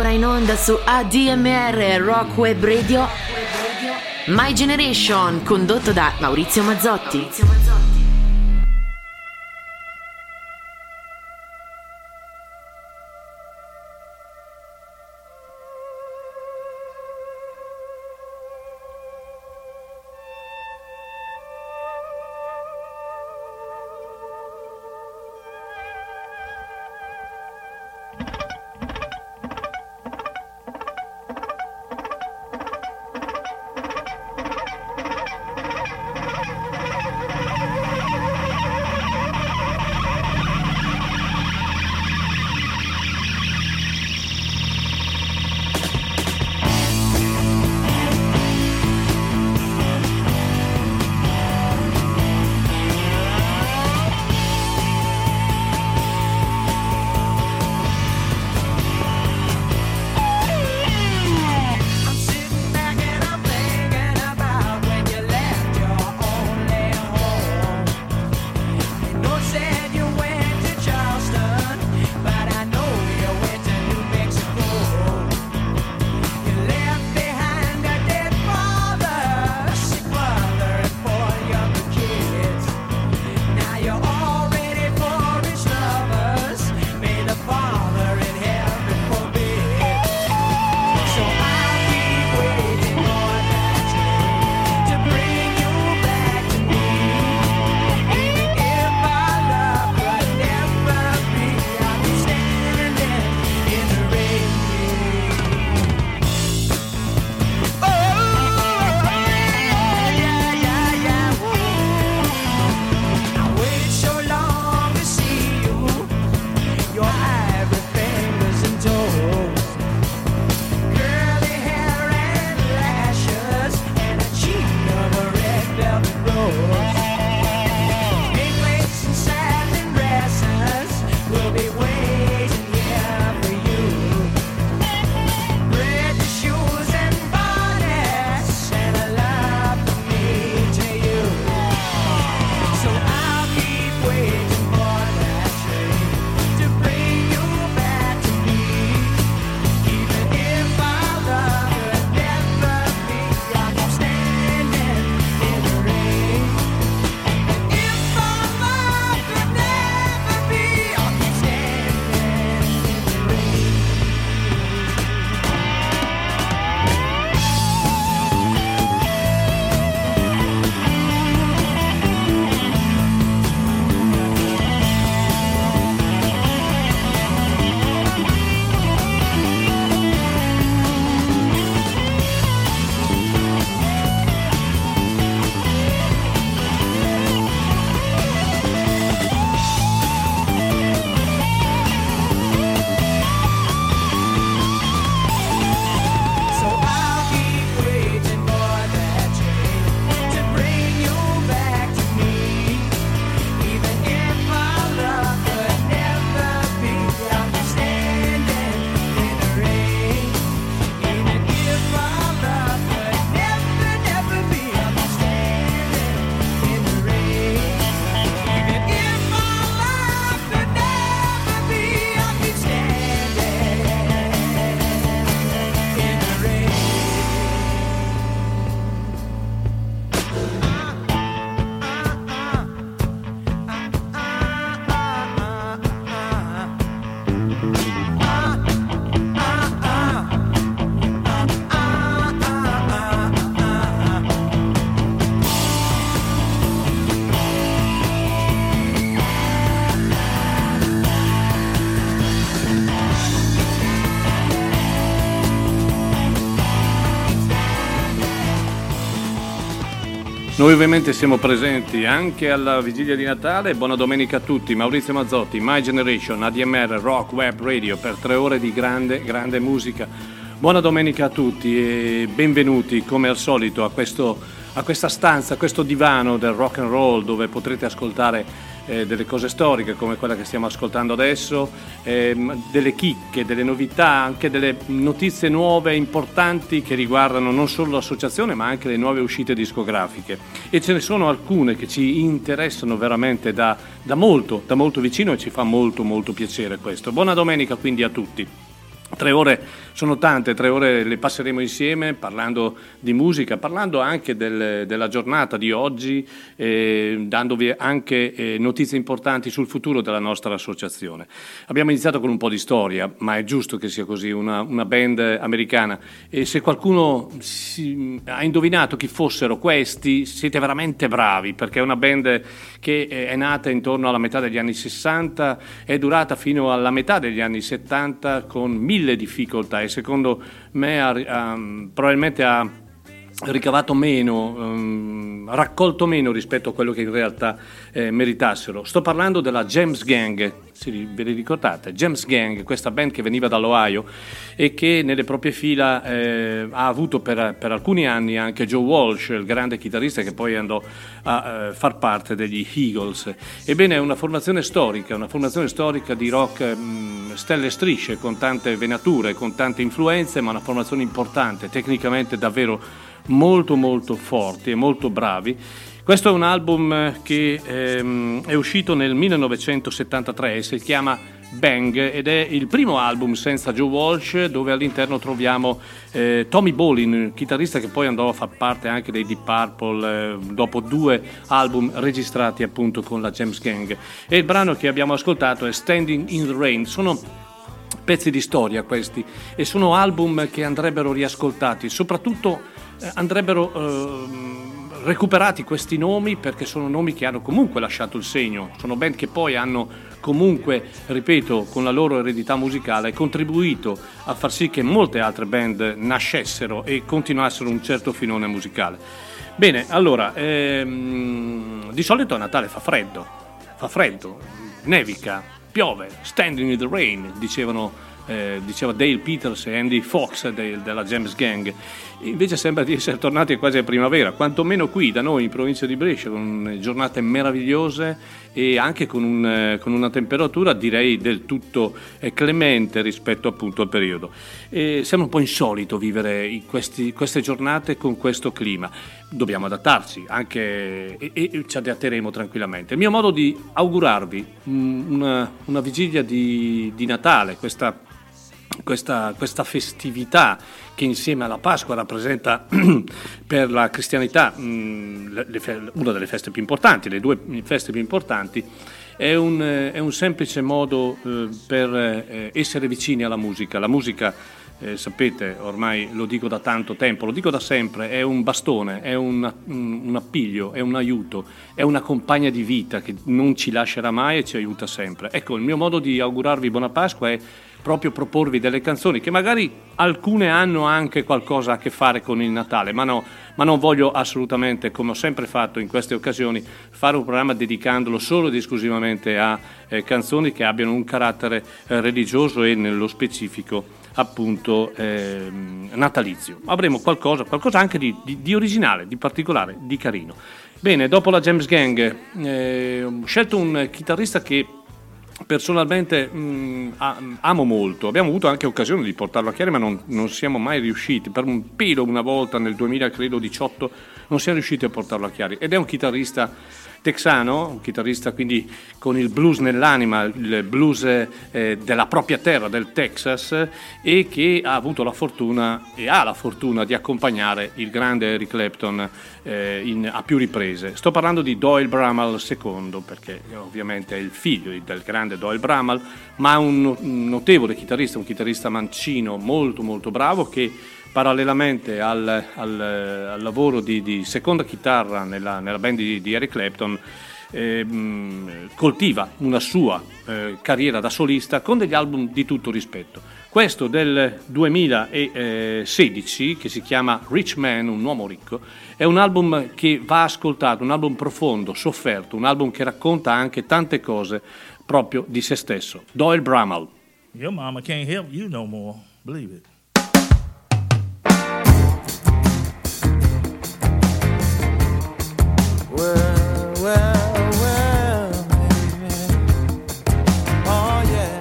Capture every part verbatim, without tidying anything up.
ora in onda su A D M R Rock Web Radio My Generation, condotto da Maurizio Mazzotti. Noi ovviamente siamo presenti anche alla vigilia di Natale. Buona domenica a tutti. Maurizio Mazzotti, My Generation, A D M R Rock Web Radio per tre ore di grande, grande musica. Buona domenica a tutti e benvenuti come al solito a, questo, a questa stanza, a questo divano del rock and roll dove potrete ascoltare eh, delle cose storiche come quella che stiamo ascoltando adesso, eh, delle chicche, delle novità, anche delle notizie nuove importanti che riguardano non solo l'associazione ma anche le nuove uscite discografiche, e ce ne sono alcune che ci interessano veramente da, da molto, da molto vicino, e ci fa molto molto piacere questo. Buona domenica quindi a tutti. Tre ore sono tante, tre ore le passeremo insieme parlando di musica, parlando anche del, della giornata di oggi, eh, dandovi anche eh, notizie importanti sul futuro della nostra associazione. Abbiamo iniziato con un po' di storia, ma è giusto che sia così, una, una band americana, e se qualcuno si, ha indovinato chi fossero questi, siete veramente bravi, perché è una band che è nata intorno alla metà degli anni sessanta, è durata fino alla metà degli anni settanta con mille difficoltà, e secondo me ha, ha, probabilmente ha ricavato meno, um, raccolto meno rispetto a quello che in realtà eh, meritassero. Sto parlando della James Gang, sì, ve li ricordate? James Gang, questa band che veniva dall'Ohio e che nelle proprie fila eh, ha avuto per, per alcuni anni anche Joe Walsh, il grande chitarrista che poi andò a eh, far parte degli Eagles. Ebbene, è una formazione storica, una formazione storica di rock mh, stelle e strisce, con tante venature, con tante influenze, ma una formazione importante, tecnicamente davvero molto molto forti e molto bravi. Questo è un album che ehm, è uscito nel millenovecentosettantatré, si chiama Bang, ed è il primo album senza Joe Walsh, dove all'interno troviamo eh, Tommy Bolin, chitarrista che poi andò a far parte anche dei Deep Purple eh, dopo due album registrati appunto con la James Gang. E il brano che abbiamo ascoltato è Standing in the Rain. Sono pezzi di storia questi, e sono album che andrebbero riascoltati, soprattutto eh, andrebbero eh, recuperati questi nomi, perché sono nomi che hanno comunque lasciato il segno, sono band che poi hanno comunque, ripeto, con la loro eredità musicale contribuito a far sì che molte altre band nascessero e continuassero un certo filone musicale. Bene, allora, ehm, di solito a Natale fa freddo, fa freddo, nevica, piove, standing in the rain, dicevano Eh, diceva Dale Peters e Andy Fox de, della James Gang. Invece sembra di essere tornati quasi a primavera, quantomeno qui da noi in provincia di Brescia, con giornate meravigliose e anche con, un, con una temperatura direi del tutto clemente rispetto appunto al periodo. E sembra un po' insolito vivere in questi, queste giornate con questo clima. Dobbiamo adattarci anche e, e ci adatteremo tranquillamente. Il mio modo di augurarvi una, una vigilia di, di Natale, questa Questa, questa festività che insieme alla Pasqua rappresenta per la cristianità mh, le, le, una delle feste più importanti, le due feste più importanti, è un, è un semplice modo eh, per eh, essere vicini alla musica. La musica, eh, sapete, ormai lo dico da tanto tempo, lo dico da sempre, è un bastone, è un, un, un appiglio, è un aiuto, è una compagna di vita che non ci lascerà mai e ci aiuta sempre. Ecco, il mio modo di augurarvi buona Pasqua è proprio proporvi delle canzoni che magari alcune hanno anche qualcosa a che fare con il Natale, ma, no, ma non voglio assolutamente, come ho sempre fatto in queste occasioni, fare un programma dedicandolo solo ed esclusivamente a eh, canzoni che abbiano un carattere eh, religioso e nello specifico appunto eh, natalizio. Avremo qualcosa, qualcosa anche di, di, di originale, di particolare, di carino. Bene, dopo la James Gang eh, ho scelto un chitarrista che personalmente mh, amo molto. Abbiamo avuto anche occasione di portarlo a Chiari, ma non, non siamo mai riusciti. Per un pelo, una volta nel duemiladiciotto, non siamo riusciti a portarlo a Chiari. Ed è un chitarrista texano, un chitarrista quindi con il blues nell'anima, il blues eh, della propria terra, del Texas, e che ha avuto la fortuna e ha la fortuna di accompagnare il grande Eric Clapton eh, in, a più riprese. Sto parlando di Doyle Bramall secondo, perché ovviamente è il figlio del grande Doyle Bramall, ma un, un notevole chitarrista, un chitarrista mancino molto molto bravo, che parallelamente al, al, al lavoro di, di seconda chitarra nella, nella band di, di Eric Clapton eh, mh, coltiva una sua eh, carriera da solista con degli album di tutto rispetto. Questo del duemilasedici, che si chiama Rich Man, un uomo ricco, è un album che va ascoltato, un album profondo, sofferto, un album che racconta anche tante cose proprio di se stesso. Doyle Bramall. Your mama can't help you no more, believe it. Well, well, well, baby. Oh, yeah.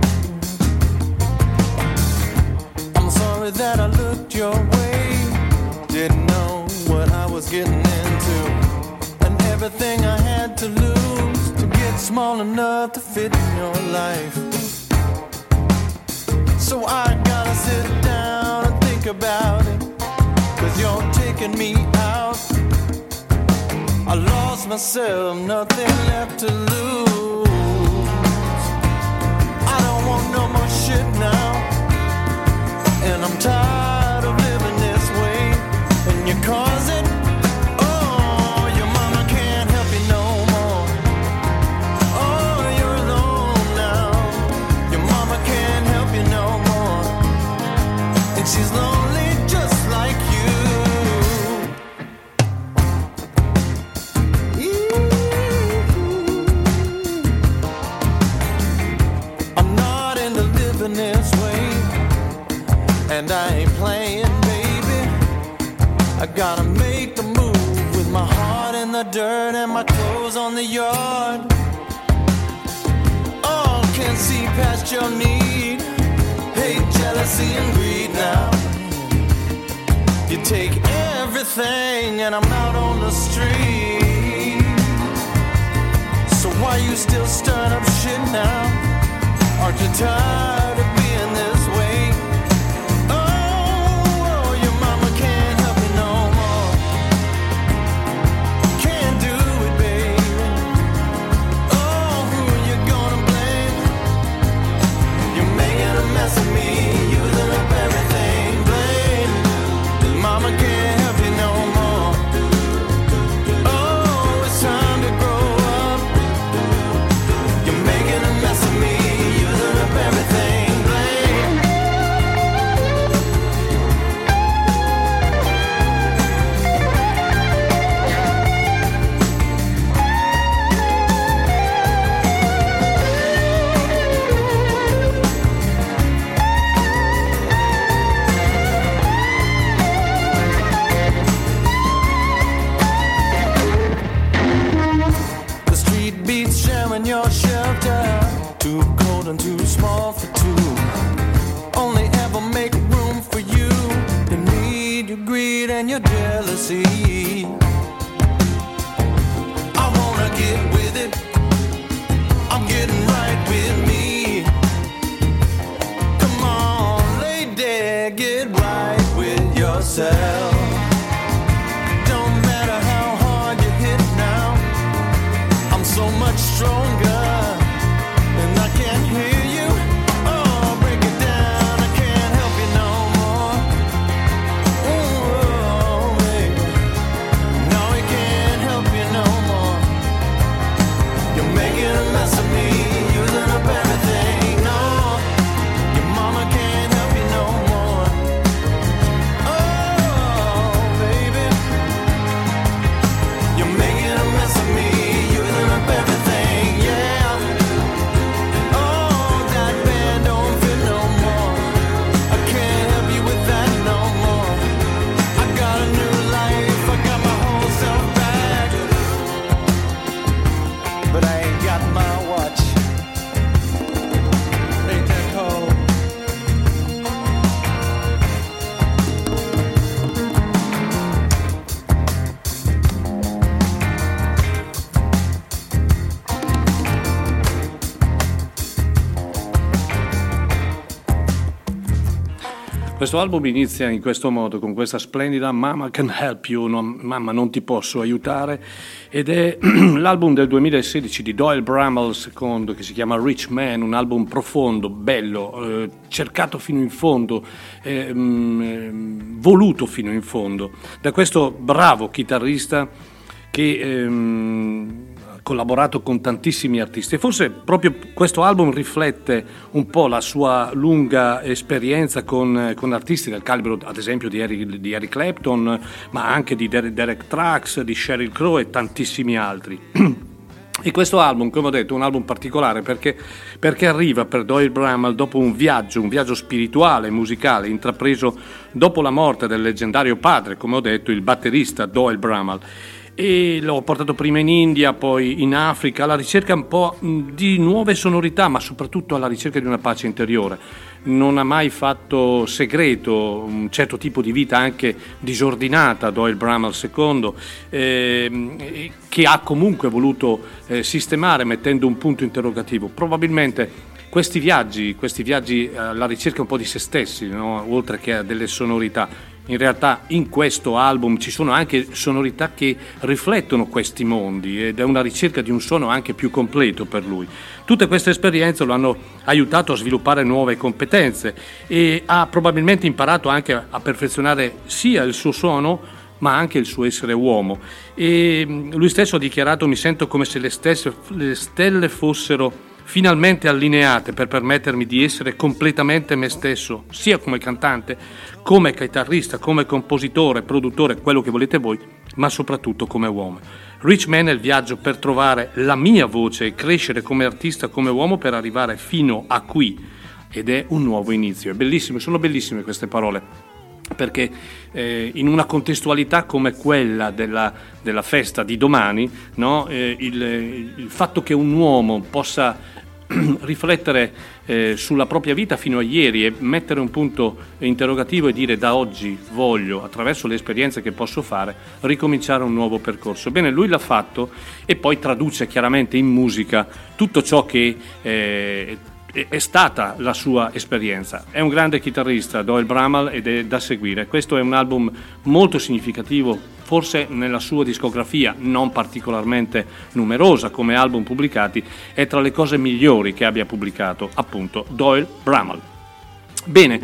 I'm sorry that I looked your way. Didn't know what I was getting into. And everything I had to lose to get small enough to fit in your life. So I got think about it, 'cause you're taking me out. I lost myself, nothing left to lose. I don't want no more shit now, and I'm tired of living this way. And you're causing, oh, your mama can't help you no more. Oh, you're alone now. Your mama can't help you no more, and she's lonely just like you. I'm not into living this way, and I ain't playing, baby. I gotta make the move with my heart in the dirt and my clothes on the yard. Oh, can't see past your need, hate, jealousy, and greed now. You take everything and I'm out on the street. So why you still stirring up shit now? Aren't you tired of being this way? Oh, your mama can't help you no more. Can't do it, baby. Oh, who you gonna blame? You're making a mess of me, using up everything. Blame, mama can't help you no more. Oh, it's time to grow up. You're making a mess of me, using up everything. Blame. The street beats sharing your shelter. Too cold and too small for two. Only ever make room for you. You need your greed and your jealousy. I wanna get with it. I'm getting right with me. Come on, lady, get right with yourself. Don't matter how hard you hit now, I'm so much stronger, and I can't hear you. Oh, break it down, I can't help you no more. Oh, baby, no, I can't help you no more. You're making a mess of me, using up everything. No, your mama can't help you no more. Oh, baby, you're making a mess of me, using up everything. Yeah. Oh, that band don't fit no more. I can't help you with that no more. I got a new life, I got my whole self back, but I ain't got my watch. Ain't that cold? Questo album inizia in questo modo, con questa splendida Mama Can Help You, no, mamma non ti posso aiutare, ed è l'album del duemilasedici di Doyle Bramall secondo, che si chiama Rich Man, un album profondo, bello, eh, cercato fino in fondo, eh, mh, voluto fino in fondo, da questo bravo chitarrista che ehm, ha collaborato con tantissimi artisti, e forse proprio questo album riflette un po' la sua lunga esperienza con, con artisti del calibro, ad esempio di Eric, di Eric Clapton, ma anche di Derek, Derek Trucks, di Sheryl Crow e tantissimi altri. E questo album, come ho detto, è un album particolare perché, perché arriva per Doyle Bramall dopo un viaggio, un viaggio spirituale e musicale intrapreso dopo la morte del leggendario padre, come ho detto, il batterista Doyle Bramall. E l'ho portato prima in India, poi in Africa, alla ricerca un po' di nuove sonorità, ma soprattutto alla ricerca di una pace interiore. Non ha mai fatto segreto un certo tipo di vita anche disordinata, Doyle Bramall secondo, eh, che ha comunque voluto eh, sistemare mettendo un punto interrogativo. Probabilmente questi viaggi, questi viaggi alla ricerca un po' di se stessi, no? Oltre che a delle sonorità. In realtà in questo album ci sono anche sonorità che riflettono questi mondi ed è una ricerca di un suono anche più completo per lui. Tutte queste esperienze lo hanno aiutato a sviluppare nuove competenze e ha probabilmente imparato anche a perfezionare sia il suo suono ma anche il suo essere uomo. E lui stesso ha dichiarato: mi sento come se le, stesse, le stelle fossero finalmente allineate per permettermi di essere completamente me stesso, sia come cantante, come chitarrista, come compositore, produttore, quello che volete voi, ma soprattutto come uomo. Rich Man è il viaggio per trovare la mia voce e crescere come artista, come uomo, per arrivare fino a qui, ed è un nuovo inizio. È bellissimo, sono bellissime queste parole, perché eh, in una contestualità come quella della, della festa di domani, no? eh, il, il fatto che un uomo possa riflettere eh, sulla propria vita fino a ieri e mettere un punto interrogativo e dire: da oggi voglio, attraverso le esperienze che posso fare, ricominciare un nuovo percorso. Bene, lui l'ha fatto e poi traduce chiaramente in musica tutto ciò che eh, è stata la sua esperienza. È un grande chitarrista, Doyle Bramall, ed è da seguire. Questo è un album molto significativo, forse nella sua discografia non particolarmente numerosa come album pubblicati, è tra le cose migliori che abbia pubblicato, appunto, Doyle Bramall. Bene,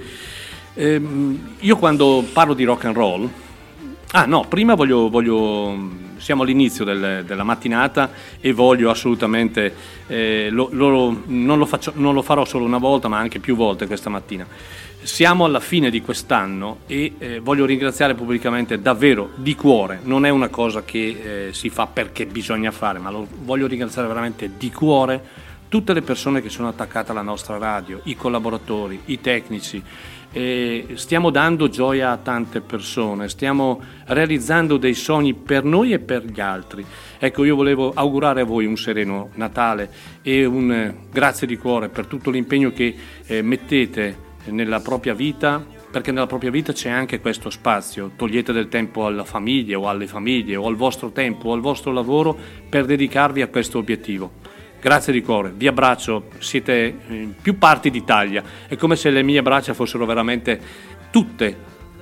ehm, io quando parlo di rock and roll, ah no, prima voglio, voglio siamo all'inizio del, della mattinata e voglio assolutamente, eh, lo, lo, non, lo faccio, non lo farò solo una volta ma anche più volte questa mattina. Siamo alla fine di quest'anno e eh, voglio ringraziare pubblicamente davvero di cuore, non è una cosa che eh, si fa perché bisogna fare, ma lo voglio ringraziare veramente di cuore tutte le persone che sono attaccate alla nostra radio, i collaboratori, i tecnici. E stiamo dando gioia a tante persone, stiamo realizzando dei sogni per noi e per gli altri. Ecco, io volevo augurare a voi un sereno Natale e un eh, grazie di cuore per tutto l'impegno che eh, mettete nella propria vita, perché nella propria vita c'è anche questo spazio. Togliete del tempo alla famiglia o alle famiglie o al vostro tempo o al vostro lavoro per dedicarvi a questo obiettivo. Grazie di cuore, vi abbraccio, siete in più parti d'Italia, è come se le mie braccia fossero veramente tutte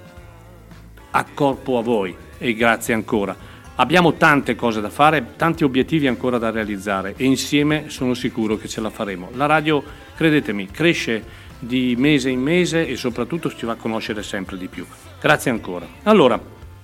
a corpo a voi, e grazie ancora. Abbiamo tante cose da fare, tanti obiettivi ancora da realizzare e insieme sono sicuro che ce la faremo. La radio, credetemi, cresce di mese in mese e soprattutto ci va a conoscere sempre di più. Grazie ancora. Allora,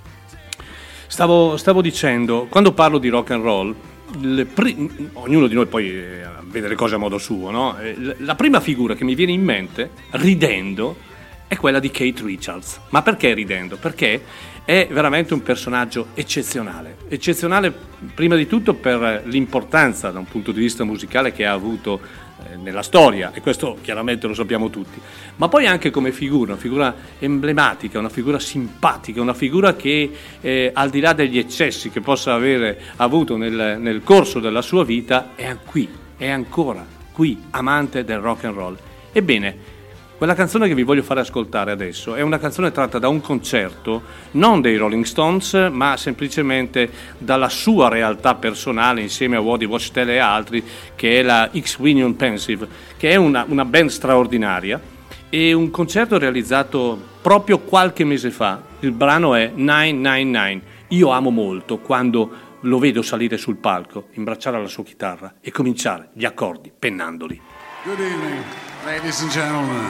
stavo, stavo dicendo, quando parlo di rock and roll, Le pri- ognuno di noi poi eh, vede le cose a modo suo, no? Eh, la prima figura che mi viene in mente, ridendo, è quella di Keith Richards. Ma perché ridendo? Perché è veramente un personaggio eccezionale. Eccezionale prima di tutto per l'importanza da un punto di vista musicale che ha avuto eh, nella storia, e questo chiaramente lo sappiamo tutti, ma poi anche come figura, una figura emblematica, una figura simpatica, una figura che eh, al di là degli eccessi che possa avere avuto nel, nel corso della sua vita, è qui, è ancora qui, amante del rock and roll. Ebbene, quella canzone che vi voglio fare ascoltare adesso è una canzone tratta da un concerto, non dei Rolling Stones, ma semplicemente dalla sua realtà personale insieme a Woody Watchtell e altri, che è la X-Wing Pensive, che è una, una band straordinaria, e un concerto realizzato proprio qualche mese fa. Il brano è nove nove nove. Io amo molto quando lo vedo salire sul palco, imbracciare la sua chitarra e cominciare gli accordi pennandoli. Good evening, ladies and gentlemen.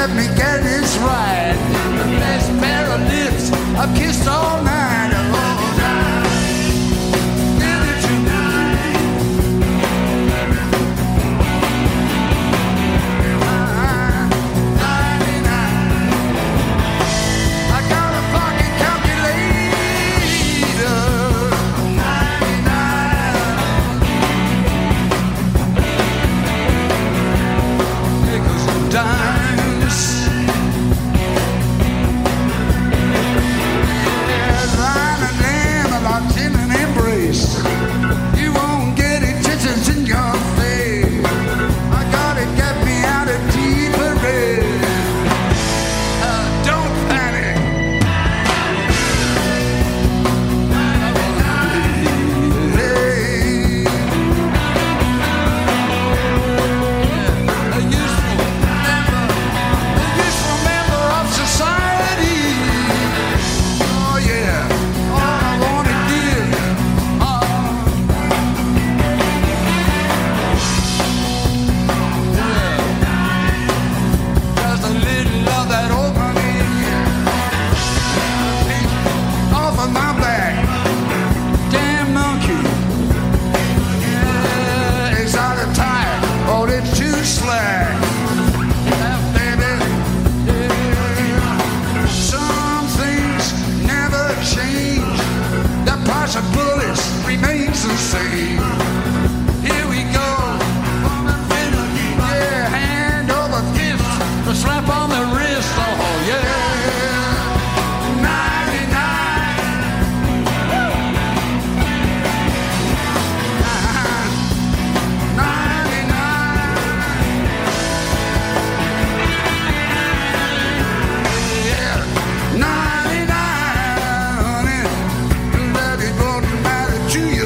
let me get this right. The best pair of lips I've kissed all night. Oh, now, give it to me. I got a pocket calculator. ninety-nine nickels and dimes. Yeah, line and lamb, a locked in an embrace. You won't get it just as in your face. I gotta get me out of deeper red. Uh, don't panic. Hey. A useful member, a useful member of society. Oh yeah, all I wanna give, oh. Just a little of that opening off of my back. Damn monkey. Yeah, it's out of time. Oh, it's too slack. Yeah, baby. Yeah. Some things never change. The price of bullets remains the same. Here we go. Yeah, hand over fist. The slap on the wrist. Oh, yeah. ninety-nine. ninety-nine. Yeah, ninety-nine, honey. That is what matter to you.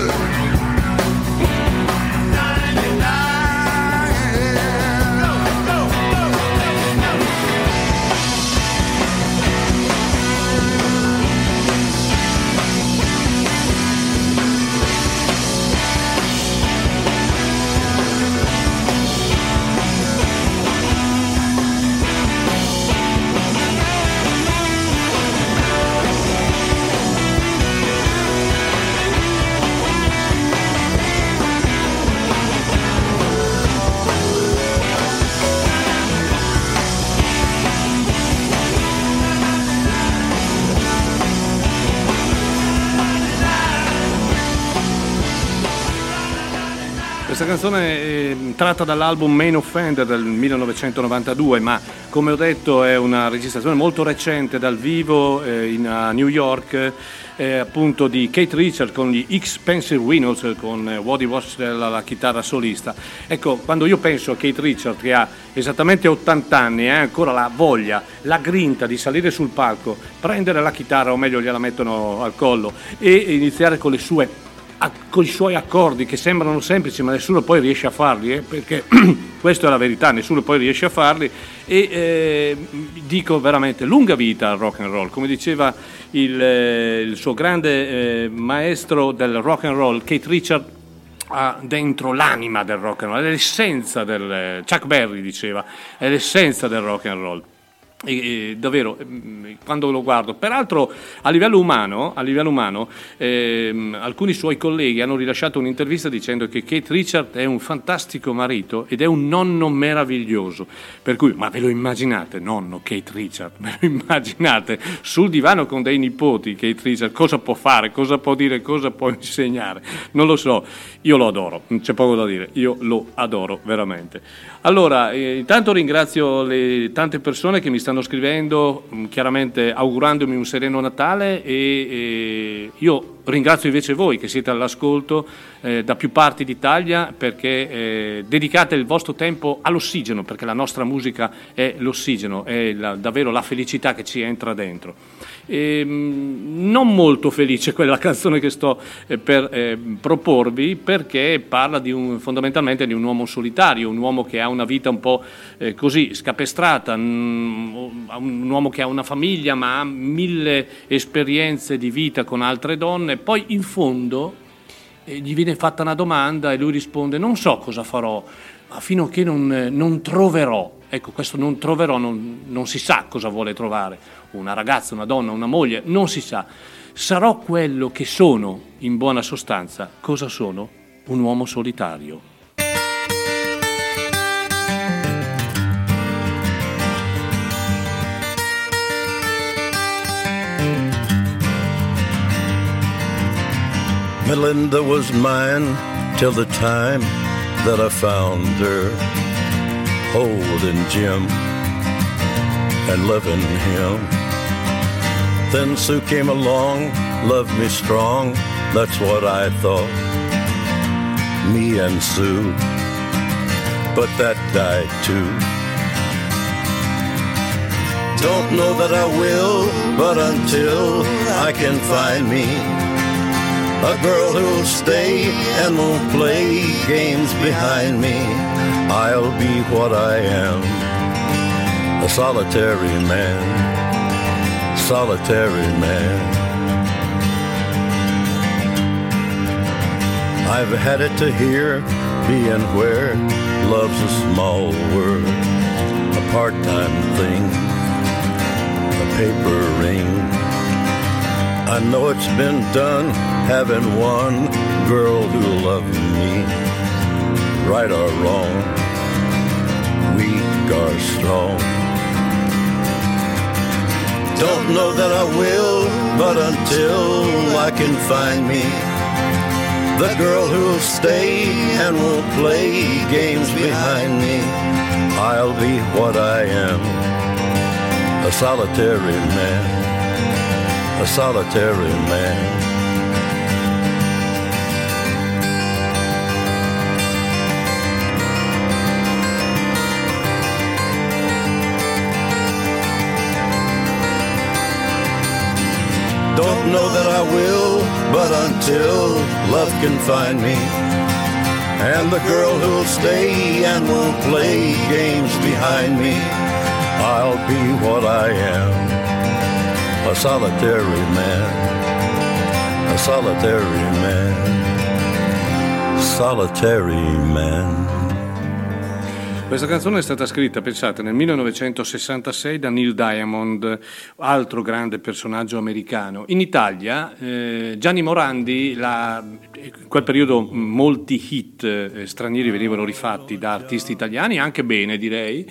ninety-nine, yeah. Go, go, go. Questa canzone è tratta dall'album Main Offender del millenovecentonovantadue, ma come ho detto è una registrazione molto recente dal vivo eh, in, a New York, eh, appunto di Keith Richards con gli Expensive Winners, con eh, Woody Watchell alla chitarra solista. Ecco, quando io penso a Keith Richards che ha esattamente ottanta anni e ha ancora la voglia, la grinta di salire sul palco, prendere la chitarra, o meglio gliela mettono al collo, e iniziare con le sue con i suoi accordi che sembrano semplici ma nessuno poi riesce a farli, eh, perché questa è la verità, nessuno poi riesce a farli, e eh, dico veramente lunga vita al rock and roll, come diceva il, eh, il suo grande eh, maestro del rock and roll, Keith Richards ha dentro l'anima del rock and roll, è l'essenza del eh, Chuck Berry diceva, è l'essenza del rock and roll. E, e, davvero, quando lo guardo, peraltro a livello umano, a livello umano ehm, alcuni suoi colleghi hanno rilasciato un'intervista dicendo che Keith Richards è un fantastico marito ed è un nonno meraviglioso, per cui, ma ve lo immaginate, nonno Keith Richards, ve lo immaginate sul divano con dei nipoti Keith Richards, cosa può fare, cosa può dire, cosa può insegnare, non lo so, io lo adoro, non c'è poco da dire, io lo adoro veramente. Allora, eh, intanto ringrazio le tante persone che mi stanno scrivendo, chiaramente augurandomi un sereno Natale, e, e io ringrazio invece voi che siete all'ascolto eh, da più parti d'Italia, perché eh, dedicate il vostro tempo all'ossigeno, perché la nostra musica è l'ossigeno, è la, davvero la felicità che ci entra dentro. E, mh, non molto felice quella canzone che sto eh, per eh, proporvi, perché parla di un, fondamentalmente di un uomo solitario, un uomo che ha una vita un po' eh, così scapestrata, mh, un uomo che ha una famiglia ma ha mille esperienze di vita con altre donne. Poi in fondo eh, gli viene fatta una domanda e lui risponde: non so cosa farò, ma fino a che non, non troverò ecco, questo non troverò, non, non si sa cosa vuole trovare, una ragazza, una donna, una moglie, non si sa. Sarò quello che sono, in buona sostanza. Cosa sono? Un uomo solitario. Melinda was mine till the time that I found her holding Jim and loving him. Then Sue came along, loved me strong, that's what I thought, me and Sue, but that died too. Don't know that I will, but until I can find me a girl who'll stay and won't play games behind me, I'll be what I am, a solitary man, solitary man. I've had it to here, being where love's a small word, a part-time thing, a paper ring. I know it's been done, having one girl who loved me, right or wrong, weak or strong. Don't know that I will, but until I can find me the girl who'll stay and won't play games behind me, I'll be what I am, a solitary man, a solitary man. Don't know that I will, but until love can find me, and the girl who'll stay and won't play games behind me, I'll be what I am, a solitary man, a solitary man, solitary man. Questa canzone è stata scritta, pensate, nel millenovecentosessantasei da Neil Diamond, altro grande personaggio americano. In Italia eh, Gianni Morandi, la, in quel periodo molti hit eh, stranieri venivano rifatti da artisti italiani, anche bene direi,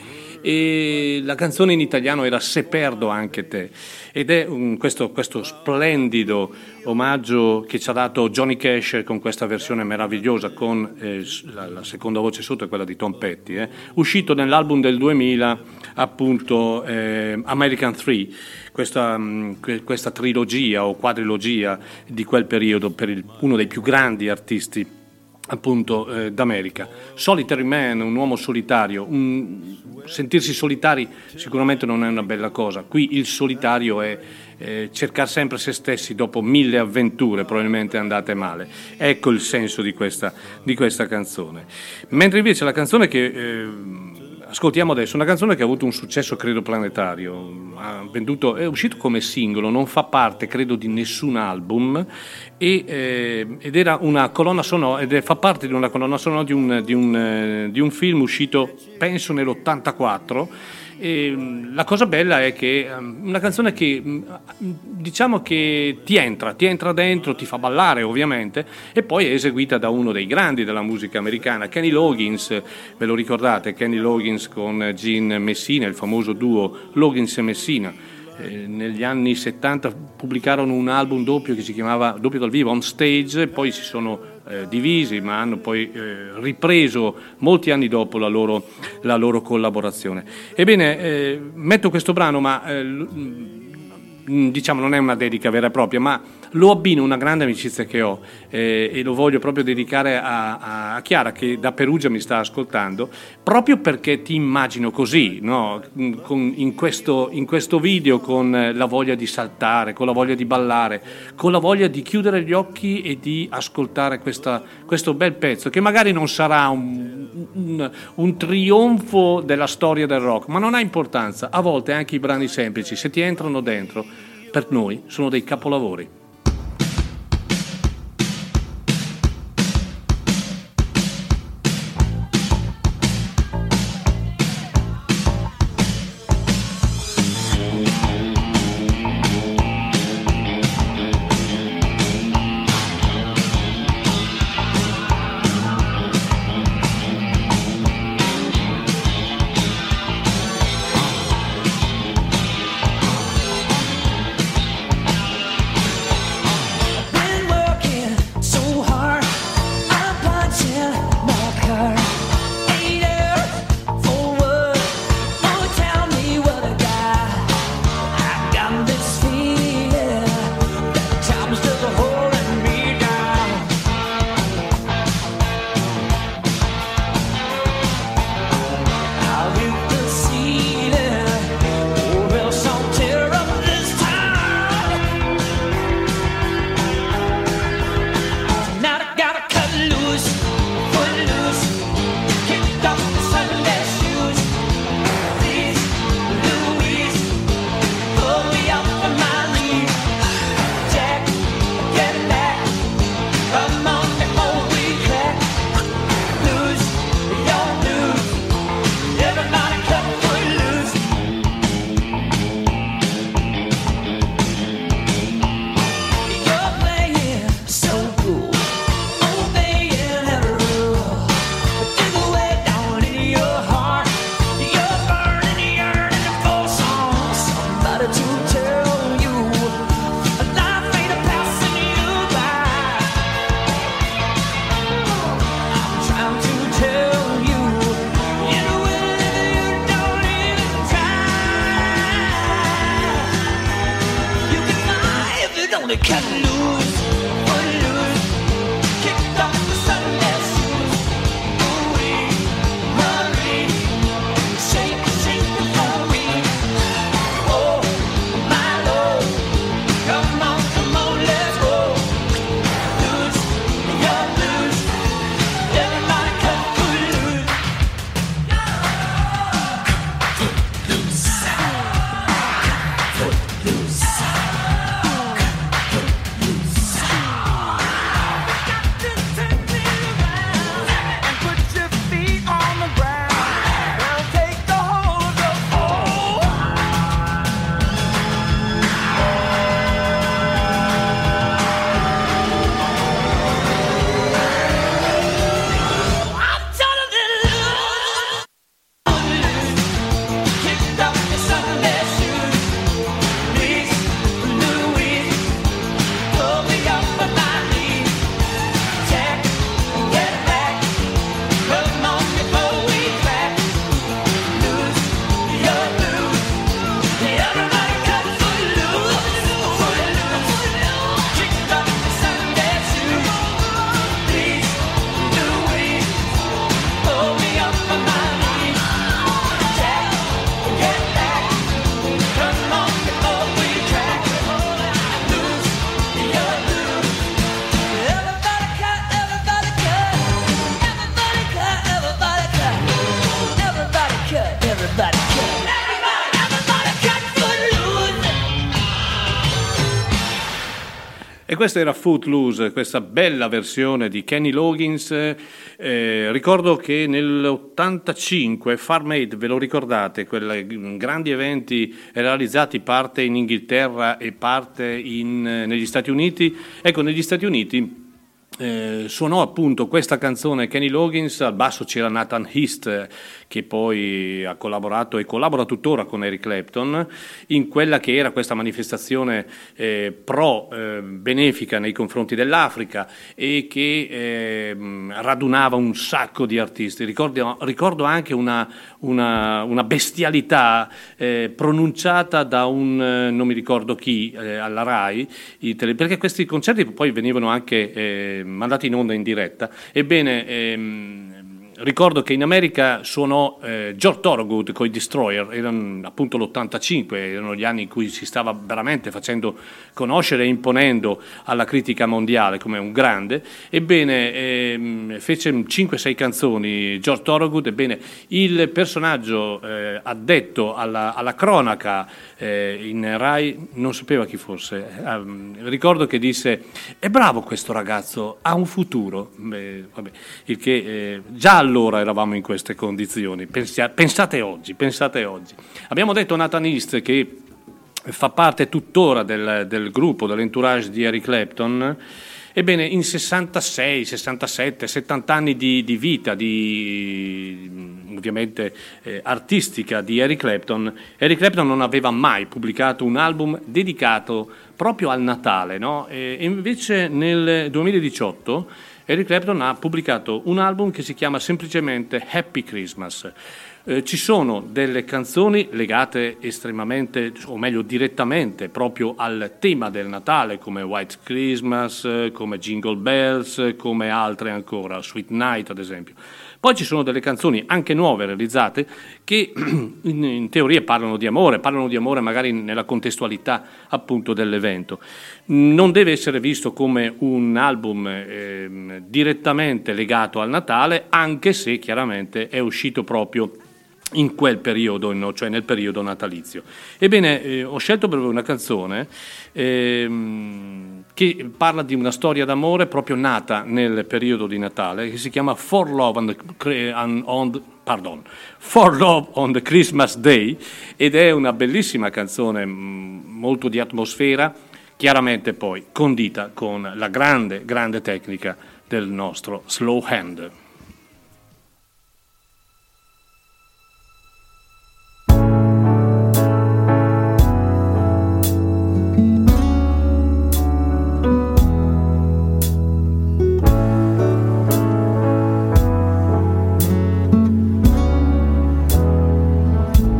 e la canzone in italiano era Se perdo anche te, ed è un, questo, questo splendido omaggio che ci ha dato Johnny Cash con questa versione meravigliosa con eh, la, la seconda voce sotto è quella di Tom Petty, eh, uscito nell'album del duemila, appunto eh, American Three, questa, mh, questa trilogia o quadrilogia di quel periodo per il, uno dei più grandi artisti appunto eh, d'America. Solitary Man, un uomo solitario, un, sentirsi solitari sicuramente non è una bella cosa. Qui il solitario è eh, cercare sempre se stessi dopo mille avventure probabilmente andate male. Ecco il senso di questa, di questa canzone. Mentre invece la canzone che eh, ascoltiamo adesso è una canzone che ha avuto un successo credo planetario, ha venduto, è uscito come singolo, non fa parte credo di nessun album e, eh, ed era una colonna sonora ed è, fa parte di una colonna sonora di un, di un, eh, di un film uscito penso nell'ottantaquattro. E la cosa bella è che una canzone che diciamo che ti entra, ti entra dentro, ti fa ballare ovviamente, e poi è eseguita da uno dei grandi della musica americana, Kenny Loggins, ve lo ricordate? Kenny Loggins con Gene Messina, il famoso duo Loggins e Messina. Eh, negli anni settanta pubblicarono un album doppio che si chiamava Doppio dal vivo, On Stage, e poi si sono eh, divisi, ma hanno poi eh, ripreso molti anni dopo la loro, la loro collaborazione. Ebbene, eh, metto questo brano, ma eh, diciamo non è una dedica vera e propria, ma lo abbino a una grande amicizia che ho eh, e lo voglio proprio dedicare a, a Chiara che da Perugia mi sta ascoltando, proprio perché ti immagino così, no? con, in, questo, in questo video con la voglia di saltare, con la voglia di ballare, con la voglia di chiudere gli occhi e di ascoltare questa, questo bel pezzo che magari non sarà un, un, un trionfo della storia del rock, ma non ha importanza. A volte anche i brani semplici, se ti entrano dentro, per noi sono dei capolavori. everybody cut loose, loose. Kicked off the Sunday shoes. Ooh-wee, Marie, shake, shake the Marie. Oh, my Lord, come on, come on, let's go. Loose, you're loose. Everybody cut loose. Footloose. Footloose. E questa era Footloose, questa bella versione di Kenny Loggins. Eh, ricordo che nell'ottantacinque Farm Aid, ve lo ricordate, quei grandi eventi realizzati parte in Inghilterra e parte in, negli Stati Uniti. Ecco, negli Stati Uniti Eh, suonò appunto questa canzone Kenny Loggins, al basso c'era Nathan East, che poi ha collaborato e collabora tuttora con Eric Clapton in quella che era questa manifestazione eh, pro eh, benefica nei confronti dell'Africa e che eh, radunava un sacco di artisti. Ricordo, ricordo anche una, una, una bestialità eh, pronunciata da un eh, non mi ricordo chi eh, alla Rai, perché questi concerti poi venivano anche eh, mandati in onda in diretta. Ebbene, ehm, ricordo che in America suonò eh, George Thorogood con i Destroyer, erano appunto l'ottantacinque, erano gli anni in cui si stava veramente facendo conoscere e imponendo alla critica mondiale come un grande. Ebbene, ehm, fece cinque sei canzoni George Thorogood. Ebbene, il personaggio eh, addetto alla, alla cronaca eh, in Rai non sapeva chi fosse. Eh, ricordo che disse: è bravo questo ragazzo, ha un futuro. Beh, vabbè, il che eh, già allora eravamo in queste condizioni. Pensia, pensate oggi, pensate oggi. Abbiamo detto Nathan East, che fa parte tuttora del, del gruppo, dell'entourage di Eric Clapton. Ebbene, in sessantasei, sessantasette, settanta anni di, di vita, di ovviamente eh, artistica di Eric Clapton, Eric Clapton non aveva mai pubblicato un album dedicato proprio al Natale, no? E, e invece nel duemiladiciotto Eric Clapton ha pubblicato un album che si chiama semplicemente Happy Christmas. Eh, ci sono delle canzoni legate estremamente, o meglio direttamente, proprio al tema del Natale, come White Christmas, come Jingle Bells, come altre ancora, Sweet Night ad esempio. Poi ci sono delle canzoni anche nuove realizzate che in, in teoria parlano di amore, parlano di amore magari nella contestualità appunto dell'evento. Non deve essere visto come un album eh, direttamente legato al Natale, anche se chiaramente è uscito proprio in quel periodo, no? Cioè nel periodo natalizio. Ebbene, eh, ho scelto per voi una canzone ehm, che parla di una storia d'amore proprio nata nel periodo di Natale, che si chiama For Love on the, on the, pardon, For Love on the Christmas Day, ed è una bellissima canzone, mh, molto di atmosfera, chiaramente poi condita con la grande, grande tecnica del nostro slow hand.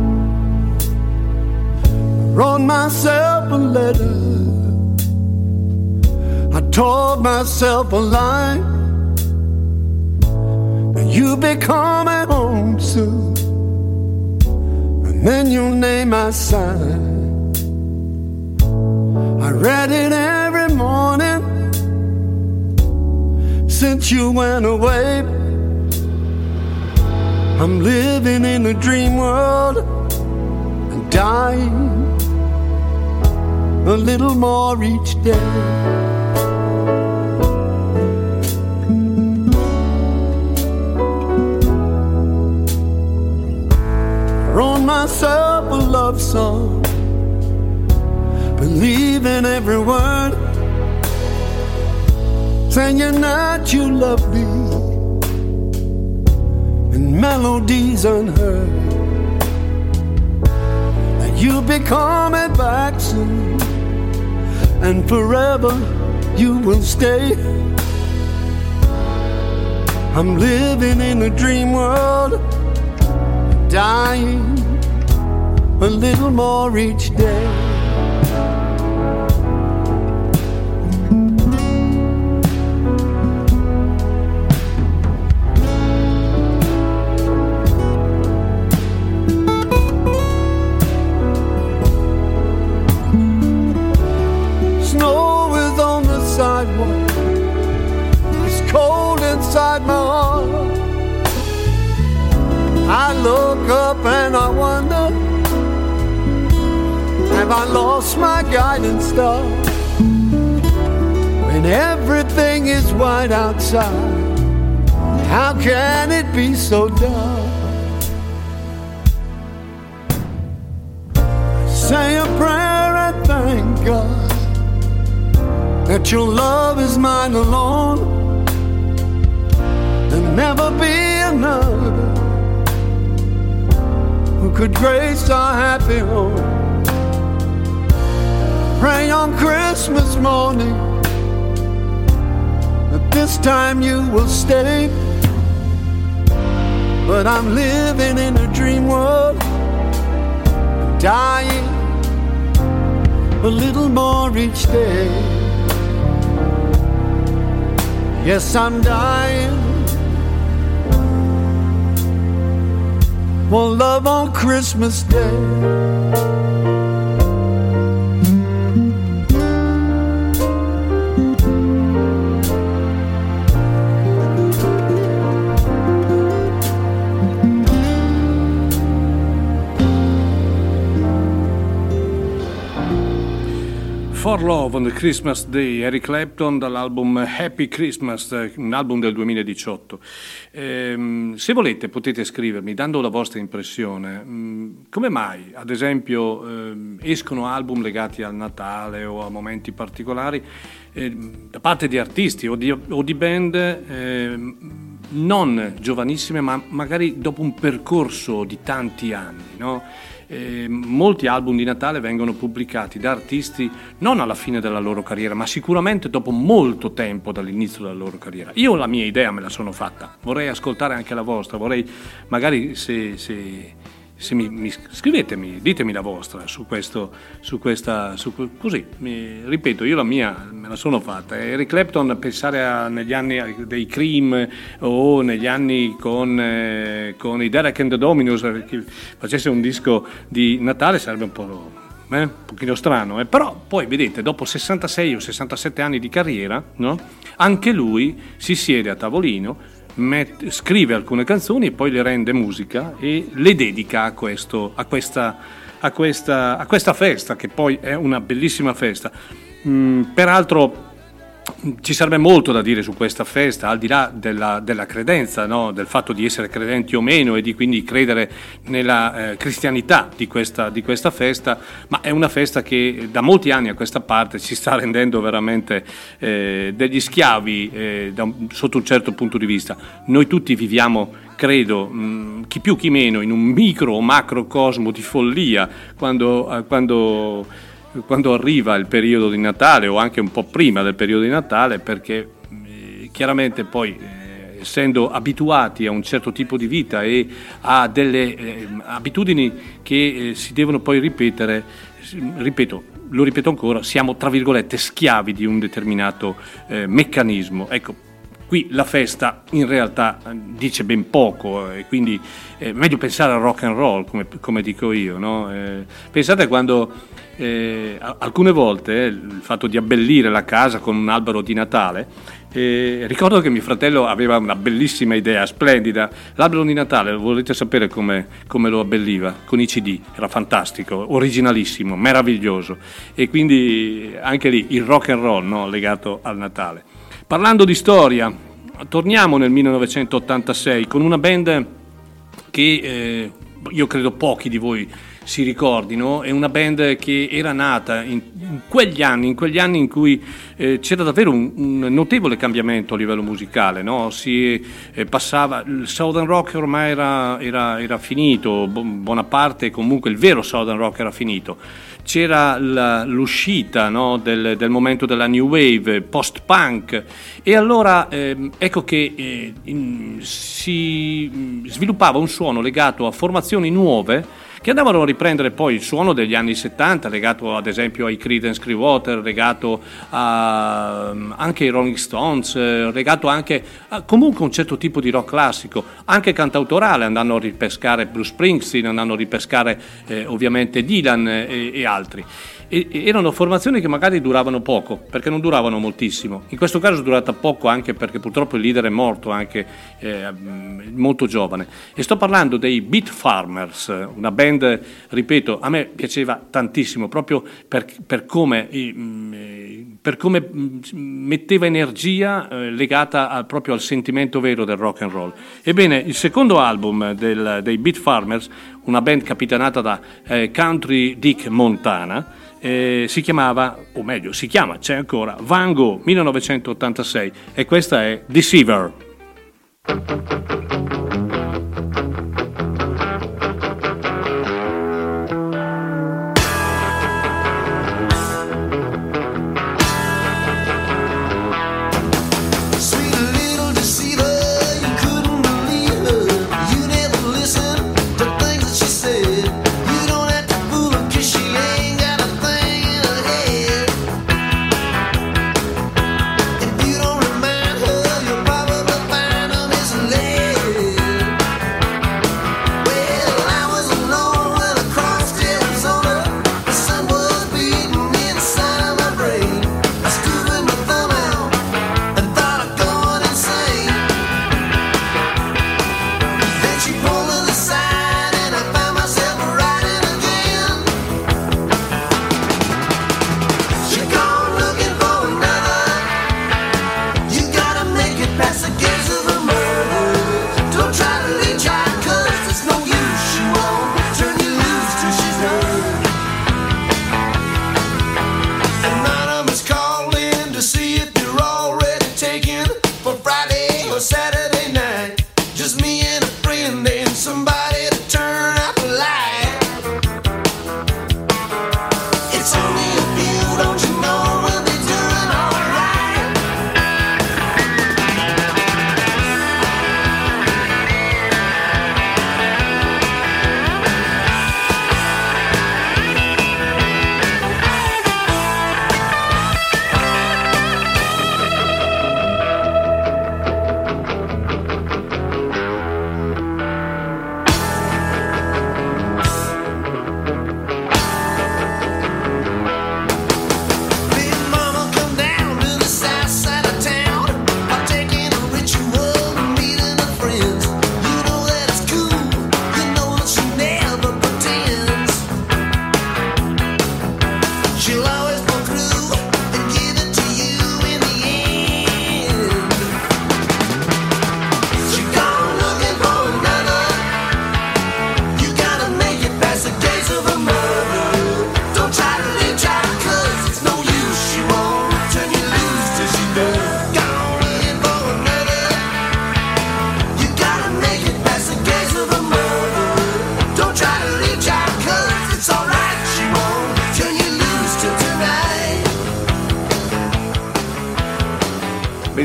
Wrote myself a letter told myself a lie, that you'll be coming home soon, and then you'll name my sign. I read it every morning since you went away. I'm living in a dream world and dying a little more each day. Wrote myself a love song, believing every word, saying that you love me, and melodies unheard, that you'll be coming back soon, and forever you will stay. I'm living in a dream world, dying a little more each day. Snow is on the sidewalk, it's cold inside my heart. I look up and I wonder, have I lost my guiding star? When everything is white outside, how can it be so dark? Say a prayer and thank God that your love is mine alone. There'll never be another who could grace our happy home. Pray on Christmas morning that this time you will stay. But I'm living in a dream world, dying a little more each day. Yes, I'm dying for love on Christmas Day. For Love on the Christmas Day, Eric Clapton, dall'album Happy Christmas, un album del duemiladiciotto. Ehm, se volete potete scrivermi dando la vostra impressione. Mh, come mai, ad esempio, ehm, escono album legati al Natale o a momenti particolari eh, da parte di artisti o di, o di band eh, non giovanissime, ma magari dopo un percorso di tanti anni, no? Eh, molti album di Natale vengono pubblicati da artisti non alla fine della loro carriera, ma sicuramente dopo molto tempo dall'inizio della loro carriera. Io la mia idea me la sono fatta, vorrei ascoltare anche la vostra, vorrei magari se, se, se mi, mi scrivetemi, ditemi la vostra su questo, su questa, su, così, mi, ripeto, io la mia me la sono fatta. Eric Clapton, pensare a, negli anni dei Cream o negli anni con, eh, con i Derek and the Dominos, che facesse un disco di Natale sarebbe un po', eh, un pochino strano, eh? Però poi vedete, dopo sessantasei o sessantasette anni di carriera, no? Anche lui si siede a tavolino, Met, scrive alcune canzoni e poi le rende musica e le dedica a, questo, a, questa, a, questa, a questa festa, che poi è una bellissima festa. Mm, peraltro ci sarebbe molto da dire su questa festa, al di là della, della credenza, no? Del fatto di essere credenti o meno e di quindi credere nella eh, cristianità di questa, di questa festa, ma è una festa che da molti anni a questa parte ci sta rendendo veramente eh, degli schiavi eh, da un, sotto un certo punto di vista. Noi tutti viviamo, credo, mh, chi più chi meno, in un micro o macro cosmo di follia quando, eh, quando quando arriva il periodo di Natale o anche un po' prima del periodo di Natale, perché eh, chiaramente poi eh, essendo abituati a un certo tipo di vita e a delle eh, abitudini che eh, si devono poi ripetere, ripeto, lo ripeto ancora, siamo tra virgolette schiavi di un determinato eh, meccanismo. Ecco, qui la festa in realtà dice ben poco, e quindi è meglio pensare al rock and roll, come, come dico io, no? Eh, pensate quando eh, alcune volte eh, il fatto di abbellire la casa con un albero di Natale. Eh, ricordo che mio fratello aveva una bellissima idea, splendida. L'albero di Natale, volete sapere come, come lo abbelliva? Con i C D, era fantastico, originalissimo, meraviglioso. E quindi anche lì il rock and roll, no? Legato al Natale. Parlando di storia, torniamo nel millenovecentottantasei con una band che eh, io credo pochi di voi si ricordino. È una band che era nata in, in quegli anni, in quegli anni in cui eh, c'era davvero un, un notevole cambiamento a livello musicale, no? Si eh, passava, il Southern Rock ormai era, era, era finito, buona parte, comunque il vero Southern Rock era finito. C'era la, l'uscita, no, del, del momento della New Wave, post-punk, e allora eh, ecco che eh, in, si sviluppava un suono legato a formazioni nuove che andavano a riprendere poi il suono degli anni settanta, legato ad esempio ai Creedence Clearwater, legato a, anche ai Rolling Stones, legato anche a comunque un certo tipo di rock classico, anche cantautorale, andando a ripescare Bruce Springsteen, andando a ripescare eh, ovviamente Dylan e, e altri. E, e erano formazioni che magari duravano poco, perché non duravano moltissimo. In questo caso è durata poco anche perché purtroppo il leader è morto, anche eh, molto giovane. E sto parlando dei Beat Farmers, una band, ripeto, a me piaceva tantissimo, proprio per, per come, eh, per come metteva energia eh, legata a, proprio al sentimento vero del rock and roll. Ebbene, il secondo album del, dei Beat Farmers, una band capitanata da eh, Country Dick Montana, Eh, si chiamava, o meglio si chiama, c'è ancora, Van Gogh millenovecentottantasei, e questa è Deceiver. If you don't remind her, you'll probably find her misled.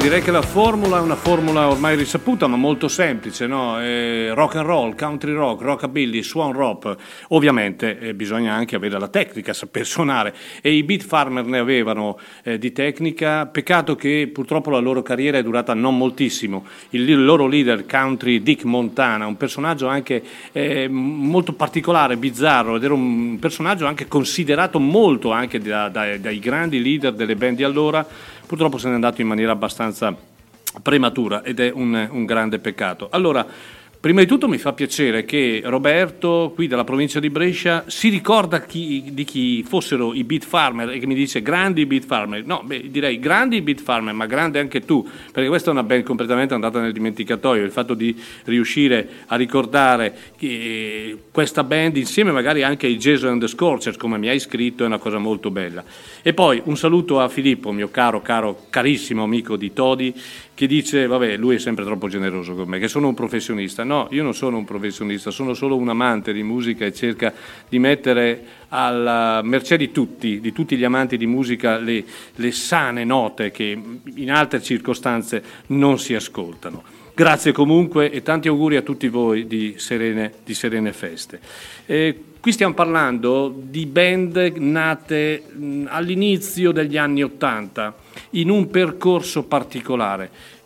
direi che la formula è una formula ormai risaputa, ma molto semplice, no? Eh, rock and roll, country rock, rockabilly, swan rock. Ovviamente eh, bisogna anche avere la tecnica, saper suonare, e i Beat Farmer ne avevano eh, di tecnica. Peccato che purtroppo la loro carriera è durata non moltissimo. Il, il loro leader country, Dick Montana, un personaggio anche eh, molto particolare, bizzarro, ed era un personaggio anche considerato molto anche da, da, dai grandi leader delle band di allora. Purtroppo se n'è andato in maniera abbastanza prematura ed è un, un grande peccato. Allora, prima di tutto mi fa piacere che Roberto, qui dalla provincia di Brescia, si ricorda chi, di chi fossero i Beat Farmer e che mi dice grandi Beat Farmer. No, beh, direi grandi Beat Farmer, ma grande anche tu, perché questa è una band completamente andata nel dimenticatoio. Il fatto di riuscire a ricordare che questa band insieme magari anche ai Jason and the Scorchers, come mi hai scritto, è una cosa molto bella. E poi un saluto a Filippo, mio caro, caro, carissimo amico di Todi, che dice, vabbè, lui è sempre troppo generoso con me, che sono un professionista. No, io non sono un professionista, sono solo un amante di musica e cerca di mettere alla mercé di tutti, di tutti gli amanti di musica, le, le sane note che in altre circostanze non si ascoltano. Grazie comunque e tanti auguri a tutti voi di serene, di serene feste. Eh, qui stiamo parlando di band nate mh, all'inizio degli anni Ottanta, in un percorso particolare.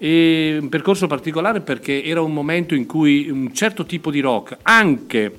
E un percorso particolare perché era un momento in cui un certo tipo di rock, anche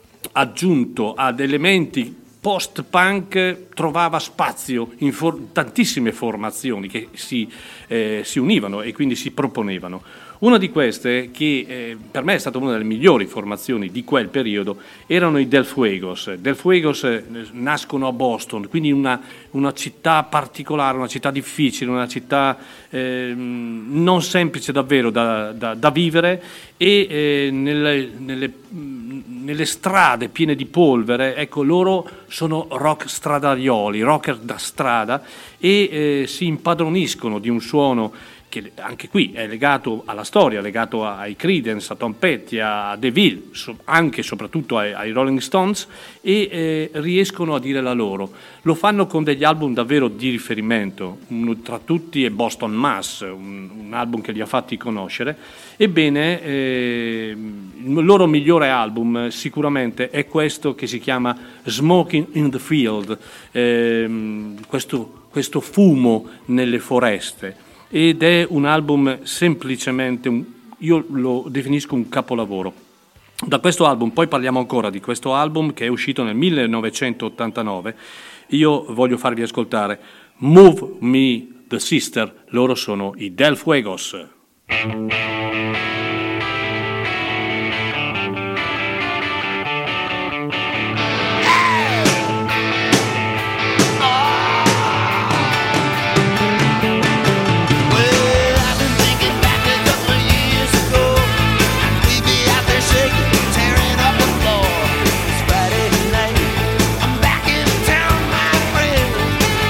aggiunto ad elementi post-punk, trovava spazio in for- tantissime formazioni che si, eh, si univano e quindi si proponevano. Una di queste, che eh, per me è stata una delle migliori formazioni di quel periodo, erano i Del Fuegos. Del Fuegos eh, nascono a Boston, quindi una, una città particolare, una città difficile, una città eh, non semplice davvero da, da, da vivere, e eh, nelle, nelle, nelle strade piene di polvere, ecco, loro sono rock stradaioli, rocker da strada, e eh, si impadroniscono di un suono che anche qui è legato alla storia, legato ai Creedence, a Tom Petty, a DeVille, anche e soprattutto ai, ai Rolling Stones, e eh, riescono a dire la loro. Lo fanno con degli album davvero di riferimento, uno tra tutti è Boston Mass, un, un album che li ha fatti conoscere. Ebbene, eh, il loro migliore album sicuramente è questo che si chiama Smoking in the Field, eh, questo, questo fumo nelle foreste. Ed è un album semplicemente, un, io lo definisco un capolavoro. Da questo album, poi parliamo ancora di questo album che è uscito nel millenovecentottantanove, io voglio farvi ascoltare Move Me the Sister, loro sono i Del Fuegos.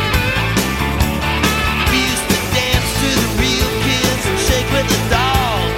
Dance to the real kids and shake with the dogs.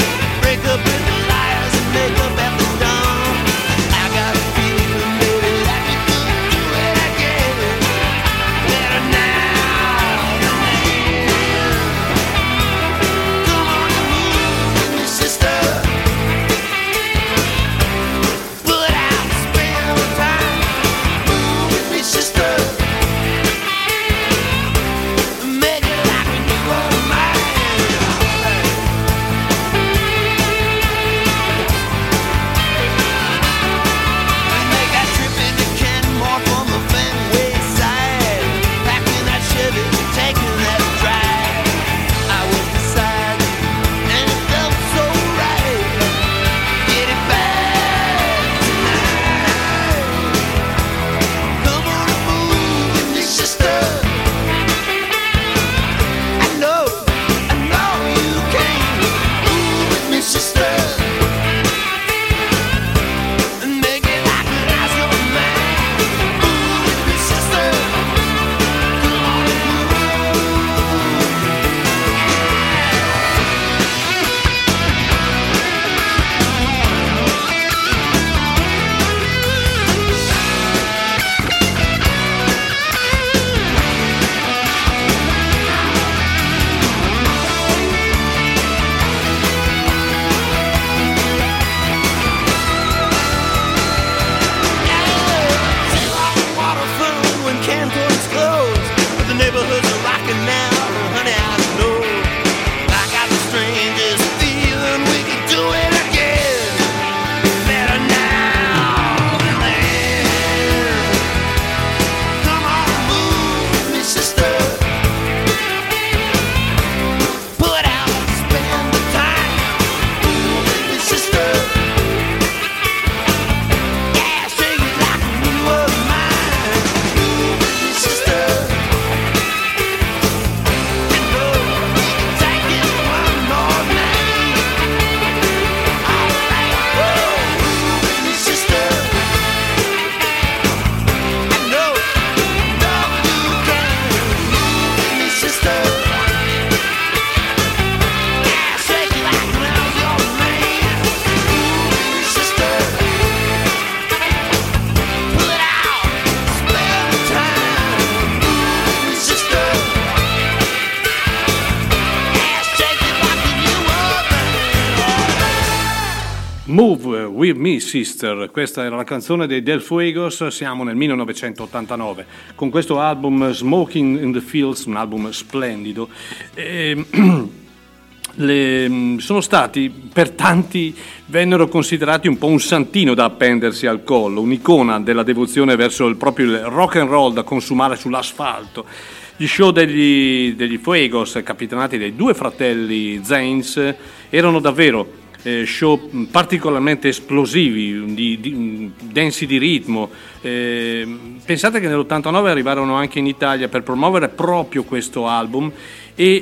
Canton's closed, but the neighborhoods are rocking now. Honey, I know I got the strangest feeling we could do it again. Better now than then. Come on, move with me, sister. Put out, spend the time. Move with me, sister. Yeah, shake it like you were mine. Move with me, sister. You know we can take it one more night. All right, whoa. Move with me, sister. I know, know you can. Move with me, sister. Yeah, shake it like when I was your man. Move with me, sister. Pull it out, spend the time. Move with me, sister. Yeah, shake it like you were mine. Move With Me Sister, questa era la canzone dei Del Fuegos, siamo nel millenovecentottantanove, con questo album Smoking in the Fields, un album splendido. E, le, sono stati, per tanti, vennero considerati un po' un santino da appendersi al collo, un'icona della devozione verso il proprio il rock and roll da consumare sull'asfalto. Gli show degli, degli Fuegos, capitanati dai due fratelli Zanes, erano davvero eh, show particolarmente esplosivi, di, di, densi di ritmo. Eh, pensate che nell'ottantanove arrivarono anche in Italia per promuovere proprio questo album e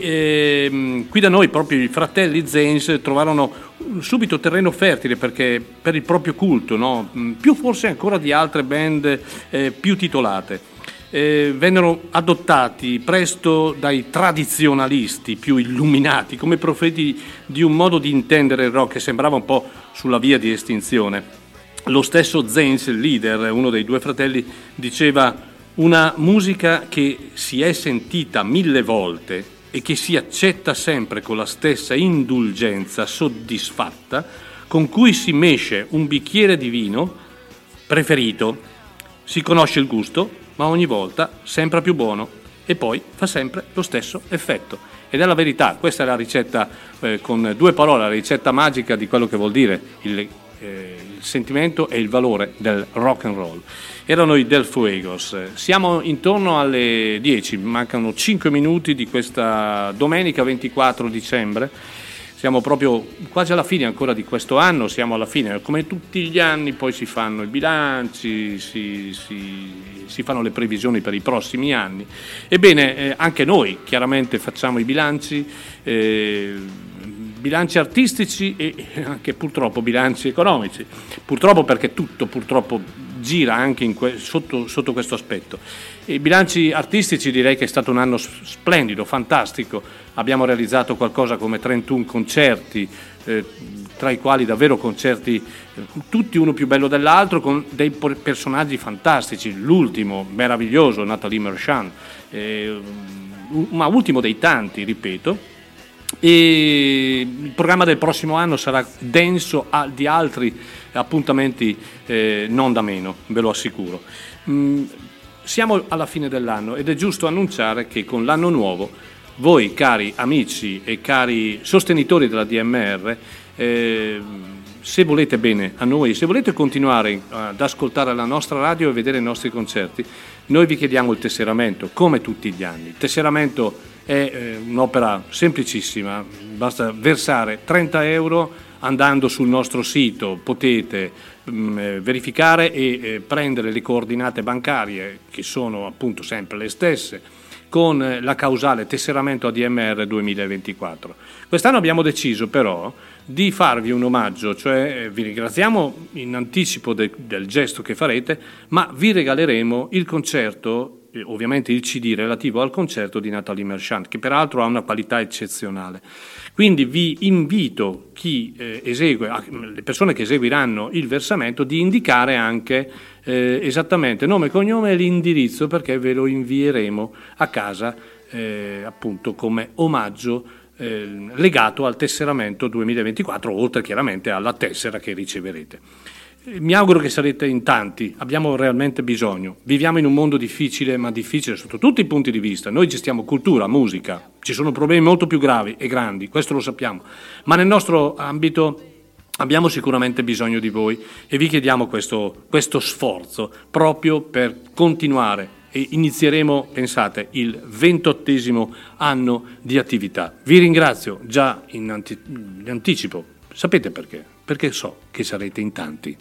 eh, qui da noi proprio i fratelli Zanes trovarono subito terreno fertile perché per il proprio culto, no? Più forse ancora di altre band eh, più titolate. Eh, vennero adottati presto dai tradizionalisti più illuminati come profeti di un modo di intendere il rock che sembrava un po' sulla via di estinzione. Lo stesso Zanes, il leader, uno dei due fratelli, diceva: una musica che si è sentita mille volte e che si accetta sempre con la stessa indulgenza soddisfatta con cui si mesce un bicchiere di vino preferito, si conosce il gusto ma ogni volta sempre più buono e poi fa sempre lo stesso effetto. Ed è la verità, questa è la ricetta, eh, con due parole, la ricetta magica di quello che vuol dire il, eh, il sentimento e il valore del rock and roll. Erano i Del Fuegos. Siamo intorno alle dieci, mancano cinque minuti di questa domenica ventiquattro dicembre. Siamo proprio quasi alla fine ancora di questo anno, siamo alla fine, come tutti gli anni poi si fanno i bilanci, si, si, si fanno le previsioni per i prossimi anni. Ebbene, eh, anche noi chiaramente facciamo i bilanci, eh, bilanci artistici e anche purtroppo bilanci economici, purtroppo perché tutto purtroppo gira anche in que- sotto, sotto questo aspetto. I bilanci artistici direi che è stato un anno splendido, fantastico, abbiamo realizzato qualcosa come trentuno concerti, eh, tra i quali davvero concerti eh, tutti uno più bello dell'altro, con dei personaggi fantastici, l'ultimo meraviglioso Nathalie Merchant, eh, ma ultimo dei tanti, ripeto. E il programma del prossimo anno sarà denso a, di altri appuntamenti eh, non da meno, ve lo assicuro. Mm, siamo alla fine dell'anno ed è giusto annunciare che con l'anno nuovo voi, cari amici e cari sostenitori della D M R, eh, se volete bene a noi, se volete continuare ad ascoltare la nostra radio e vedere i nostri concerti, noi vi chiediamo il tesseramento, come tutti gli anni. Il tesseramento è eh, un'opera semplicissima, basta versare trenta euro andando sul nostro sito, potete mh, verificare e eh, prendere le coordinate bancarie che sono appunto sempre le stesse, con eh, la causale tesseramento A D M R duemilaventiquattro. Quest'anno abbiamo deciso però di farvi un omaggio, cioè eh, vi ringraziamo in anticipo de- del gesto che farete, ma vi regaleremo il concerto, ovviamente il C D relativo al concerto di Nathalie Merchant, che peraltro ha una qualità eccezionale. Quindi vi invito chi eh, esegue, le persone che eseguiranno il versamento, di indicare anche eh, esattamente nome, cognome e l'indirizzo, perché ve lo invieremo a casa eh, appunto come omaggio eh, legato al tesseramento duemilaventiquattro, oltre chiaramente alla tessera che riceverete. Mi auguro che sarete in tanti, abbiamo realmente bisogno. Viviamo in un mondo difficile, ma difficile sotto tutti i punti di vista. Noi gestiamo cultura, musica, ci sono problemi molto più gravi e grandi, questo lo sappiamo. Ma nel nostro ambito abbiamo sicuramente bisogno di voi e vi chiediamo questo, questo sforzo proprio per continuare. E inizieremo, pensate, il ventottesimo anno di attività. Vi ringrazio già in, anti- in anticipo. Sapete perché? Perché so che sarete in tanti.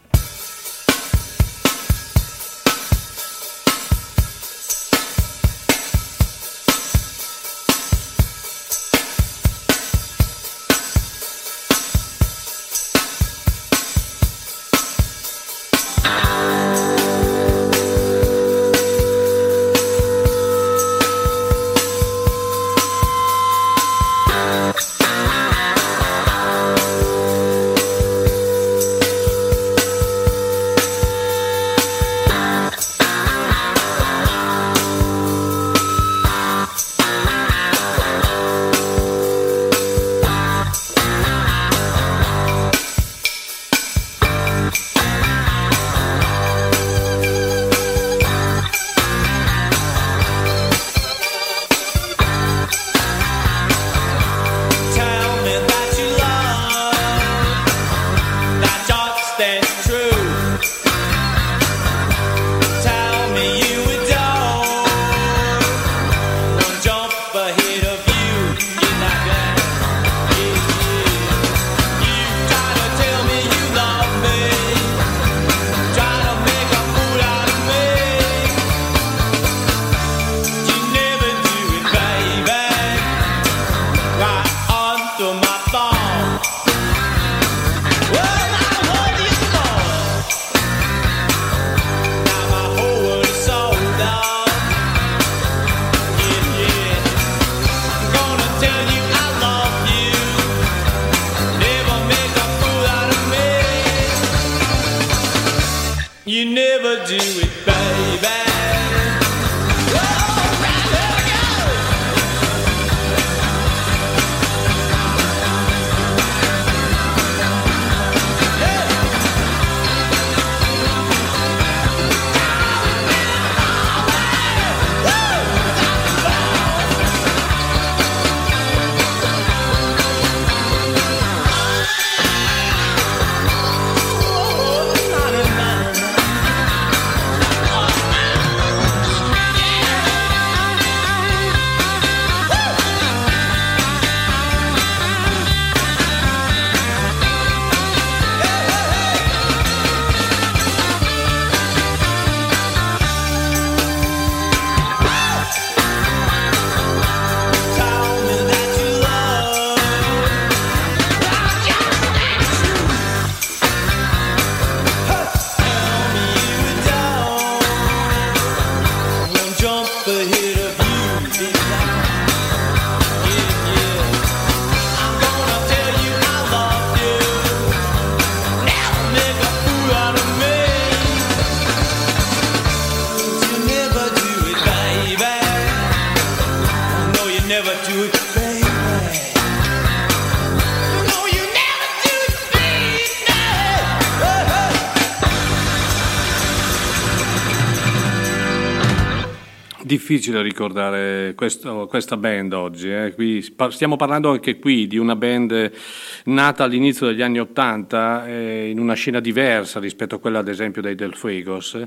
Difficile ricordare questo, questa band oggi, eh. Qui stiamo parlando anche qui di una band nata all'inizio degli anni Ottanta eh, in una scena diversa rispetto a quella ad esempio dei Del Fuegos.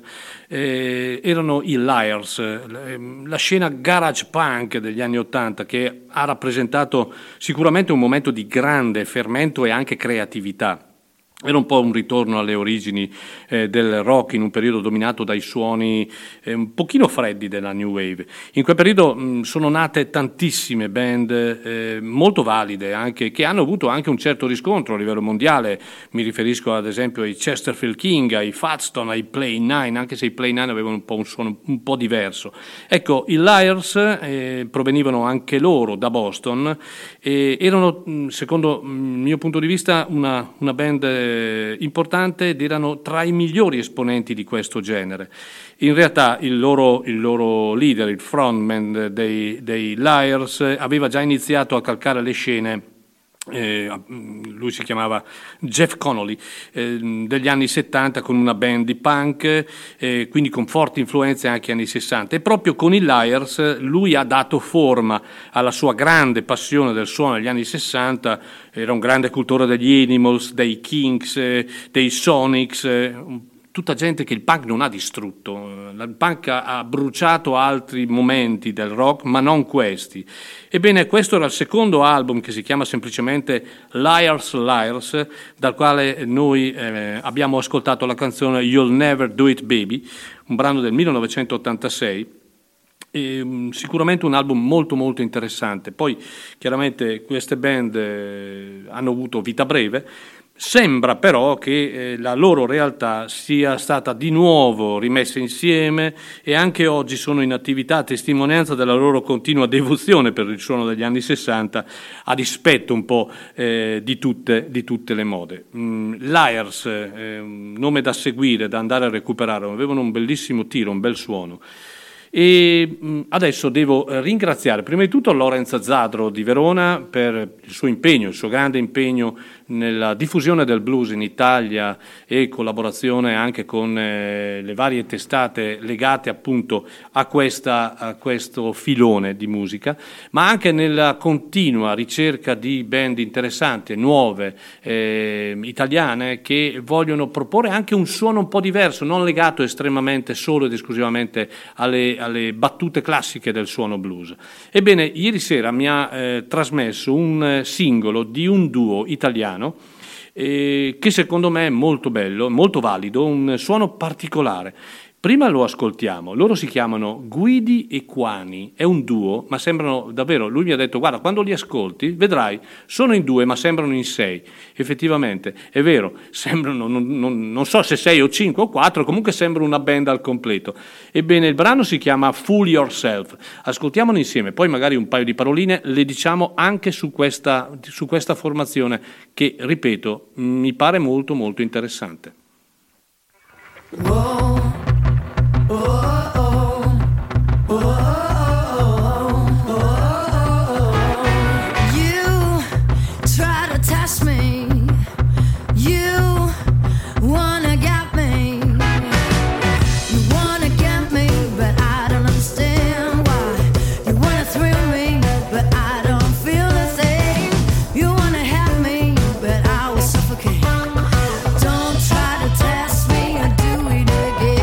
Eh, erano i Liars, la scena garage punk degli anni Ottanta che ha rappresentato sicuramente un momento di grande fermento e anche creatività. Era un po' un ritorno alle origini eh, del rock in un periodo dominato dai suoni eh, un pochino freddi della New Wave. In quel periodo mh, sono nate tantissime band eh, molto valide, anche, che hanno avuto anche un certo riscontro a livello mondiale. Mi riferisco ad esempio ai Chesterfield King, ai Fatstone, ai Play Nine, anche se i Play Nine avevano un po' un suono un po' diverso. Ecco, i Liars eh, provenivano anche loro da Boston e erano, secondo il mio punto di vista, una, una band importante ed erano tra i migliori esponenti di questo genere. In realtà il loro, il loro leader, il frontman dei, dei Liars, aveva già iniziato a calcare le scene Eh, lui si chiamava Jeff Connolly, eh, degli anni settanta, con una band di punk, eh, quindi con forti influenze anche anni sessanta, e proprio con i Liars lui ha dato forma alla sua grande passione del suono negli anni sessanta. Era un grande cultore degli Animals, dei Kinks, eh, dei Sonics, eh, tutta gente che il punk non ha distrutto. Il punk ha bruciato altri momenti del rock, ma non questi. Ebbene, questo era il secondo album, che si chiama semplicemente Liars Liars, dal quale noi eh, abbiamo ascoltato la canzone You'll Never Do It Baby, un brano del millenovecentottantasei. E, sicuramente un album molto molto interessante. Poi chiaramente queste band eh, hanno avuto vita breve. Sembra però che eh, la loro realtà sia stata di nuovo rimessa insieme, e anche oggi sono in attività, a testimonianza della loro continua devozione per il suono degli anni sessanta, a dispetto un po' eh, di, tutte, di tutte le mode. Mm, Liars, eh, un nome da seguire, da andare a recuperare, avevano un bellissimo tiro, un bel suono. E adesso devo ringraziare prima di tutto Lorenz Zadro di Verona per il suo impegno, il suo grande impegno nella diffusione del blues in Italia, e collaborazione anche con eh, le varie testate legate appunto a, questa, a questo filone di musica, ma anche nella continua ricerca di band interessanti, nuove, eh, italiane, che vogliono proporre anche un suono un po' diverso, non legato estremamente solo ed esclusivamente alle alle battute classiche del suono blues. Ebbene, ieri sera mi ha eh, trasmesso un eh, singolo di un duo italiano eh, che secondo me è molto bello, molto valido, un suono particolare. Prima lo ascoltiamo. Loro si chiamano Guidi e Quani, è un duo, ma sembrano davvero, lui mi ha detto guarda, quando li ascolti vedrai, sono in due ma sembrano in sei. Effettivamente è vero, sembrano, non, non, non so se sei o cinque o quattro, comunque sembra una band al completo. Ebbene, il brano si chiama Fool Yourself, ascoltiamolo insieme, poi magari un paio di paroline le diciamo anche su questa, su questa formazione che, ripeto, mi pare molto molto interessante. Whoa. Oh, oh, oh, oh, oh, oh. You try to test me. You wanna get me. You wanna get me, but I don't understand why. You wanna thrill me, but I don't feel the same. You wanna have me, but I will suffocate. Don't try to test me or do it again.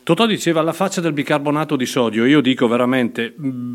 Totò diceva alla faccia del bicarbonato di sodio, io dico veramente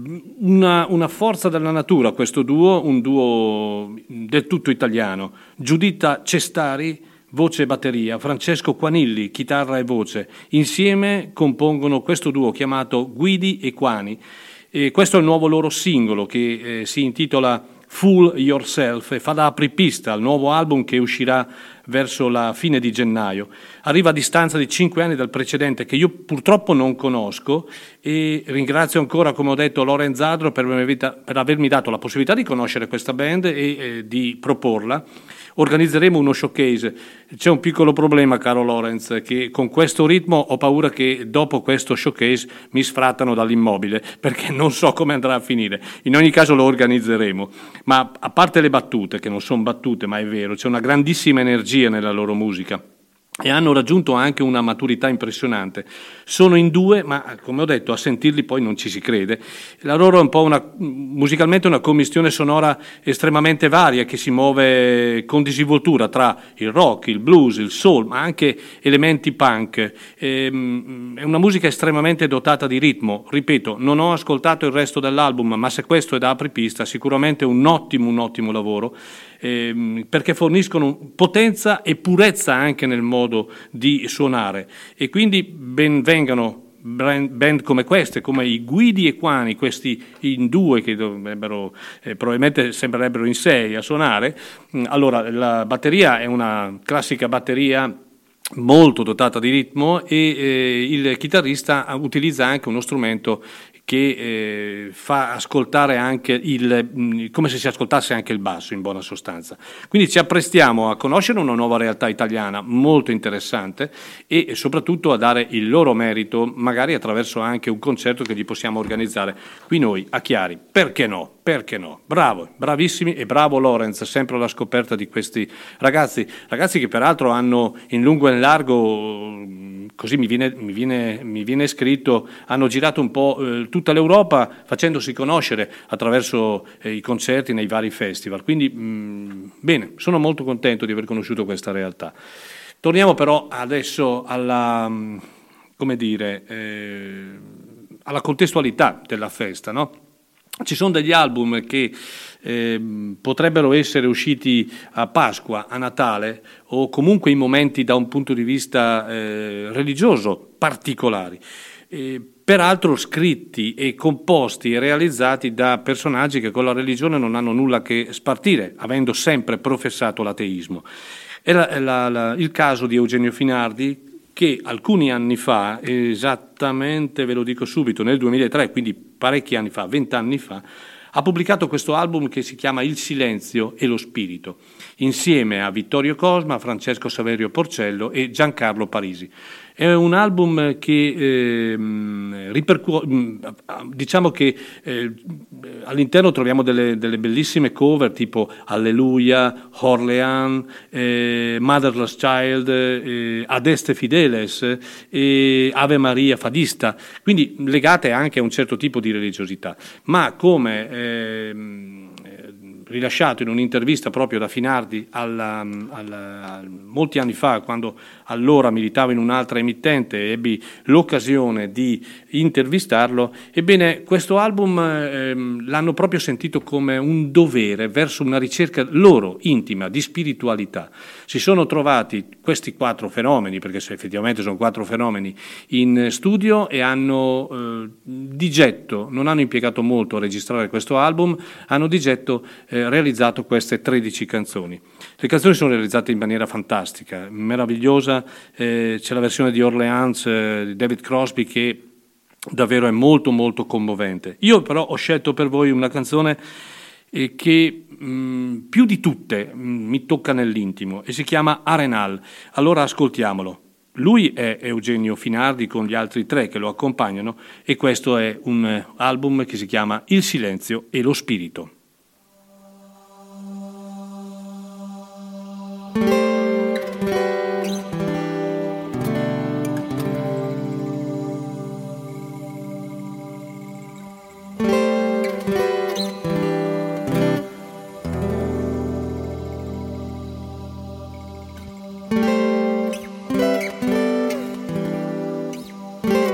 una, una forza della natura questo duo, un duo del tutto italiano. Giuditta Cestari, voce e batteria, Francesco Quanilli, chitarra e voce, insieme compongono questo duo chiamato Guidi e Quani. E questo è il nuovo loro singolo che eh, si intitola Fool Yourself e fa da apripista al nuovo album che uscirà verso la fine di gennaio. Arriva a distanza di cinque anni dal precedente che io purtroppo non conosco e ringrazio ancora, come ho detto, Lorenz Zadro per avermi, per avermi dato la possibilità di conoscere questa band e eh, di proporla. Organizzeremo uno showcase. C'è un piccolo problema, caro Lorenz, che con questo ritmo ho paura che dopo questo showcase mi sfrattano dall'immobile, perché non so come andrà a finire. In ogni caso lo organizzeremo. Ma a parte le battute, che non sono battute, ma è vero, c'è una grandissima energia nella loro musica. E hanno raggiunto anche una maturità impressionante. Sono in due, ma come ho detto, a sentirli poi non ci si crede. La loro è un po' una, musicalmente una commistione sonora estremamente varia che si muove con disinvoltura tra il rock, il blues, il soul, ma anche elementi punk. È una musica estremamente dotata di ritmo. Ripeto, non ho ascoltato il resto dell'album, ma se questo è da apripista, sicuramente un ottimo, un ottimo lavoro. Eh, perché forniscono potenza e purezza anche nel modo di suonare e quindi ben vengano band come queste, come i Guidi e Quani, questi in due che dovrebbero eh, probabilmente sembrerebbero in sei a suonare. Allora la batteria è una classica batteria molto dotata di ritmo e eh, il chitarrista utilizza anche uno strumento che eh, fa ascoltare anche il, come se si ascoltasse anche il basso in buona sostanza. Quindi ci apprestiamo a conoscere una nuova realtà italiana molto interessante e soprattutto a dare il loro merito, magari attraverso anche un concerto che gli possiamo organizzare qui noi a Chiari. Perché no? Perché no? Bravo, bravissimi e bravo Lorenz, sempre alla scoperta di questi ragazzi, ragazzi che peraltro hanno in lungo e in largo, così mi viene, mi viene, mi viene scritto, hanno girato un po' eh, tutta l'Europa facendosi conoscere attraverso eh, i concerti nei vari festival. Quindi mh, bene, sono molto contento di aver conosciuto questa realtà. Torniamo però adesso alla, come dire, eh, alla contestualità della festa, no? Ci sono degli album che eh, potrebbero essere usciti a Pasqua, a Natale o comunque in momenti da un punto di vista eh, religioso particolari, eh, peraltro scritti e composti e realizzati da personaggi che con la religione non hanno nulla che spartire, avendo sempre professato l'ateismo. È la, la, la, il caso di Eugenio Finardi, che alcuni anni fa, esattamente ve lo dico subito, nel duemilatré, quindi parecchi anni fa, vent'anni fa, ha pubblicato questo album che si chiama Il silenzio e lo spirito, insieme a Vittorio Cosma, Francesco Saverio Porcello e Giancarlo Parisi. È un album che eh, ripercuote, diciamo che eh, all'interno troviamo delle, delle bellissime cover tipo Alleluia, Orleans, eh, Motherless Child, eh, Adeste Fideles, eh, Ave Maria Fadista, quindi legate anche a un certo tipo di religiosità, ma come eh, rilasciato in un'intervista proprio da Finardi alla, alla, molti anni fa, quando allora militavo in un'altra emittente e ebbi l'occasione di intervistarlo, ebbene questo album ehm, l'hanno proprio sentito come un dovere verso una ricerca loro intima di spiritualità. Si sono trovati questi quattro fenomeni, perché se effettivamente sono quattro fenomeni, in studio e hanno eh, di getto, non hanno impiegato molto a registrare questo album, hanno di getto eh, realizzato queste tredici canzoni. Le canzoni sono realizzate in maniera fantastica, meravigliosa, eh, c'è la versione di Orleans eh, di David Crosby che davvero è molto molto commovente. Io però ho scelto per voi una canzone eh, che mh, più di tutte mh, mi tocca nell'intimo e si chiama Arenal. Allora ascoltiamolo. Lui è Eugenio Finardi con gli altri tre che lo accompagnano e questo è un album che si chiama Il silenzio e lo spirito. Thank you.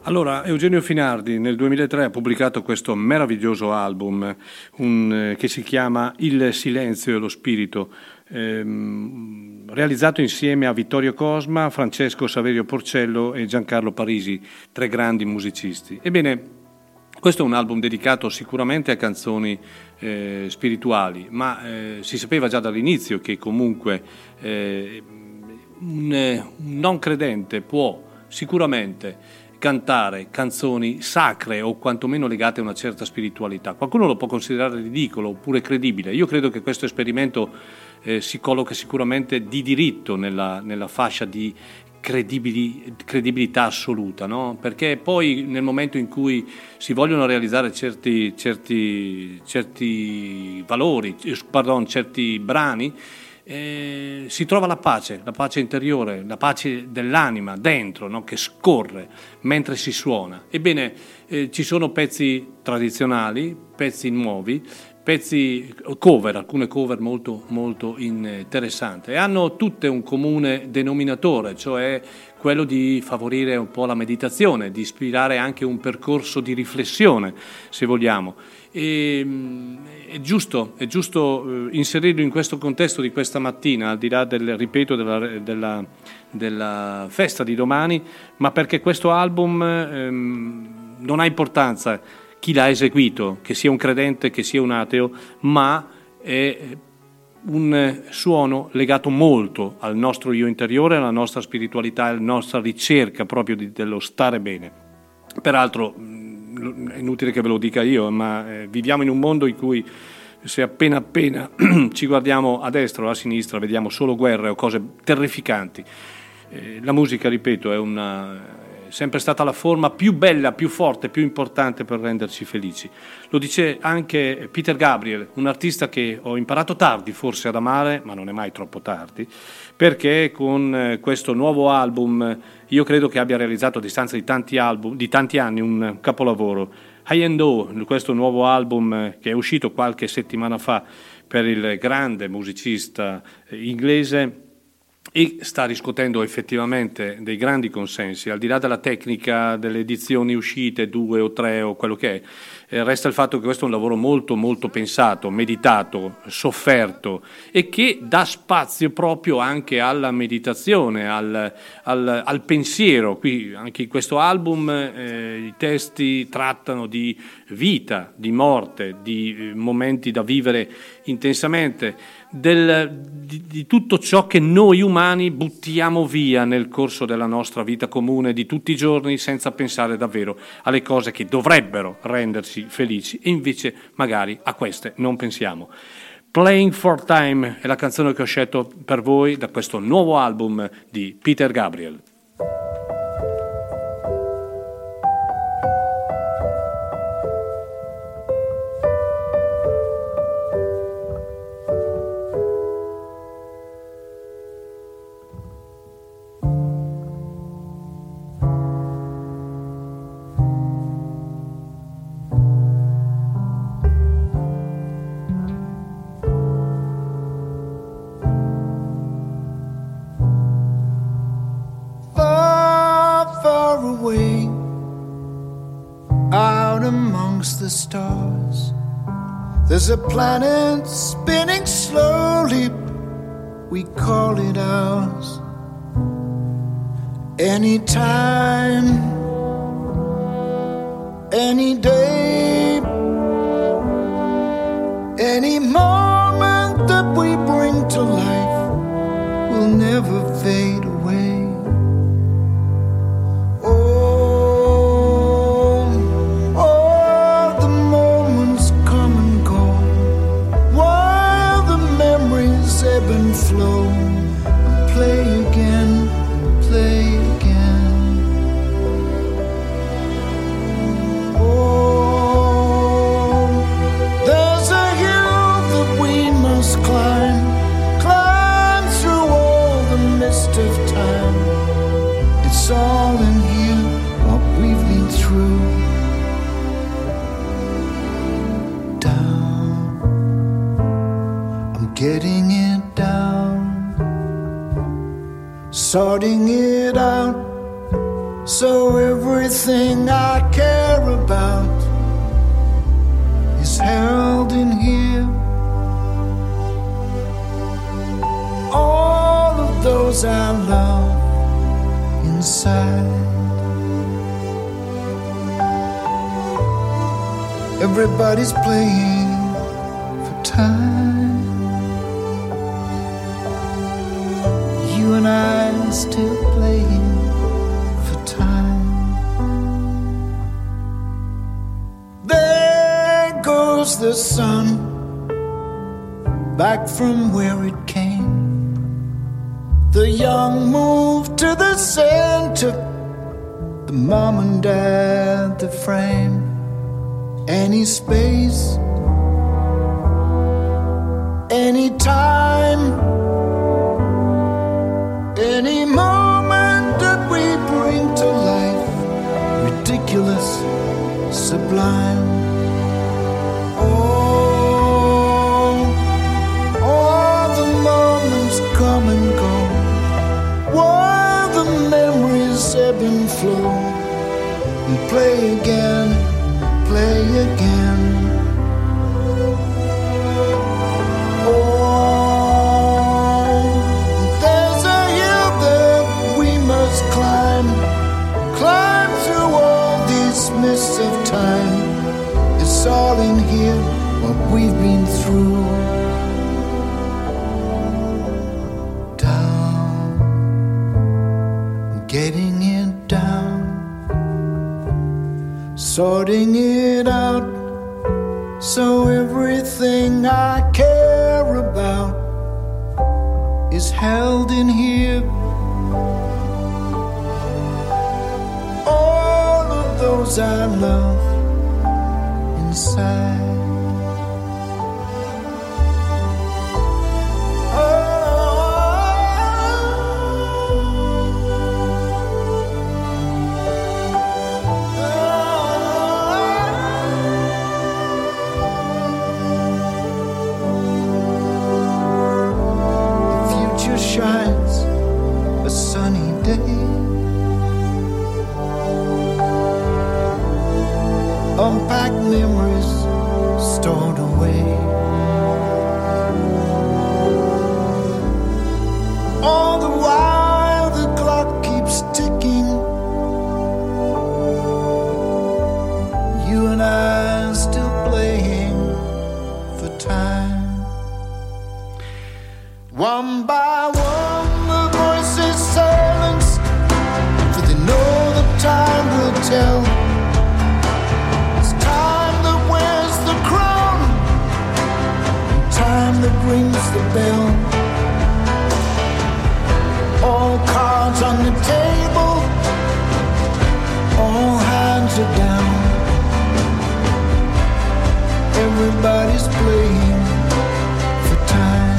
Allora, Eugenio Finardi nel duemilatré ha pubblicato questo meraviglioso album un, eh, che si chiama Il silenzio e lo spirito, ehm, realizzato insieme a Vittorio Cosma, Francesco Saverio Porcello e Giancarlo Parisi, tre grandi musicisti. Ebbene, questo è un album dedicato sicuramente a canzoni eh, spirituali, ma eh, si sapeva già dall'inizio che comunque eh, un, un non credente può sicuramente cantare canzoni sacre o quantomeno legate a una certa spiritualità. Qualcuno lo può considerare ridicolo oppure credibile. Io credo che questo esperimento eh, si colloca sicuramente di diritto nella, nella fascia di credibili, credibilità assoluta, no? Perché poi nel momento in cui si vogliono realizzare certi, certi, certi valori, pardon, certi brani, Eh, si trova la pace, la pace interiore, la pace dell'anima dentro, no? Che scorre mentre si suona. Ebbene, eh, ci sono pezzi tradizionali, pezzi nuovi, pezzi cover, alcune cover molto, molto interessanti, e hanno tutte un comune denominatore, cioè quello di favorire un po' la meditazione, di ispirare anche un percorso di riflessione, se vogliamo. E, è giusto, è giusto inserirlo in questo contesto di questa mattina, al di là del, ripeto, della, della, della festa di domani, ma perché questo album ehm, non ha importanza chi l'ha eseguito, che sia un credente, che sia un ateo, ma è un suono legato molto al nostro io interiore, alla nostra spiritualità, alla nostra ricerca proprio di, dello stare bene. Peraltro è inutile che ve lo dica io, ma eh, viviamo in un mondo in cui se appena appena ci guardiamo a destra o a sinistra vediamo solo guerre o cose terrificanti. Eh, la musica, ripeto, è una è sempre stata la forma più bella, più forte, più importante per renderci felici. Lo dice anche Peter Gabriel, un artista che ho imparato tardi forse ad amare, ma non è mai troppo tardi, perché con questo nuovo album io credo che abbia realizzato a distanza di tanti, album, di tanti anni un capolavoro. High and Oh, questo nuovo album che è uscito qualche settimana fa per il grande musicista inglese, e sta riscuotendo effettivamente dei grandi consensi, al di là della tecnica delle edizioni uscite, due o tre o quello che è. Eh, resta il fatto che questo è un lavoro molto molto pensato, meditato, sofferto, e che dà spazio proprio anche alla meditazione, al, al, al pensiero. Qui anche in questo album eh, i testi trattano di vita, di morte, di eh, momenti da vivere intensamente, del, di, di tutto ciò che noi umani buttiamo via nel corso della nostra vita comune di tutti i giorni senza pensare davvero alle cose che dovrebbero renderci felici, e invece magari a queste non pensiamo. Playing for Time è la canzone che ho scelto per voi da questo nuovo album di Peter Gabriel. The stars, there's a planet spinning slowly, we call it ours. Anytime, any day, any moment that we bring to life will never fade away. And flow and play again, play again. Oh, there's a hill that we must climb, climb through all the mist of time. It's all in here, what we've been through. Down, I'm getting it. Sorting it out, So everything I care about is held in here. All of those I love inside. Everybody's playing for time. You and I are still playing for time. There goes the sun, back from where it came. The young move to the center, the mom and dad, the frame. Any space, any time, any moment that we bring to life, ridiculous, sublime. Oh, all the moments come and go, while the memories ebb and flow. We play again, play again. Oh, there's a hill that we must climb, climb through all these mists of time. It's all in here, what we've been through. Down, getting it down, sorting it out, so everything I care about is held in here. All of those I love inside. Shines a sunny day, unpacked memories stored away. All the while the clock keeps ticking, you and I still playing for time. One by one the voices silence, for they know the time will tell. It's time that wears the crown, and time that rings the bell. All cards on the table, all hands are down. Everybody's playing for time.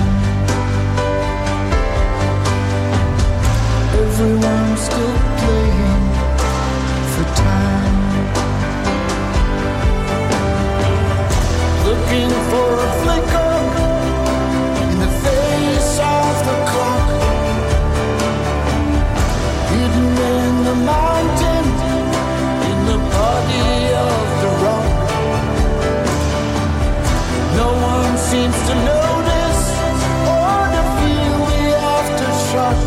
Everyone's still playing for time. Looking for a flicker in the face of the clock, hidden in the mountain, in the body of the rock. No one seems to notice or to feel the aftershock.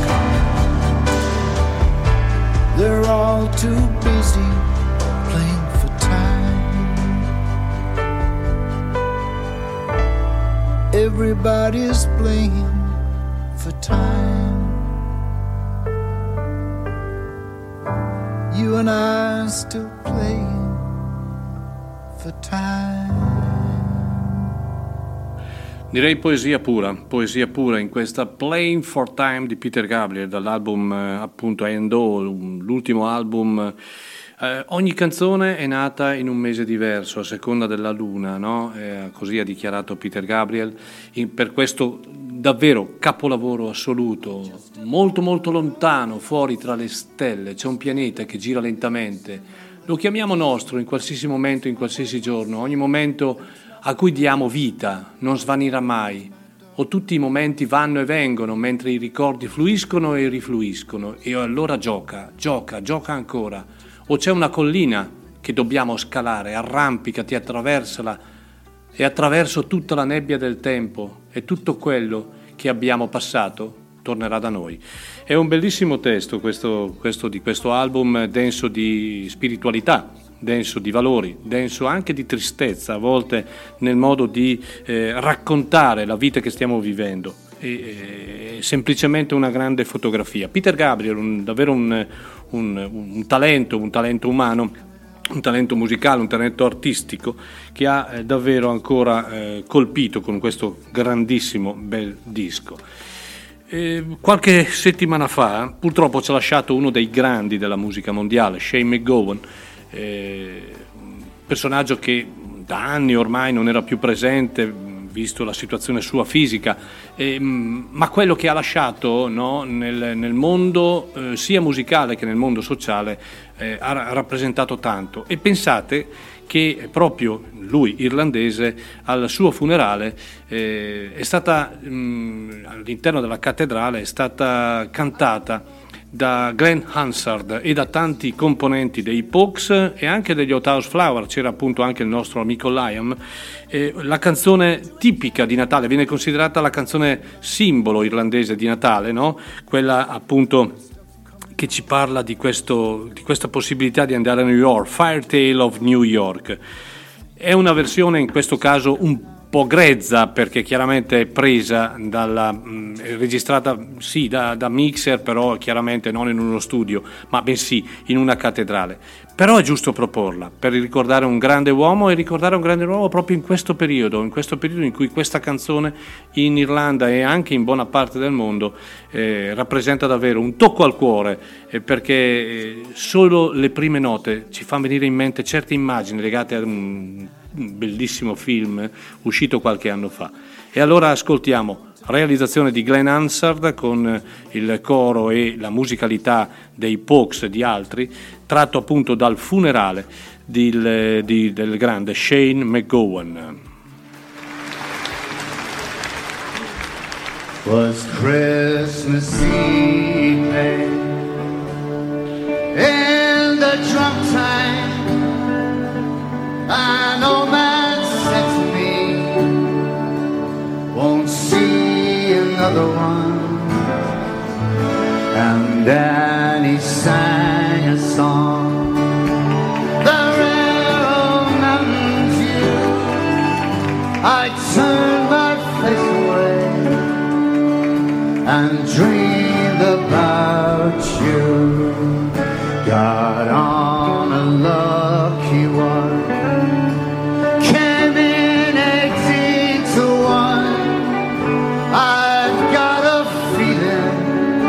They're all too busy playing for time. Everybody's playing for time. You and I are still playing for time. Direi poesia pura, poesia pura in questa Playing for Time di Peter Gabriel dall'album eh, appunto And All, l'ultimo album. Eh, ogni canzone è nata in un mese diverso a seconda della luna, no? Eh, così ha dichiarato Peter Gabriel in, per questo davvero capolavoro assoluto, molto molto lontano, fuori tra le stelle, c'è un pianeta che gira lentamente, lo chiamiamo nostro in qualsiasi momento, in qualsiasi giorno, ogni momento a cui diamo vita non svanirà mai, o tutti i momenti vanno e vengono mentre i ricordi fluiscono e rifluiscono, e allora gioca, gioca, gioca ancora. O c'è una collina che dobbiamo scalare, arrampicati, attraversala, e attraverso tutta la nebbia del tempo e tutto quello che abbiamo passato tornerà da noi. È un bellissimo testo questo, questo di questo album, denso di spiritualità, denso di valori, denso anche di tristezza a volte nel modo di eh, raccontare la vita che stiamo vivendo. È, è semplicemente una grande fotografia. Peter Gabriel, un, davvero un, un, un talento, un talento umano, un talento musicale, un talento artistico che ha eh, davvero ancora eh, colpito con questo grandissimo bel disco. Eh, qualche settimana fa purtroppo ci ha lasciato uno dei grandi della musica mondiale, Shane MacGowan, eh, un personaggio che da anni ormai non era più presente, visto la situazione sua fisica, eh, ma quello che ha lasciato, no, nel, nel mondo eh, sia musicale che nel mondo sociale eh, ha rappresentato tanto. E pensate che proprio lui, irlandese, al suo funerale eh, è stata mh, all'interno della cattedrale è stata cantata da Glenn Hansard e da tanti componenti dei Pogues e anche degli Hot House Flowers. C'era appunto anche il nostro amico Liam. Eh, la canzone tipica di Natale, viene considerata la canzone simbolo irlandese di Natale, no? Quella appunto che ci parla di, questo, di questa possibilità di andare a New York, Fire Tale of New York. È una versione in questo caso un po' grezza, perché chiaramente è presa dalla mh, registrata sì da, da mixer, però chiaramente non in uno studio, ma bensì in una cattedrale. Però è giusto proporla per ricordare un grande uomo, e ricordare un grande uomo proprio in questo periodo, in questo periodo in cui questa canzone in Irlanda e anche in buona parte del mondo eh, rappresenta davvero un tocco al cuore, eh, perché eh, solo le prime note ci fanno venire in mente certe immagini legate a un un bellissimo film uscito qualche anno fa. E allora ascoltiamo, realizzazione di Glenn Hansard con il coro e la musicalità dei Pogues e di altri, tratto appunto dal funerale di, di, del grande Shane MacGowan. Was Christmas Eve in the drunk time, an old man said to me, won't see another one. And then he sang a song, the rare old mountain dew. I turned my face away and dreamed about you. Got on a lucky one, came in eighteen to one. I've got a feeling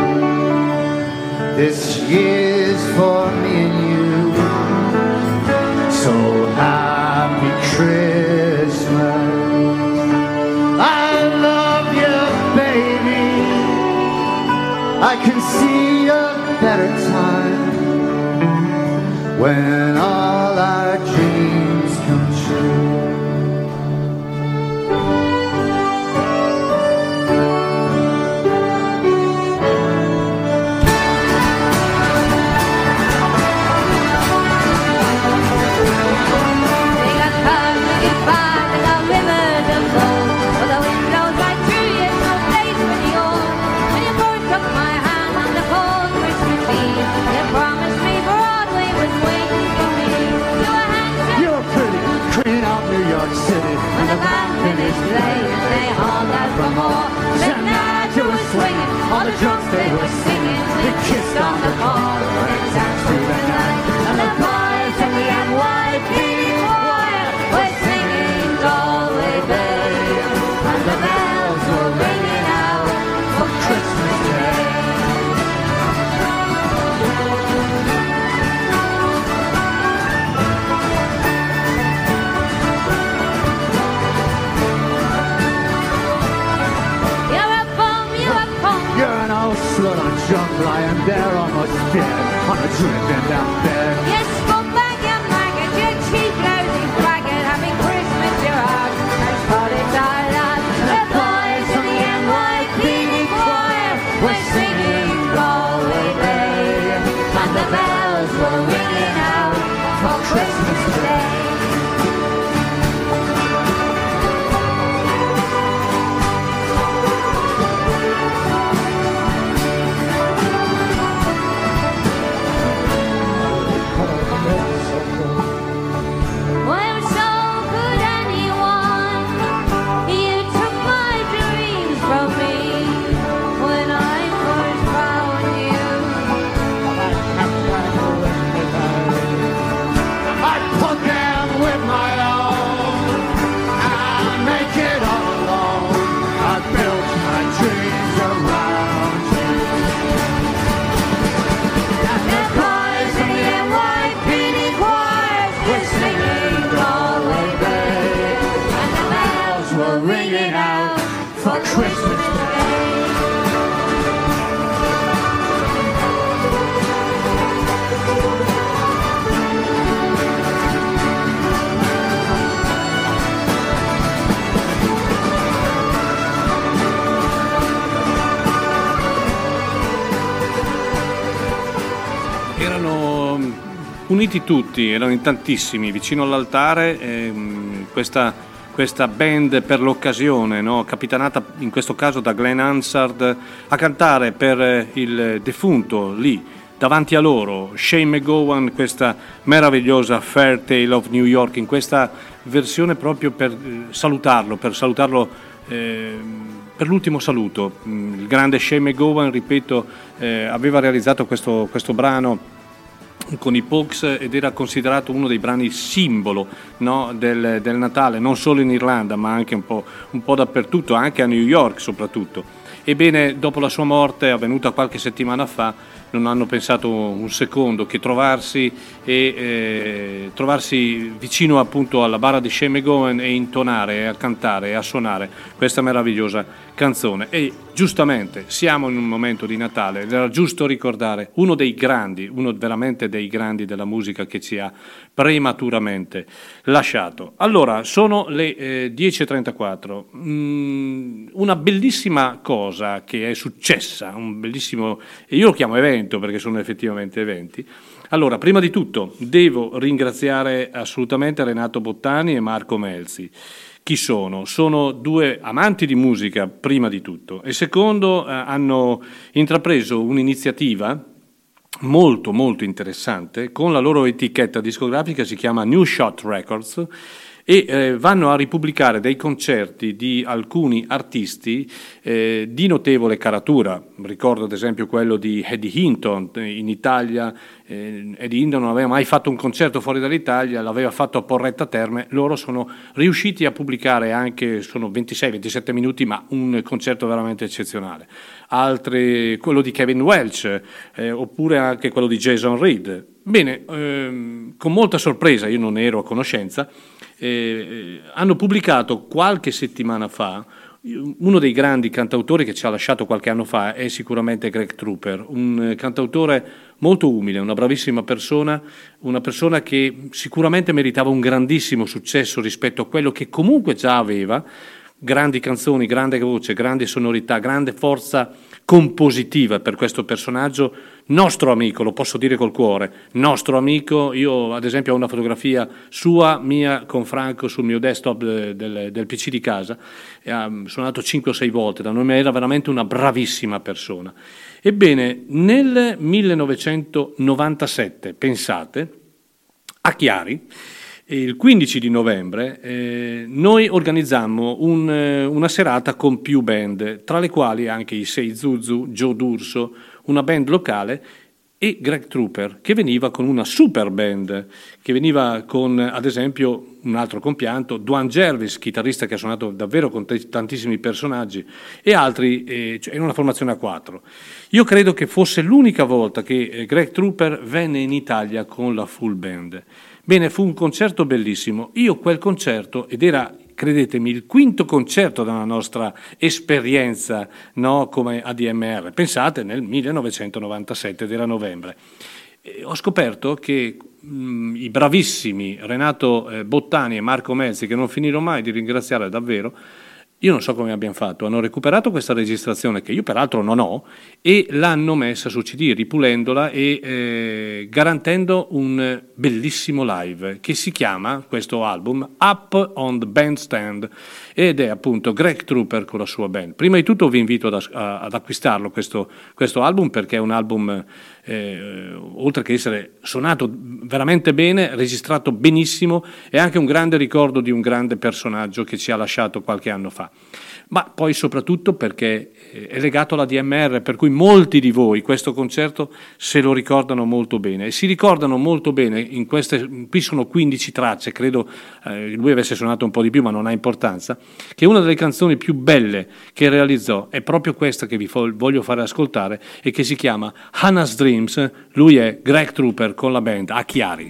this year's for me and you. So happy Christmas, I love you, baby. I can see a better time when all our dreams come true. We got cars to get by, we got rivers of gold, but the wind blows right through you, no place for the old. When you first took my hand on the cold Christmas Eve, you promised me Broadway was waiting for me. You were handsome, You're pretty, clean out New York City. when the band finished playing, they hauled out for more. Then night you were swinging, all the drums they were singing, they kissed on the car, they danced through the night, and the boys from the N Y P D choir were singing Galway Bay, and the bells were ringing out for Christmas Day. You're a bum, you're a bum. You're an old slut on junk lying there almost dead on a drip in that bed. You scumbag, you maggot, you cheap, lousy faggot. Happy Christmas, you're out. There's parties all out. The boys in the erano uniti tutti, erano in tantissimi vicino all'altare, ehm, questa, questa band per l'occasione, no? Capitanata in questo caso da Glenn Hansard, a cantare per il defunto lì davanti a loro Shane MacGowan, questa meravigliosa Fair Tale of New York, in questa versione proprio per salutarlo, per salutarlo eh, per l'ultimo saluto. Il grande Shane MacGowan, ripeto, eh, aveva realizzato questo, questo brano con i Pogues ed era considerato uno dei brani simbolo, no, del, del Natale, non solo in Irlanda ma anche un po', un po' dappertutto, anche a New York soprattutto. Ebbene, dopo la sua morte, avvenuta qualche settimana fa, non hanno pensato un secondo che trovarsi e eh, trovarsi vicino appunto alla bara di Shane MacGowan e intonare, e a cantare e a suonare questa meravigliosa canzone. E giustamente siamo in un momento di Natale ed era giusto ricordare uno dei grandi, uno veramente dei grandi della musica che ci ha prematuramente lasciato. Allora, sono le eh, dieci e trentaquattro. Mm, una bellissima cosa che è successa, un bellissimo, e io lo chiamo evento perché sono effettivamente eventi. Allora, prima di tutto devo ringraziare assolutamente Renato Bottani e Marco Melzi. Chi sono? Sono due amanti di musica, prima di tutto, e secondo, eh, hanno intrapreso un'iniziativa molto molto interessante con la loro etichetta discografica, si chiama New Shot Records, e eh, vanno a ripubblicare dei concerti di alcuni artisti eh, di notevole caratura. Ricordo ad esempio quello di Eddie Hinton in Italia. eh, Eddie Hinton non aveva mai fatto un concerto fuori dall'Italia, l'aveva fatto a Porretta Terme. Loro sono riusciti a pubblicare anche, sono ventisei ventisette minuti, ma un concerto veramente eccezionale. Altri, quello di Kevin Welch, eh, oppure anche quello di Jason Reed. Bene, ehm, con molta sorpresa, io non ero a conoscenza, eh, hanno pubblicato qualche settimana fa uno dei grandi cantautori che ci ha lasciato qualche anno fa è sicuramente Greg Trooper, un cantautore molto umile, una bravissima persona, una persona che sicuramente meritava un grandissimo successo rispetto a quello che comunque già aveva. Grandi canzoni, grande voce, grande sonorità, grande forza compositiva per questo personaggio, nostro amico, lo posso dire col cuore, nostro amico. Io ad esempio ho una fotografia sua, mia, con Franco sul mio desktop del, del, del P C di casa, e ha suonato cinque o sei volte da noi, ma era veramente una bravissima persona. Ebbene, nel millenovecentonovantasette, pensate, a Chiari, il quindici di novembre eh, noi organizzammo un, una serata con più band, tra le quali anche i Sei Zuzu, Joe D'Urso, una band locale, e Greg Trooper, che veniva con una super band, che veniva con ad esempio un altro compianto, Duane Jervis, chitarrista che ha suonato davvero con t- tantissimi personaggi, e altri, eh, cioè in una formazione a quattro. Io credo che fosse l'unica volta che eh, Greg Trooper venne in Italia con la full band. Bene, fu un concerto bellissimo. Io quel concerto, ed era, credetemi, il quinto concerto della nostra esperienza, no, come A D M R. Pensate, nel millenovecentonovantasette, ed era novembre. E ho scoperto che mh, i bravissimi Renato eh, Bottani e Marco Melzi, che non finirò mai di ringraziare davvero, io non so come abbiano fatto, hanno recuperato questa registrazione che io peraltro non ho e l'hanno messa su C D ripulendola e eh, garantendo un bellissimo live che si chiama, questo album, Up on the Bandstand, ed è appunto Greg Trooper con la sua band. Prima di tutto vi invito ad, a, ad acquistarlo questo, questo album, perché è un album eh, oltre che essere suonato veramente bene, registrato benissimo, è anche un grande ricordo di un grande personaggio che ci ha lasciato qualche anno fa. Ma poi soprattutto perché è legato alla D M R, per cui molti di voi questo concerto se lo ricordano molto bene, e si ricordano molto bene in queste, qui sono quindici tracce, credo eh, lui avesse suonato un po' di più ma non ha importanza, che una delle canzoni più belle che realizzò è proprio questa che vi voglio fare ascoltare e che si chiama Hannah's Dreams. Lui è Greg Trooper con la band a Chiari.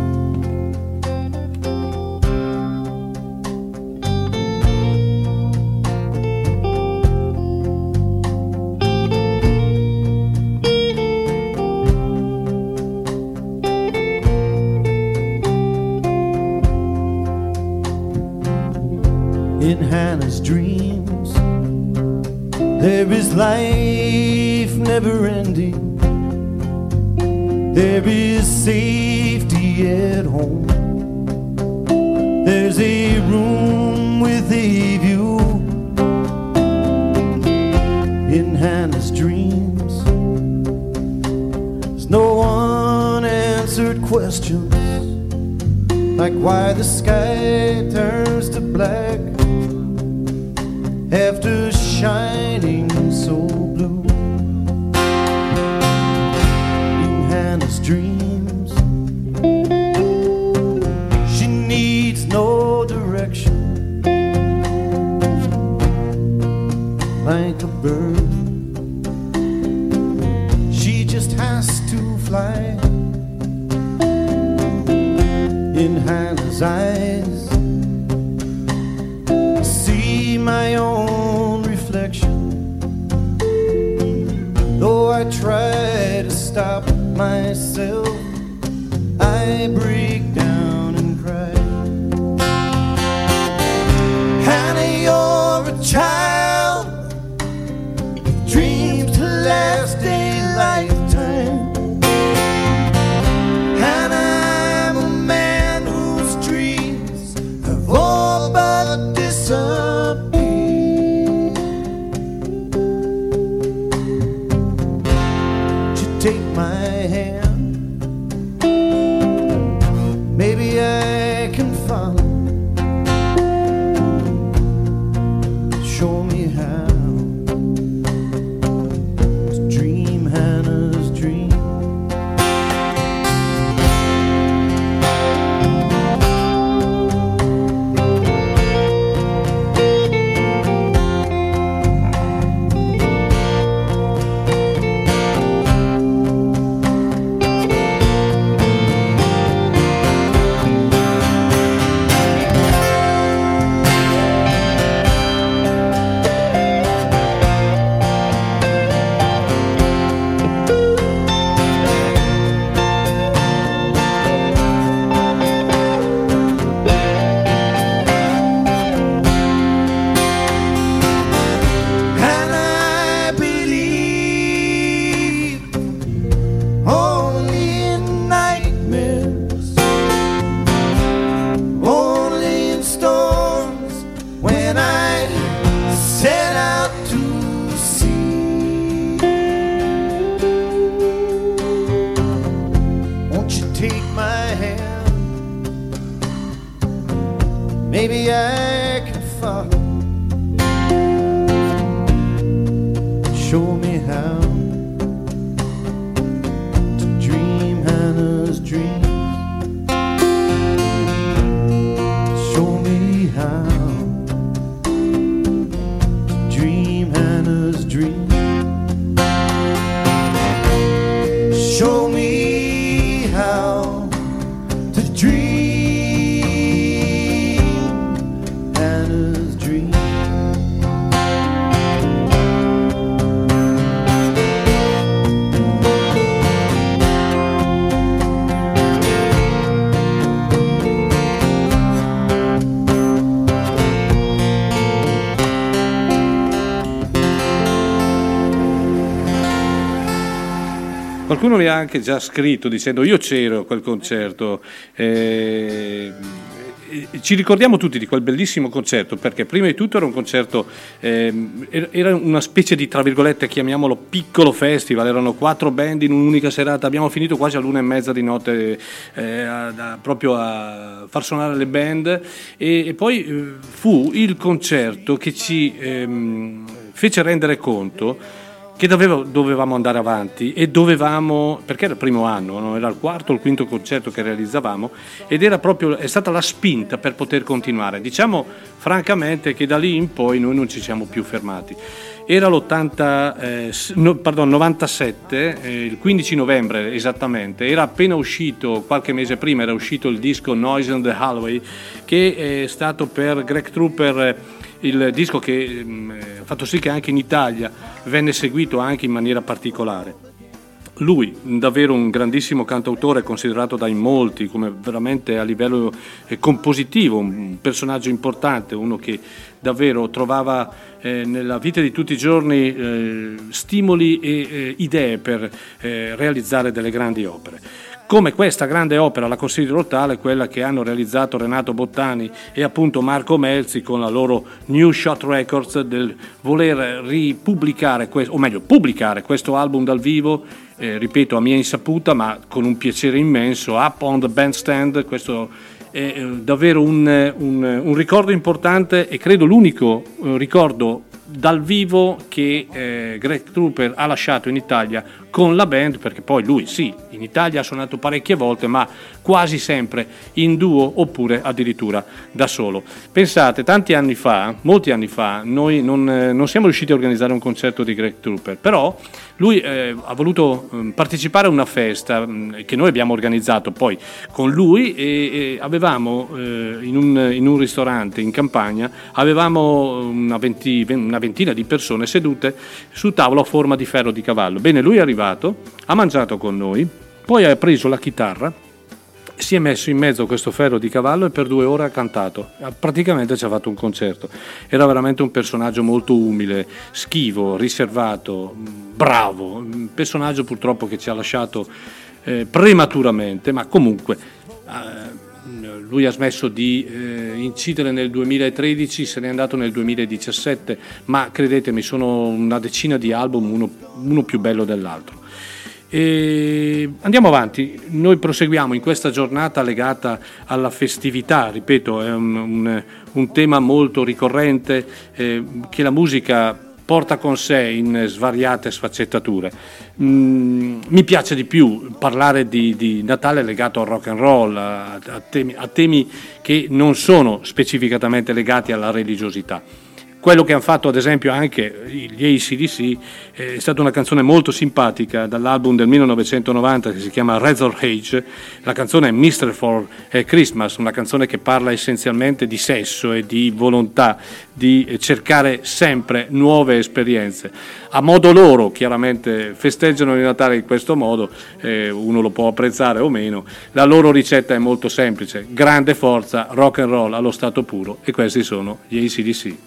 In Hannah's dreams, there is life never ending. There is safety at home. There's a room with a view in Hannah's dreams. There's no unanswered questions, like why the sky turns to black after shining so blue. In Hannah's dreams, she needs no direction, like a bird. She just has to fly. In Hannah's eyes, I see my own reflection. Though I try to stop myself, I break down and cry. Hannah, you're a child with dreams to last a lifetime. All but disappear. Would you take my hand? Maybe I can follow. Show me how to dream Hannah's dream. Maybe I can follow. Show me how to dream Hannah's dreams. Show me how to dream Hannah's dreams. Show me how to dream Hannah's dream. Qualcuno mi ha anche già scritto dicendo io c'ero a quel concerto. Eh, ci ricordiamo tutti di quel bellissimo concerto perché prima di tutto era un concerto, eh, era una specie di, tra virgolette, chiamiamolo piccolo festival, erano quattro band in un'unica serata, abbiamo finito quasi all'una e mezza di notte eh, a, a, proprio a far suonare le band e, e poi eh, fu il concerto che ci ehm, fece rendere conto che dovevo, dovevamo andare avanti e dovevamo, perché era il primo anno, no? Era il quarto o il quinto concerto che realizzavamo ed era proprio, è stata la spinta per poter continuare. Diciamo francamente che da lì in poi noi non ci siamo più fermati. Era l'ottanta, eh, no, pardon, novantasette, eh, il quindici novembre esattamente, era appena uscito, qualche mese prima era uscito il disco Noise in the Hallway, che è stato per Greg Trooper il disco che ha fatto sì che anche in Italia venne seguito anche in maniera particolare. Lui, davvero un grandissimo cantautore, considerato dai molti come veramente a livello eh, compositivo, un personaggio importante, uno che davvero trovava eh, nella vita di tutti i giorni eh, stimoli e eh, idee per eh, realizzare delle grandi opere. Come questa grande opera la considero tale, quella che hanno realizzato Renato Bottani e appunto Marco Melzi con la loro New Shot Records, del voler ripubblicare, o meglio pubblicare questo album dal vivo, eh, ripeto a mia insaputa ma con un piacere immenso, Up on the Bandstand. Questo è eh, davvero un, un, un ricordo importante e credo l'unico eh, ricordo dal vivo che eh, Greg Trooper ha lasciato in Italia con la band, perché poi lui sì, in Italia ha suonato parecchie volte, ma quasi sempre in duo oppure addirittura da solo. Pensate, tanti anni fa, molti anni fa, noi non, eh, non siamo riusciti a organizzare un concerto di Greg Trooper, però lui eh, ha voluto eh, partecipare a una festa mh, che noi abbiamo organizzato poi con lui e, e avevamo eh, in, un, in un ristorante in campagna, avevamo una, venti, una ventina di persone sedute su tavola a forma di ferro di cavallo. Bene, lui è arrivato, ha mangiato con noi, poi ha preso la chitarra, si è messo in mezzo a questo ferro di cavallo e per due ore ha cantato, praticamente ci ha fatto un concerto. Era veramente un personaggio molto umile, schivo, riservato, bravo, un personaggio purtroppo che ci ha lasciato eh, prematuramente, ma comunque eh, lui ha smesso di eh, incidere nel duemilatredici, se n'è andato nel duemiladiciassette, ma credetemi sono una decina di album, uno, uno più bello dell'altro. E andiamo avanti, noi proseguiamo in questa giornata legata alla festività, ripeto è un, un, un tema molto ricorrente eh, che la musica porta con sé in svariate sfaccettature. Mm, mi piace di più parlare di, di Natale legato al rock and roll, a, a, temi, a temi che non sono specificatamente legati alla religiosità. Quello che hanno fatto ad esempio anche gli A C D C è stata una canzone molto simpatica dall'album del millenovecentonovanta che si chiama Razor Age. La canzone è mister for Christmas, una canzone che parla essenzialmente di sesso e di volontà di cercare sempre nuove esperienze. A modo loro, chiaramente festeggiano il Natale in questo modo, eh, uno lo può apprezzare o meno. La loro ricetta è molto semplice: grande forza, rock and roll allo stato puro, e questi sono gli A C D C.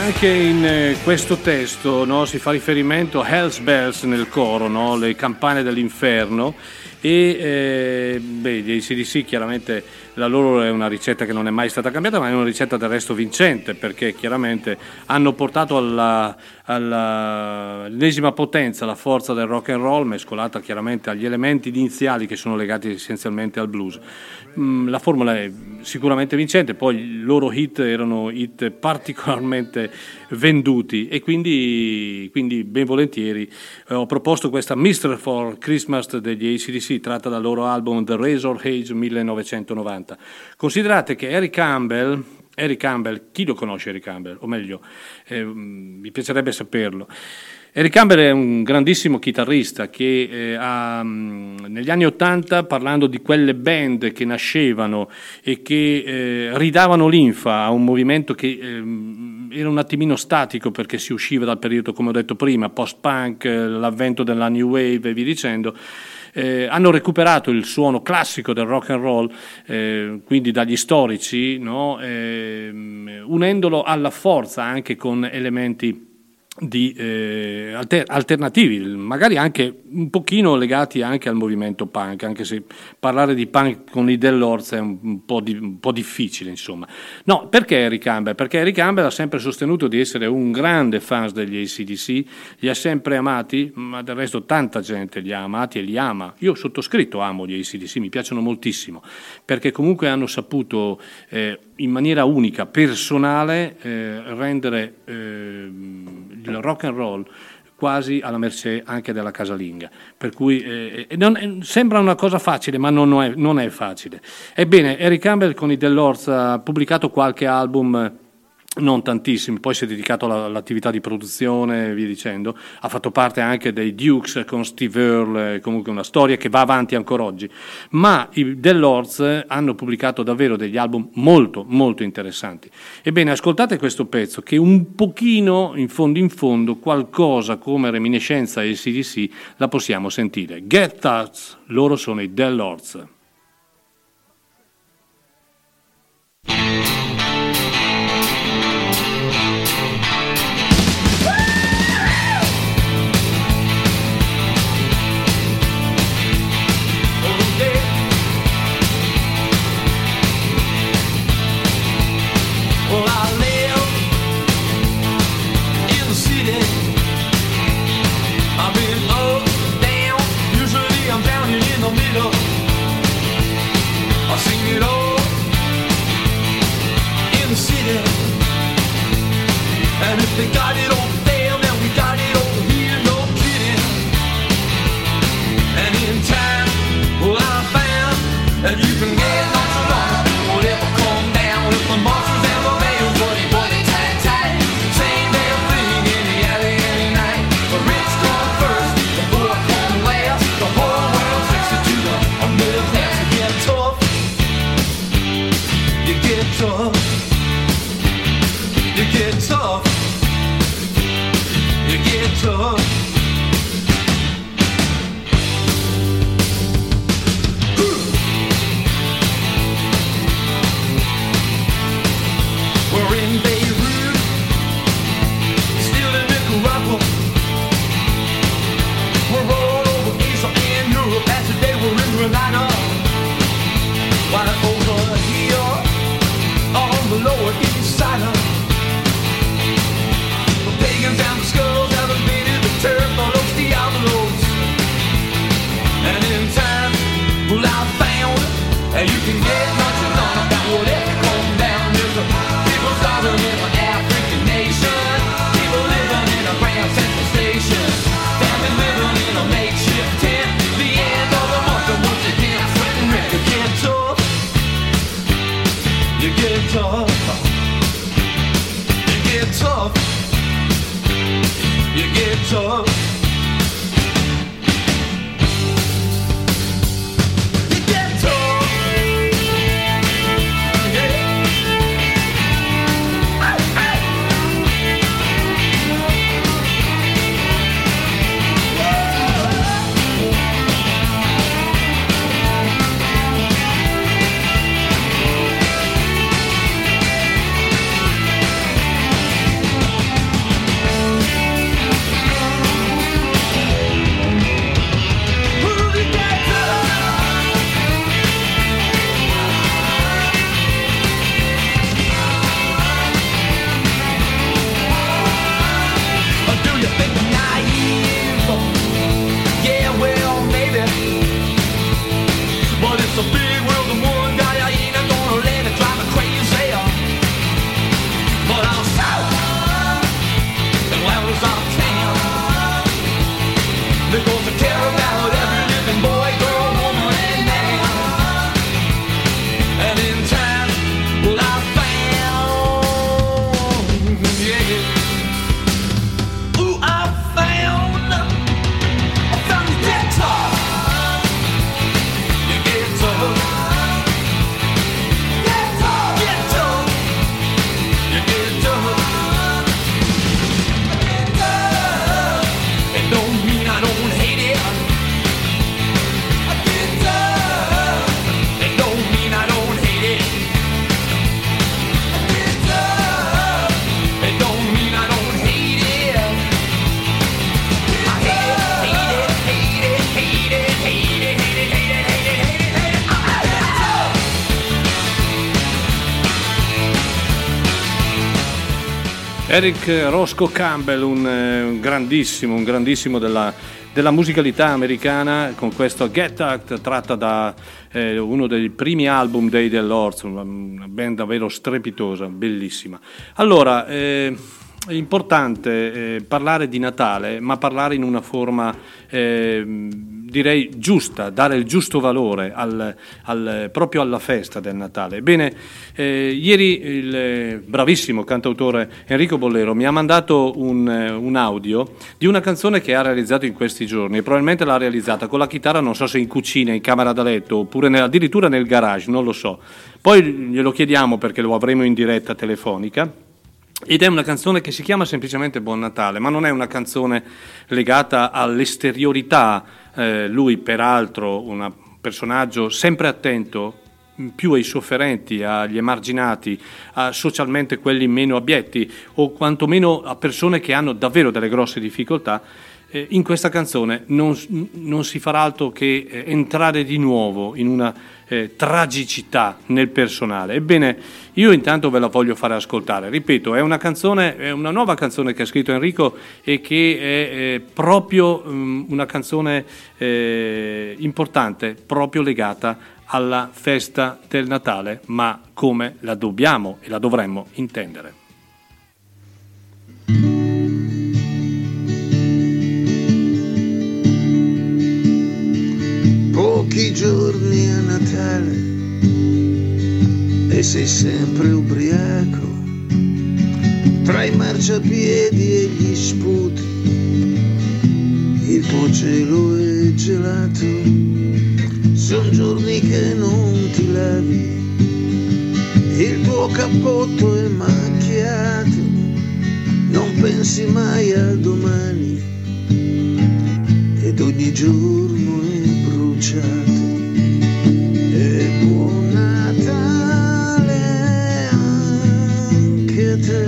Anche in eh, questo testo, no, si fa riferimento a Hell's Bells nel coro, no, le campane dell'inferno, e eh, beh, gli A C D C chiaramente la loro è una ricetta che non è mai stata cambiata, ma è una ricetta del resto vincente, perché chiaramente hanno portato alla, alla all'ennesima potenza la forza del rock and roll, mescolata chiaramente agli elementi iniziali che sono legati essenzialmente al blues. Mm, la formula è sicuramente vincente, poi i loro hit erano hit particolarmente venduti, e quindi, quindi ben volentieri eh, ho proposto questa mister for Christmas degli A C D C, tratta dal loro album The Razor Age millenovecentonovanta. Considerate che Eric Campbell, Eric Campbell, chi lo conosce Eric Campbell? O meglio, eh, mi piacerebbe saperlo. Eric Campbell è un grandissimo chitarrista che eh, ha, negli anni Ottanta, parlando di quelle band che nascevano e che eh, ridavano linfa a un movimento che eh, era un attimino statico, perché si usciva dal periodo, come ho detto prima, post-punk, l'avvento della new wave e via dicendo, Eh, hanno recuperato il suono classico del rock and roll, eh, quindi dagli storici, no? eh, unendolo alla forza anche con elementi di eh, alter- alternativi, magari anche un pochino legati anche al movimento punk, anche se parlare di punk con i Dead Lords è un, un, po di, un po' difficile, insomma. No, perché Eric Campbell? Perché Eric Campbell ha sempre sostenuto di essere un grande fan degli A C D C, li ha sempre amati, ma del resto tanta gente li ha amati e li ama. Io sottoscritto amo gli A C D C, mi piacciono moltissimo, perché comunque hanno saputo eh, in maniera unica, personale, eh, rendere eh, il rock and roll quasi alla mercé anche della casalinga, per cui eh, non, eh, sembra una cosa facile, ma non è, non è facile. Ebbene, Eric Campbell con i Dead Lords ha pubblicato qualche album, non tantissimi, poi si è dedicato alla, all'attività di produzione e via dicendo, ha fatto parte anche dei Dukes con Steve Earle, comunque una storia che va avanti ancora oggi, ma i Dead Lords hanno pubblicato davvero degli album molto molto interessanti. Ebbene, ascoltate questo pezzo che un pochino, in fondo in fondo, qualcosa come reminiscenza ai A C D C la possiamo sentire. Get Touch, loro sono i Dead Lords. And if they got it over there, then we got it over here, no kidding. And in time, well, I found that you can get not so long, whatever come down with the monsters and the males, buddy, buddy, tight, tight. Same damn thing in the alley any night. The rich come first, the poor come last. The whole world's fixed to the middle class. You get tough, you get tough, you get tough. You get tough. We're in Beirut, still in Nicaragua. We're all over Asia and Europe, and today we're in Grenada. While over here, on the lower east side, pagans and the skulls have invaded the turf on those Diablos. And in time, well, I found that you can get nothing on about whatever come down. There's a people starving in an African nation, people living in a Grand Central Station, family living in a makeshift tent. The end of the month, and once again, sweating red. You get tough, you get tough, you get tough. You get tough. You get tough. Yeah. wood guy, I ain't gonna let it drive me crazy. But I'm south, and well as I can, because I care about every living boy, girl, woman, and man. And in time, well, I found, yeah. Ooh, I found, I found the guitar. You get tough, get tough, get tough. You get tough, get tough. It don't mean I don't hate it. I get tough. It don't mean I don't hate it. I get tough. It don't mean I don't hate it. I hate it, hate it, hate it, hate it, hate it, hate it, hate it, hate it, hate it, hate it. I get tough. Eric Roscoe Campbell, un, eh, un grandissimo, un grandissimo della, della musicalità americana, con questo Get Act, tratta da eh, uno dei primi album dei The Lords, una, una band davvero strepitosa, bellissima. Allora, eh, è importante eh, parlare di Natale, ma parlare in una forma eh, direi giusta, dare il giusto valore al, al, proprio alla festa del Natale. Ebbene, eh, ieri il eh, bravissimo cantautore Enrico Bollero mi ha mandato un, eh, un audio di una canzone che ha realizzato in questi giorni, e probabilmente l'ha realizzata con la chitarra, non so se in cucina, in camera da letto, oppure nel, addirittura nel garage, non lo so. Poi glielo chiediamo perché lo avremo in diretta telefonica. Ed è una canzone che si chiama semplicemente Buon Natale, ma non è una canzone legata all'esteriorità. Eh, lui, peraltro, un personaggio sempre attento più ai sofferenti, agli emarginati, a socialmente quelli meno abietti, o quantomeno a persone che hanno davvero delle grosse difficoltà. Eh, in questa canzone non, non si farà altro che eh, entrare di nuovo in una eh, tragicità nel personale. Ebbene, io intanto ve la voglio fare ascoltare. Ripeto, è una canzone, è una nuova canzone che ha scritto Enrico e che è eh, proprio um, una canzone eh, importante, proprio legata alla festa del Natale, ma come la dobbiamo e la dovremmo intendere. Pochi giorni a Natale e sei sempre ubriaco, tra i marciapiedi e gli sputi, il tuo cielo è gelato, son giorni che non ti lavi, il tuo cappotto è macchiato, non pensi mai al domani ed ogni giorno è bruciato. E buon Natale anche a te,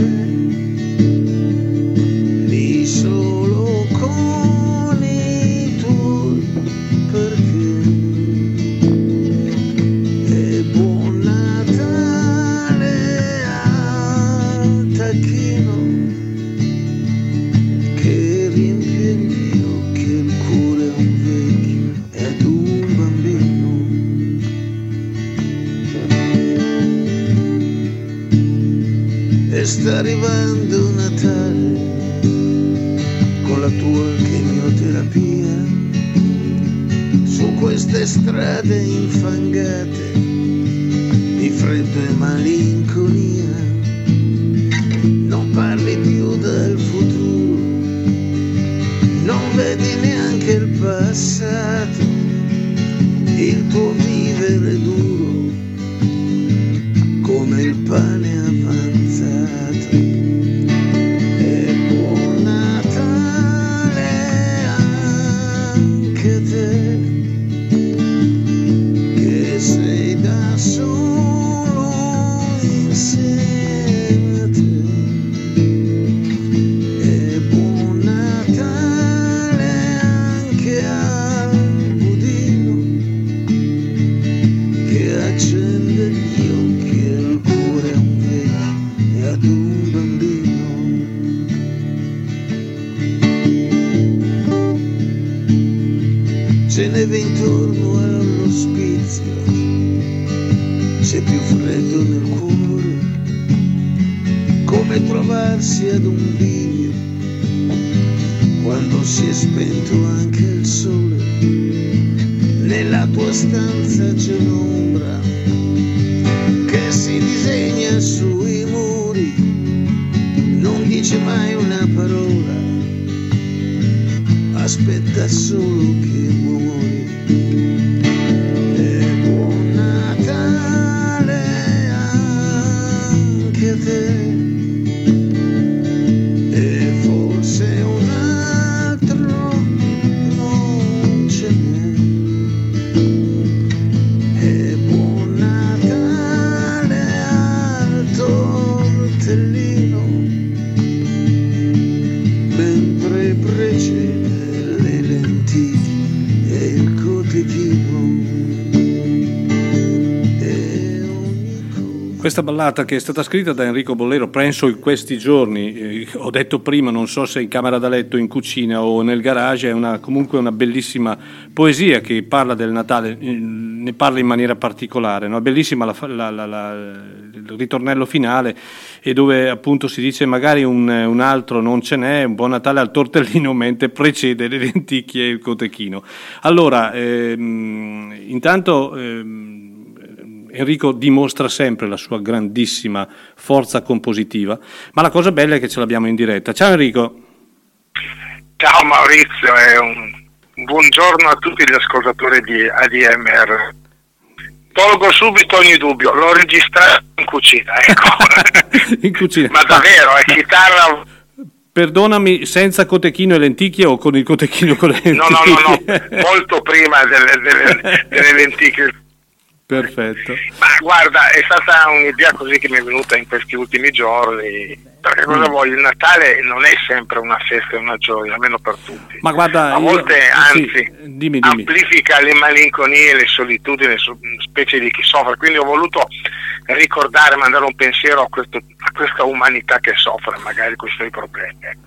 lì solo con i tuoi perché. E buon Natale al tacchino che riempie gli occhi e il cuore a un vecchio e ad un bambino. E sta arrivando Natale con la tua chemioterapia su queste strade infangate di freddo e malinconia. Non parli più del futuro, non vedi neanche il passato, il tuo vivere duro come il pane avanzato. E buon Natale anche a te, che sei da solo insieme a te. E buon Natale anche al budino che accende gli occhi e il cuore a un vecchio e ad un bambino. Ce ne va intorno all'ospizio c'è più freddo nel cuore, come trovarsi ad un bivio quando si è spento anche il sole. Nella tua stanza c'è un'ombra che si disegna sui muri, non dice mai una parola, aspetta solo che muori. E buon Natale anche a te, e forse un altro non ce n'è. E buon Natale al tortellino, mentre precede le lenticchie e il cotechino. Questa ballata, che è stata scritta da Enrico Bollero, penso in questi giorni, eh, ho detto prima, non so se in camera da letto, in cucina o nel garage, è una, comunque una bellissima poesia che parla del Natale, eh, ne parla in maniera particolare, no? Bellissima la, la, la, la, il ritornello finale, e dove appunto si dice magari un, un altro non ce n'è, un buon Natale al tortellino, mentre precede le lenticchie e il cotechino. Allora, ehm, intanto... Ehm, Enrico dimostra sempre la sua grandissima forza compositiva, ma la cosa bella è che ce l'abbiamo in diretta. Ciao Enrico. Ciao Maurizio e un buongiorno a tutti gli ascoltatori di A D M R. Tolgo subito ogni dubbio, l'ho registrato in cucina, ecco. In cucina. Ma davvero, è chitarra... Perdonami, senza cotechino e lenticchie o con il cotechino con le lenticchie? No, no, no, no. Molto prima delle, delle, delle lenticchie. Perfetto. Ma guarda, è stata un'idea così che mi è venuta in questi ultimi giorni, perché cosa mm. voglio? Il Natale non è sempre una festa e una gioia, almeno per tutti. Ma guarda, a volte io, anzi sì, dimmi, dimmi. amplifica le malinconie e le solitudini, specie di chi soffre, quindi ho voluto ricordare, mandare un pensiero a, questo, a questa umanità che soffre magari questi problemi.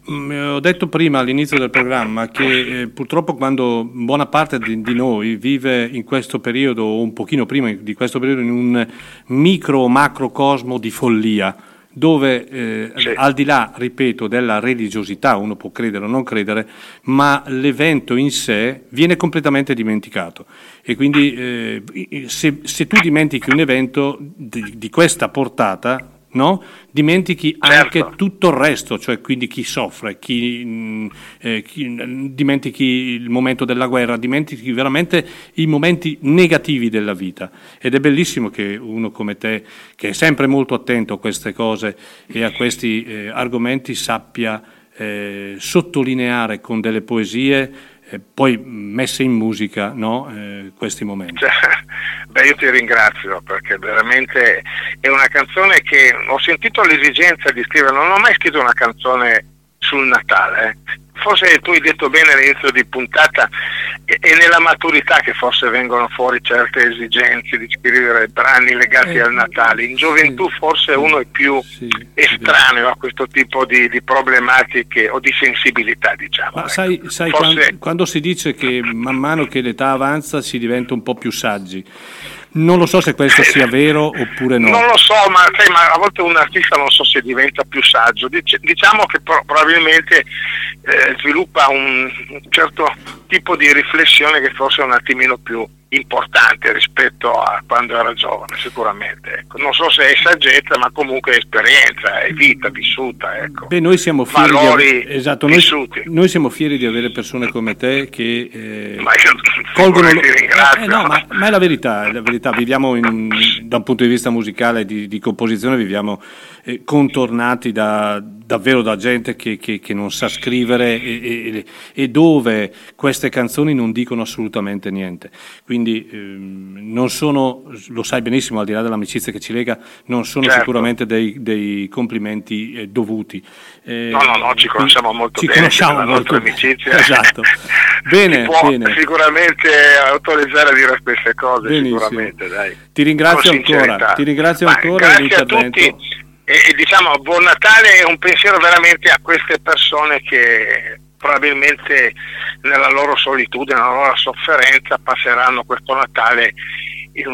Ho detto prima all'inizio del programma che eh, purtroppo quando buona parte di, di noi vive in questo periodo o un pochino prima di questo periodo in un micro o macrocosmo di follia, dove eh, sì. al di là, ripeto, della religiosità, uno può credere o non credere, ma l'evento in sé viene completamente dimenticato, e quindi eh, se, se tu dimentichi un evento di, di questa portata, no? Dimentichi anche certo. tutto il resto, cioè quindi chi soffre, chi, eh, chi dimentichi il momento della guerra, dimentichi veramente i momenti negativi della vita, ed è bellissimo che uno come te, che è sempre molto attento a queste cose e a questi eh, argomenti, sappia eh, sottolineare con delle poesie eh, poi messe in musica, no? eh, questi momenti. Cioè, beh, io ti ringrazio, perché veramente è una canzone che ho sentito l'esigenza di scrivere. Non ho mai scritto una canzone sul Natale, eh. Forse tu hai detto bene all'inizio di puntata, è, è nella maturità che forse vengono fuori certe esigenze di scrivere brani legati eh, al Natale. In gioventù sì, forse uno è più sì, estraneo sì. a questo tipo di, di problematiche o di sensibilità, diciamo. Ma ecco. sai, sai forse... quando, quando si dice che man mano che l'età avanza si diventa un po' più saggi, non lo so se questo sia vero oppure no. Non lo so, ma, sai, ma a volte un artista non so se diventa più saggio. Dic- diciamo che pro- probabilmente eh, sviluppa un, un certo tipo di riflessione che forse è un attimino più importante rispetto a quando era giovane, sicuramente. Ecco. Non so se è saggezza, ma comunque è esperienza, è vita vissuta. Ecco. Beh, noi siamo fieri valori di, esatto, vissuti. Noi, noi siamo fieri di avere persone come te che eh, ma io colgono. Ti ringrazio. Eh, no, ma, ma è la verità, è la verità. Viviamo in, da un punto di vista musicale, di, di composizione, viviamo eh, contornati da davvero da gente che, che, che non sa scrivere e, e, e dove queste canzoni non dicono assolutamente niente. Quindi ehm, non sono, lo sai benissimo, al di là dell'amicizia che ci lega, non sono certo. sicuramente dei, dei complimenti eh, dovuti. Eh, no, no, no, ci conosciamo molto ci bene, conosciamo la molto nostra amicizia. Esatto. Bene, si può bene. sicuramente autorizzare a dire queste cose, benissimo. Sicuramente, dai. Ti ringrazio ancora, ti ringrazio Ma ancora grazie a tutti. E, e diciamo buon Natale, e un pensiero veramente a queste persone che probabilmente nella loro solitudine, nella loro sofferenza passeranno questo Natale in un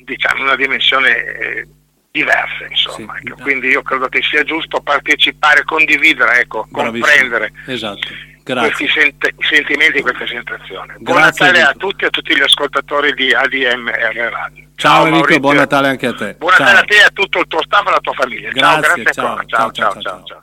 diciamo una dimensione eh, diversa, insomma. Sì. Ecco. Quindi io credo che sia giusto partecipare, condividere, ecco, Bravissimo. comprendere Esatto. Grazie. questi sent- sentimenti, queste sensazioni. Buon Grazie, Natale a Enrico. tutti e a tutti gli ascoltatori di A D M R Radio. Ciao, Enrico, Maurizio. buon Natale anche a te. Buon Natale a te e a tutto il tuo staff e alla tua famiglia. Ciao, Grazie, grazie ciao, ancora. ciao, Ciao, ciao, ciao, ciao, ciao. ciao.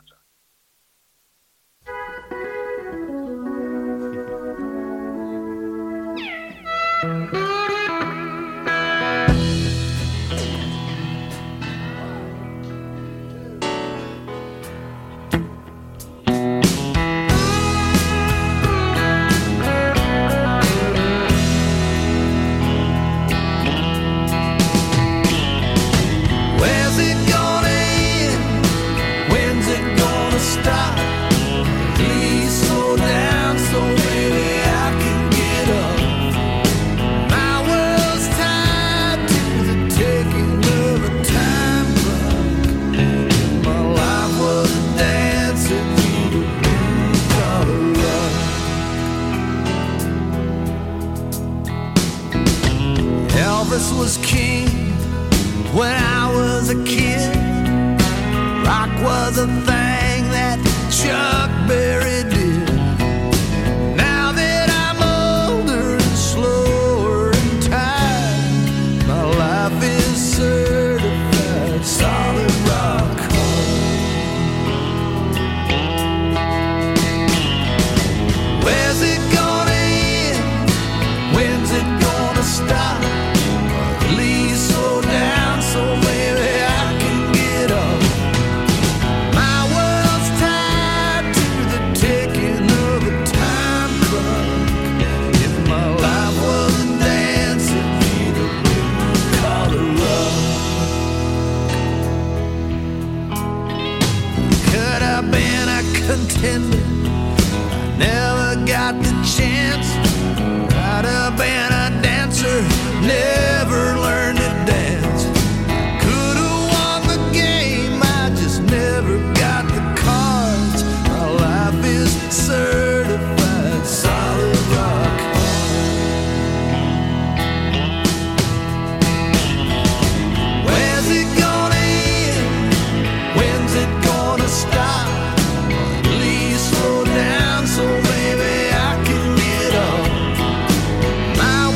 Where's it gonna end? When's it gonna stop? Please slow down so maybe I can get up. My world's tied to the ticking of a time clock. My life was a dancing through the blue collar rug. Elvis was king when I was a kid. Rock was a thing that Chuck Berry did. Now that I'm older and slower and tired, my life is certified solid rock hard. Where's it gonna end? When's it gonna stop? Please slow down so maybe I can get up. My world's tied to the ticking of a time clock. If my life wasn't dancing through the blue collar rug. Could have been a contender, I never got the chance. I'd have been a dancer, never learned to dance. Could have won the game, I just never got the cards. My life is certified solid rock hard. Where's it gonna end? When's it gonna stop? Please slow down so maybe I can get up. My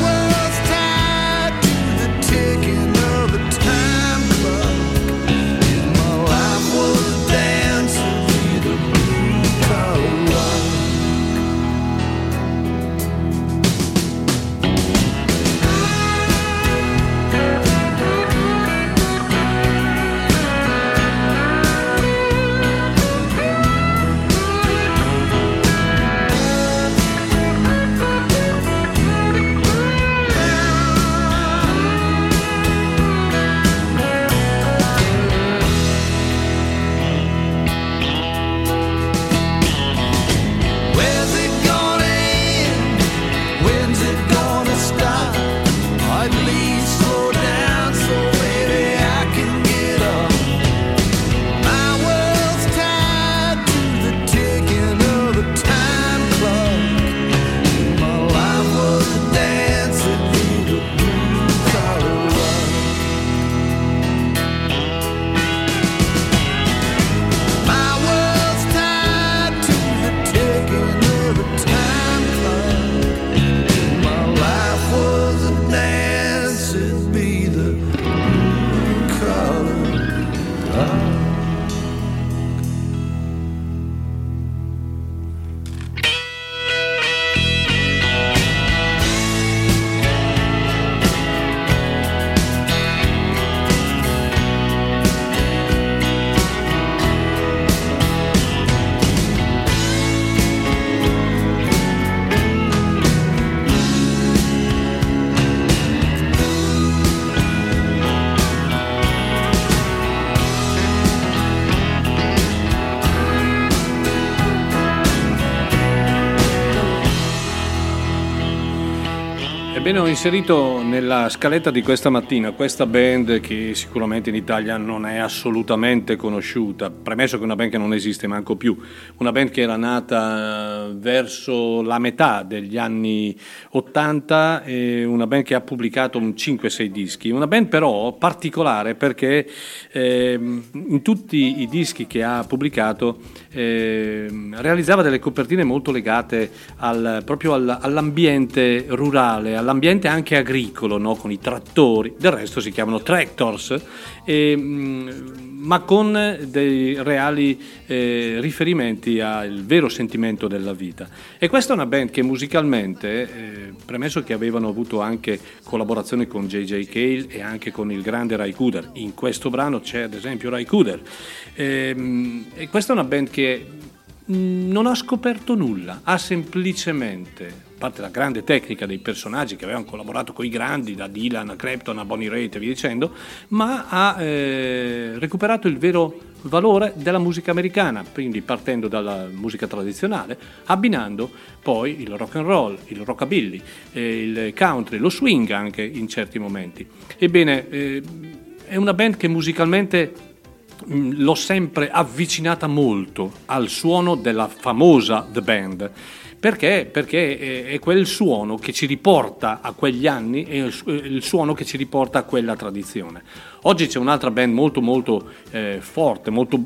Bene, ho inserito nella scaletta di questa mattina questa band che sicuramente in Italia non è assolutamente conosciuta, premesso che è una band che non esiste manco più, una band che era nata verso la metà degli anni ottanta, e una band che ha pubblicato un cinque sei dischi, una band però particolare perché eh, in tutti i dischi che ha pubblicato eh, realizzava delle copertine molto legate al, proprio al, all'ambiente rurale, all'ambiente ambiente anche agricolo, no? Con i trattori, del resto si chiamano tractors, e, ma con dei reali eh, riferimenti al vero sentimento della vita. E questa è una band che musicalmente, eh, premesso che avevano avuto anche collaborazioni con J J Cale e anche con il grande Ry Cooder, in questo brano c'è ad esempio Ry Cooder, e, e questa è una band che non ha scoperto nulla, ha semplicemente, a parte la grande tecnica dei personaggi che avevano collaborato con i grandi, da Dylan a Clapton a Bonnie Raitt e via dicendo, ma ha eh, recuperato il vero valore della musica americana, quindi partendo dalla musica tradizionale, abbinando poi il rock and roll, il rockabilly, eh, il country, lo swing anche in certi momenti. Ebbene, eh, è una band che musicalmente l'ho sempre avvicinata molto al suono della famosa The Band. Perché? Perché è quel suono che ci riporta a quegli anni, è il suono che ci riporta a quella tradizione. Oggi c'è un'altra band molto molto eh, forte, molto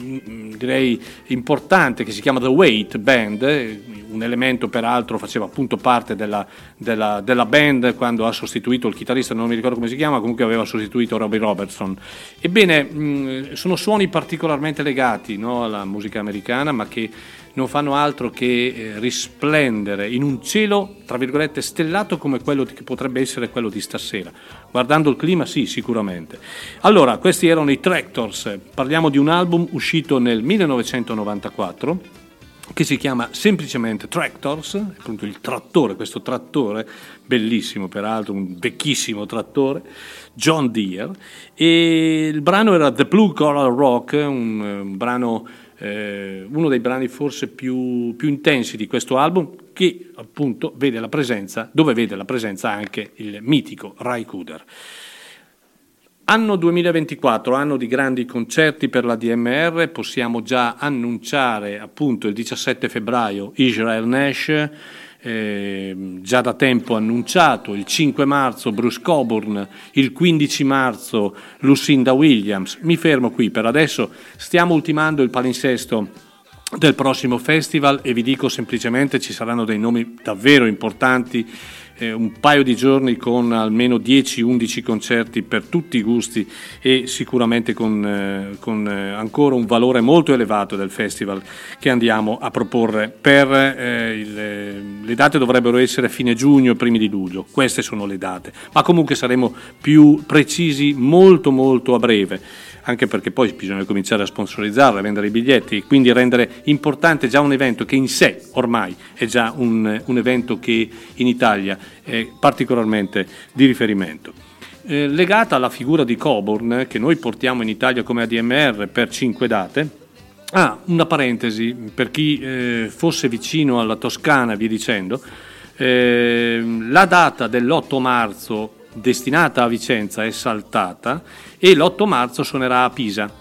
direi importante, che si chiama The Weight Band, un elemento peraltro faceva appunto parte della, della, della band quando ha sostituito il chitarrista, non mi ricordo come si chiama, comunque aveva sostituito Robbie Robertson. Ebbene, mh, sono suoni particolarmente legati, no, alla musica americana, ma che non fanno altro che eh, risplendere in un cielo, tra virgolette, stellato come quello che potrebbe essere quello di stasera. Guardando il clima, sì, sicuramente. Allora, questi erano i Tractors. Parliamo di un album uscito nel millenovecentonovantaquattro che si chiama semplicemente Tractors, appunto il trattore, questo trattore bellissimo peraltro, un vecchissimo trattore, John Deere, e il brano era The Blue Coral Rock, un, un brano Eh, uno dei brani forse più, più intensi di questo album, che appunto vede la presenza, dove vede la presenza anche il mitico Ry Cooder. Anno duemilaventiquattro, anno di grandi concerti per la D M R, possiamo già annunciare appunto il diciassette febbraio Israel Nash, Eh, già da tempo annunciato, il cinque marzo Bruce Cockburn, il quindici marzo Lucinda Williams. Mi fermo qui per adesso, stiamo ultimando il palinsesto del prossimo festival e vi dico semplicemente ci saranno dei nomi davvero importanti, eh, un paio di giorni con almeno dieci undici concerti per tutti i gusti e sicuramente con, eh, con eh, ancora un valore molto elevato del festival che andiamo a proporre per eh, il, le date dovrebbero essere fine giugno, primi di luglio, queste sono le date, ma comunque saremo più precisi molto molto a breve, anche perché poi bisogna cominciare a sponsorizzare, a vendere i biglietti, quindi rendere importante già un evento che in sé ormai è già un, un evento che in Italia è particolarmente di riferimento. Eh, legata alla figura di Cockburn, che noi portiamo in Italia come A D M R per cinque date, ah, una parentesi, per chi eh, fosse vicino alla Toscana, via dicendo, eh, la data dell'otto marzo destinata a Vicenza è saltata e l'otto marzo suonerà a Pisa.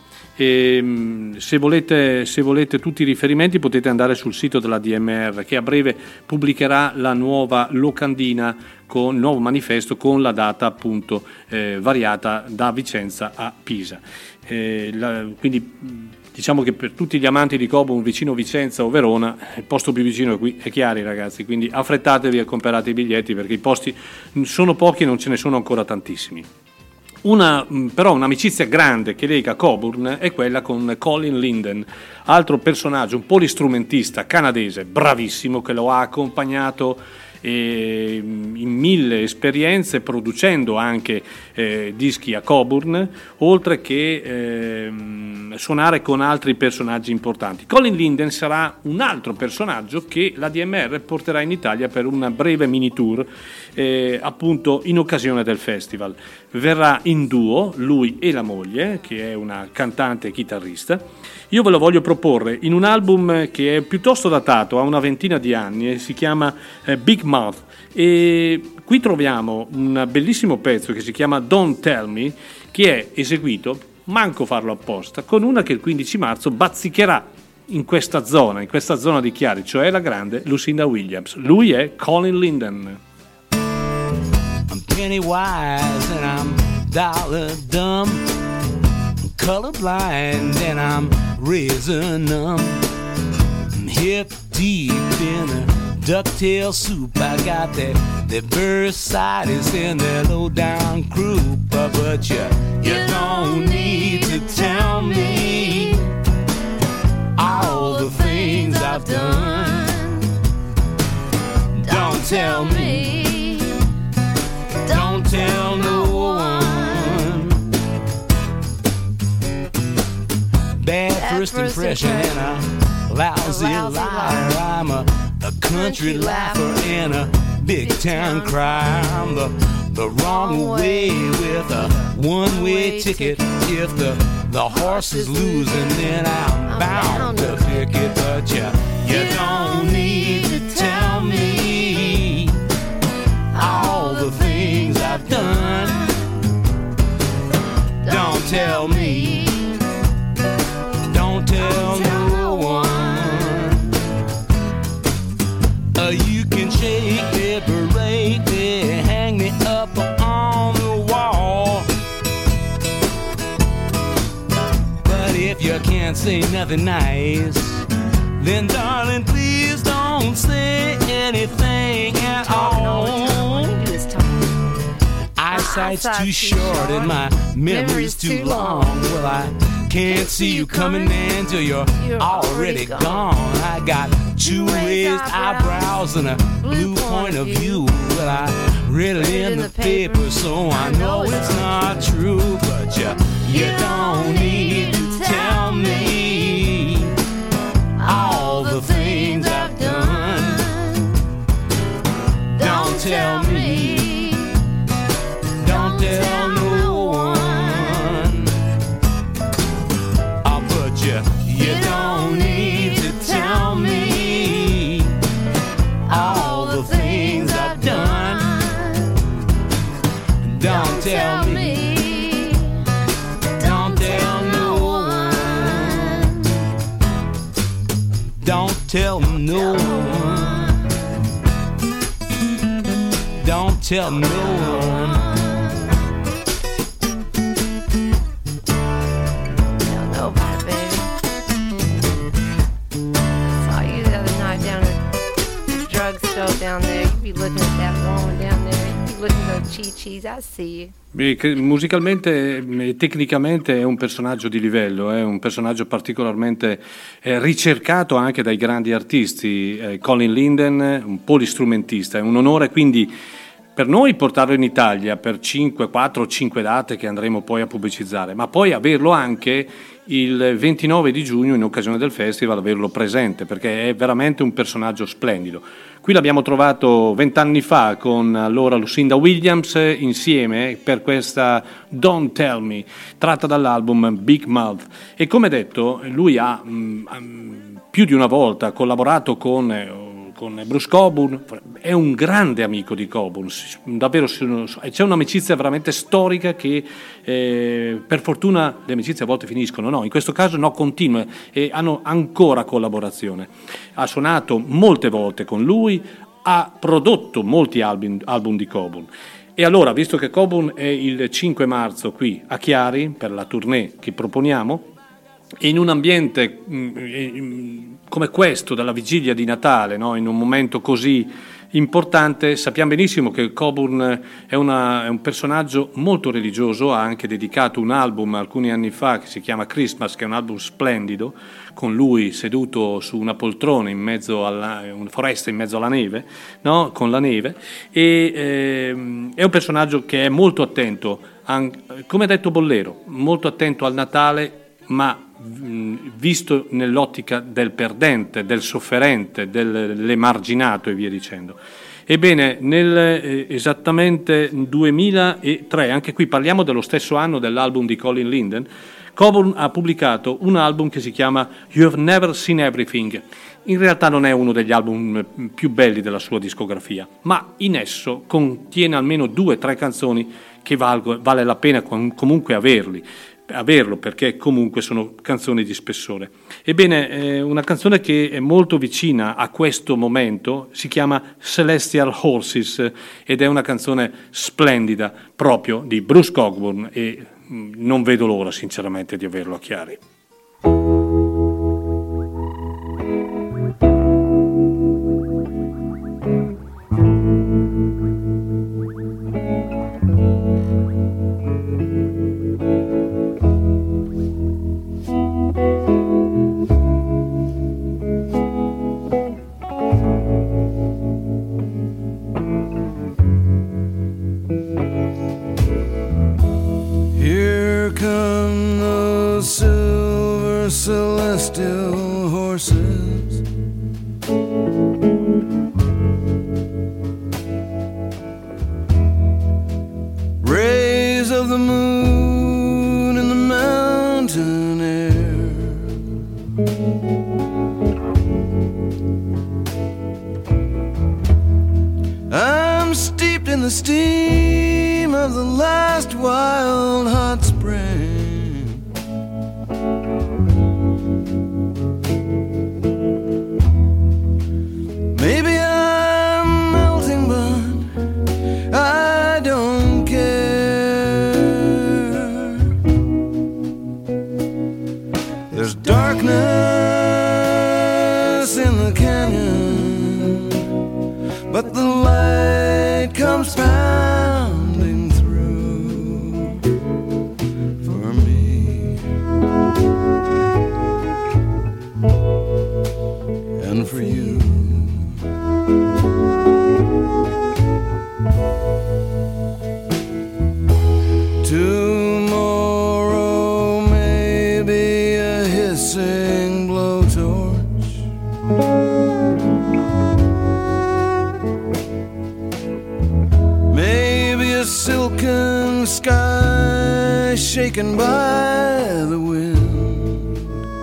E, se volete, se volete tutti i riferimenti potete andare sul sito della D M R, che a breve pubblicherà la nuova locandina con il nuovo manifesto con la data appunto eh, variata da Vicenza a Pisa. Eh, la, quindi diciamo che per tutti gli amanti di Cockburn vicino Vicenza o Verona, il posto più vicino è qui, è Chiari ragazzi, quindi affrettatevi e comprate i biglietti perché i posti sono pochi e non ce ne sono ancora tantissimi. Una, però un'amicizia grande che lega Cockburn è quella con Colin Linden, altro personaggio, un polistrumentista canadese bravissimo che lo ha accompagnato eh, in mille esperienze, producendo anche eh, dischi a Cockburn, oltre che eh, suonare con altri personaggi importanti. Colin Linden sarà un altro personaggio che la D M R porterà in Italia per una breve mini tour eh, appunto in occasione del festival. Verrà in duo lui e la moglie, che è una cantante e chitarrista. Io ve lo voglio proporre in un album che è piuttosto datato, ha una ventina di anni, e si chiama eh, Big Mouth, e qui troviamo un bellissimo pezzo che si chiama Don't Tell Me, che è eseguito, manco farlo apposta, con una che il quindici marzo bazzicherà in questa zona, in questa zona di Chiari, cioè la grande Lucinda Williams. Lui è Colin Linden. I'm penny wise and I'm dollar dumb, I'm colorblind and I'm razor numb, I'm hip deep in a ducktail soup. I got that, that bursitis in that low down croup, but you, you don't need to tell me all the things I've done. Don't tell me, don't tell no one. Bad first impression and a lousy liar. I'm a, a country laugher and a big town crier. I'm the, the wrong way with a one-way ticket. If the, the horse is losing, then I'm bound to pick it. But you, you don't need to tell me all the things I've done. Don't tell me, don't tell no one. Uh, you can shake me, berate me, hang me up on the wall, but if you can't say nothing nice, then darling, please don't say anything at all. Eyesight's too short and my memory's too long. Well, I can't see you coming, man, till you're already gone. I got two raised eyebrows and a blue point of view. Well, I read it in the paper, so I know it's not true. But you, you don't need to tell me all the things I've done. Don't tell me, don't tell no one. Oh, but you, you don't need to tell me all the things I've done. Don't tell me, don't tell no one. Don't tell no one. Don't tell no one. Nobody, baby. Saw you the other night down at the drugstore down there. You be looking at that woman down there. You be looking at those chi-chis. I see you. Beh, che musicalmente e tecnicamente è un personaggio di livello, è un personaggio particolarmente eh, ricercato anche dai grandi artisti. eh, Colin Linden, un polistrumentista, è un onore quindi per noi portarlo in Italia per cinque, quattro o cinque date che andremo poi a pubblicizzare, ma poi averlo anche il ventinove di giugno in occasione del festival, averlo presente, perché è veramente un personaggio splendido. Qui l'abbiamo trovato vent'anni fa con allora Lucinda Williams insieme per questa Don't Tell Me, tratta dall'album Big Mouth. E come detto, lui ha mh, più di una volta collaborato con... Eh, con Bruce Cockburn, è un grande amico di Cockburn, davvero c'è un'amicizia veramente storica che eh, per fortuna le amicizie a volte finiscono, no, in questo caso no, continua e hanno ancora collaborazione. Ha suonato molte volte con lui, ha prodotto molti album, album di Cockburn. E allora, visto che Cockburn è il cinque marzo qui a Chiari per la tournée che proponiamo, in un ambiente mh, come questo, dalla vigilia di Natale, no? In un momento così importante, sappiamo benissimo che Cockburn è, una, è un personaggio molto religioso, ha anche dedicato un album alcuni anni fa che si chiama Christmas, che è un album splendido, con lui seduto su una poltrona in mezzo alla una foresta in mezzo alla neve, no? Con la neve, e ehm, è un personaggio che è molto attento, anche, come ha detto Bollero, molto attento al Natale, ma visto nell'ottica del perdente, del sofferente, dell'emarginato e via dicendo. Ebbene, nel eh, esattamente duemilatré, anche qui parliamo dello stesso anno dell'album di Colin Linden, Coburn ha pubblicato un album che si chiama You've Never Seen Everything. In realtà non è uno degli album più belli della sua discografia, ma in esso contiene almeno due o tre canzoni che valgo, vale la pena comunque averli. averlo perché comunque sono canzoni di spessore. Ebbene, eh, una canzone che è molto vicina a questo momento si chiama Celestial Horses ed è una canzone splendida proprio di Bruce Cockburn e mh, non vedo l'ora sinceramente di averlo a Chiari. Celestial horses, rays of the moon in the mountain air, I'm steeped in the steam of the last wild hot spring. Maybe I'm melting, but I don't care. There's darkness in the canyon, but the light comes pounding through for me and for you. Tomorrow may be a hissing blowtorch, maybe a silken sky shaken by the wind.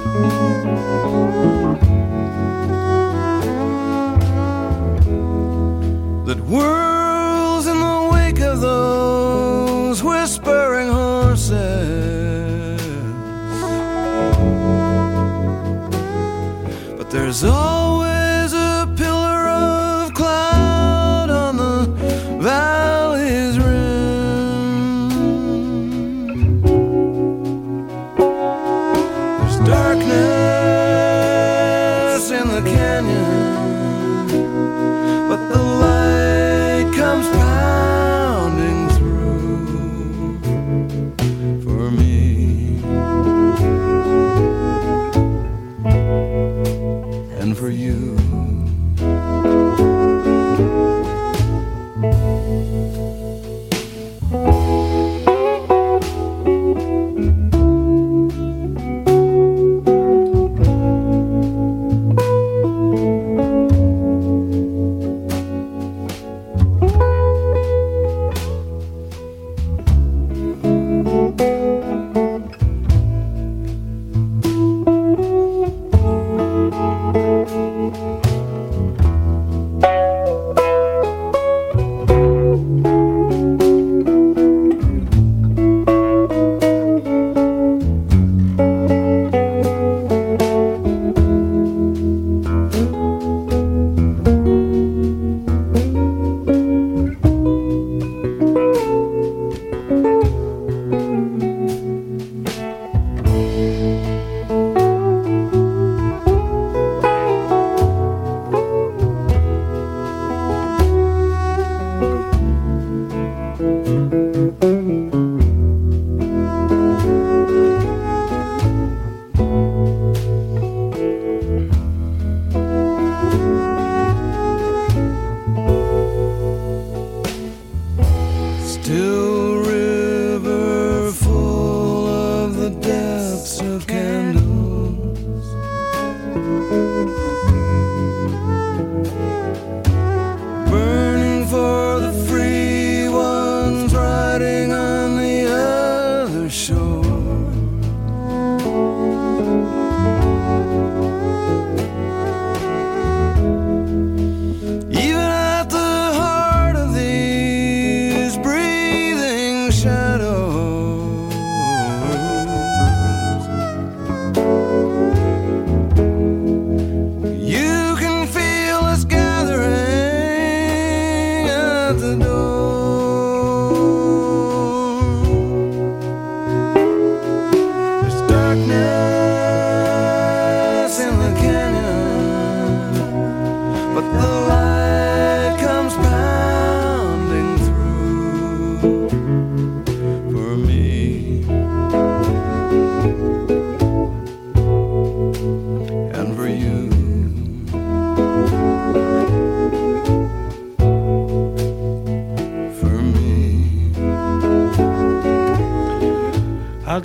That whirls in the wake of those whispering horses. But there's always a pillar of cloud on the valley's rim. There's darkness in the canyon, but the light comes pounding through for me and for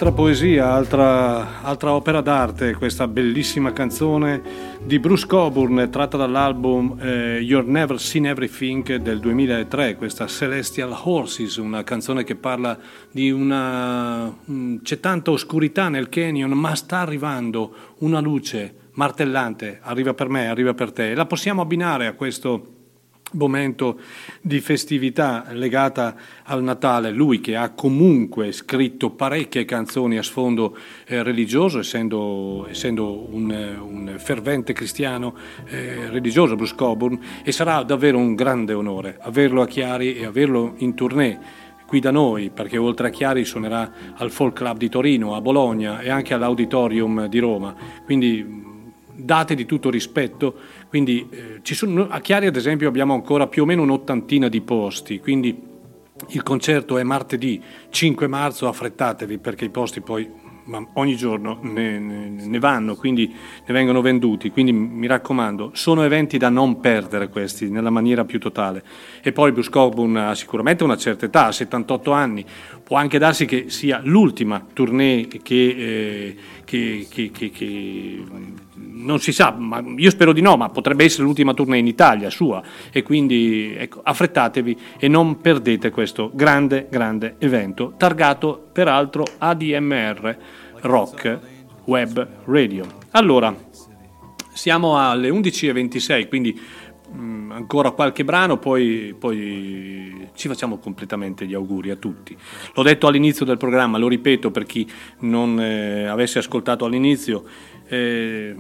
altra poesia, altra, altra opera d'arte, questa bellissima canzone di Bruce Cockburn tratta dall'album eh, You've Never Seen Everything del duemilatré, questa Celestial Horses, una canzone che parla di una... c'è tanta oscurità nel canyon, ma sta arrivando una luce martellante, arriva per me, arriva per te, e la possiamo abbinare a questo momento di festività legata al Natale. Lui che ha comunque scritto parecchie canzoni a sfondo eh, religioso, essendo, essendo un, un fervente cristiano eh, religioso, Bruce Cockburn, e sarà davvero un grande onore averlo a Chiari e averlo in tournée qui da noi, perché oltre a Chiari suonerà al Folk Club di Torino, a Bologna e anche all'Auditorium di Roma, quindi date di tutto rispetto. Quindi eh, ci sono, a Chiari ad esempio abbiamo ancora più o meno un'ottantina di posti, quindi il concerto è martedì cinque marzo, affrettatevi perché i posti poi ma ogni giorno ne, ne, ne vanno, quindi ne vengono venduti, quindi mi raccomando, sono eventi da non perdere questi nella maniera più totale. E poi Bruce Cockburn ha sicuramente una certa età, settantotto anni, può anche darsi che sia l'ultima tournée che, eh, che, che, che, che non si sa, ma io spero di no, ma potrebbe essere l'ultima tournée in Italia sua, e quindi ecco, affrettatevi e non perdete questo grande grande evento, targato peraltro A D M R Rock Web Radio. Allora, siamo alle undici e ventisei, quindi mh, ancora qualche brano, poi, poi ci facciamo completamente gli auguri a tutti. L'ho detto all'inizio del programma, lo ripeto per chi non eh, avesse ascoltato all'inizio. Eh,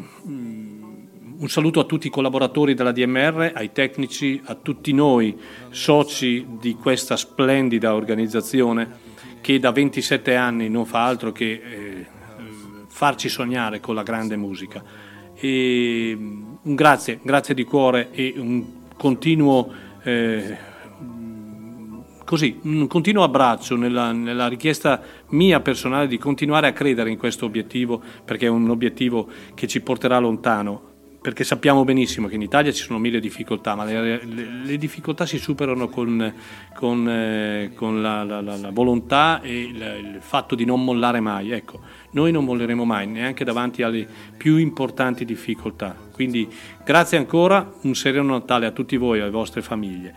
un saluto a tutti i collaboratori della A D M R, ai tecnici, a tutti noi soci di questa splendida organizzazione che da ventisette anni non fa altro che eh, farci sognare con la grande musica. E un grazie, grazie di cuore e un continuo eh, così, un continuo abbraccio nella, nella richiesta mia personale di continuare a credere in questo obiettivo, perché è un obiettivo che ci porterà lontano, perché sappiamo benissimo che in Italia ci sono mille difficoltà, ma le, le, le difficoltà si superano con, con, eh, con la, la, la, la volontà e il, il fatto di non mollare mai. Ecco, noi non molleremo mai, neanche davanti alle più importanti difficoltà. Quindi grazie ancora, un sereno Natale a tutti voi e alle vostre famiglie.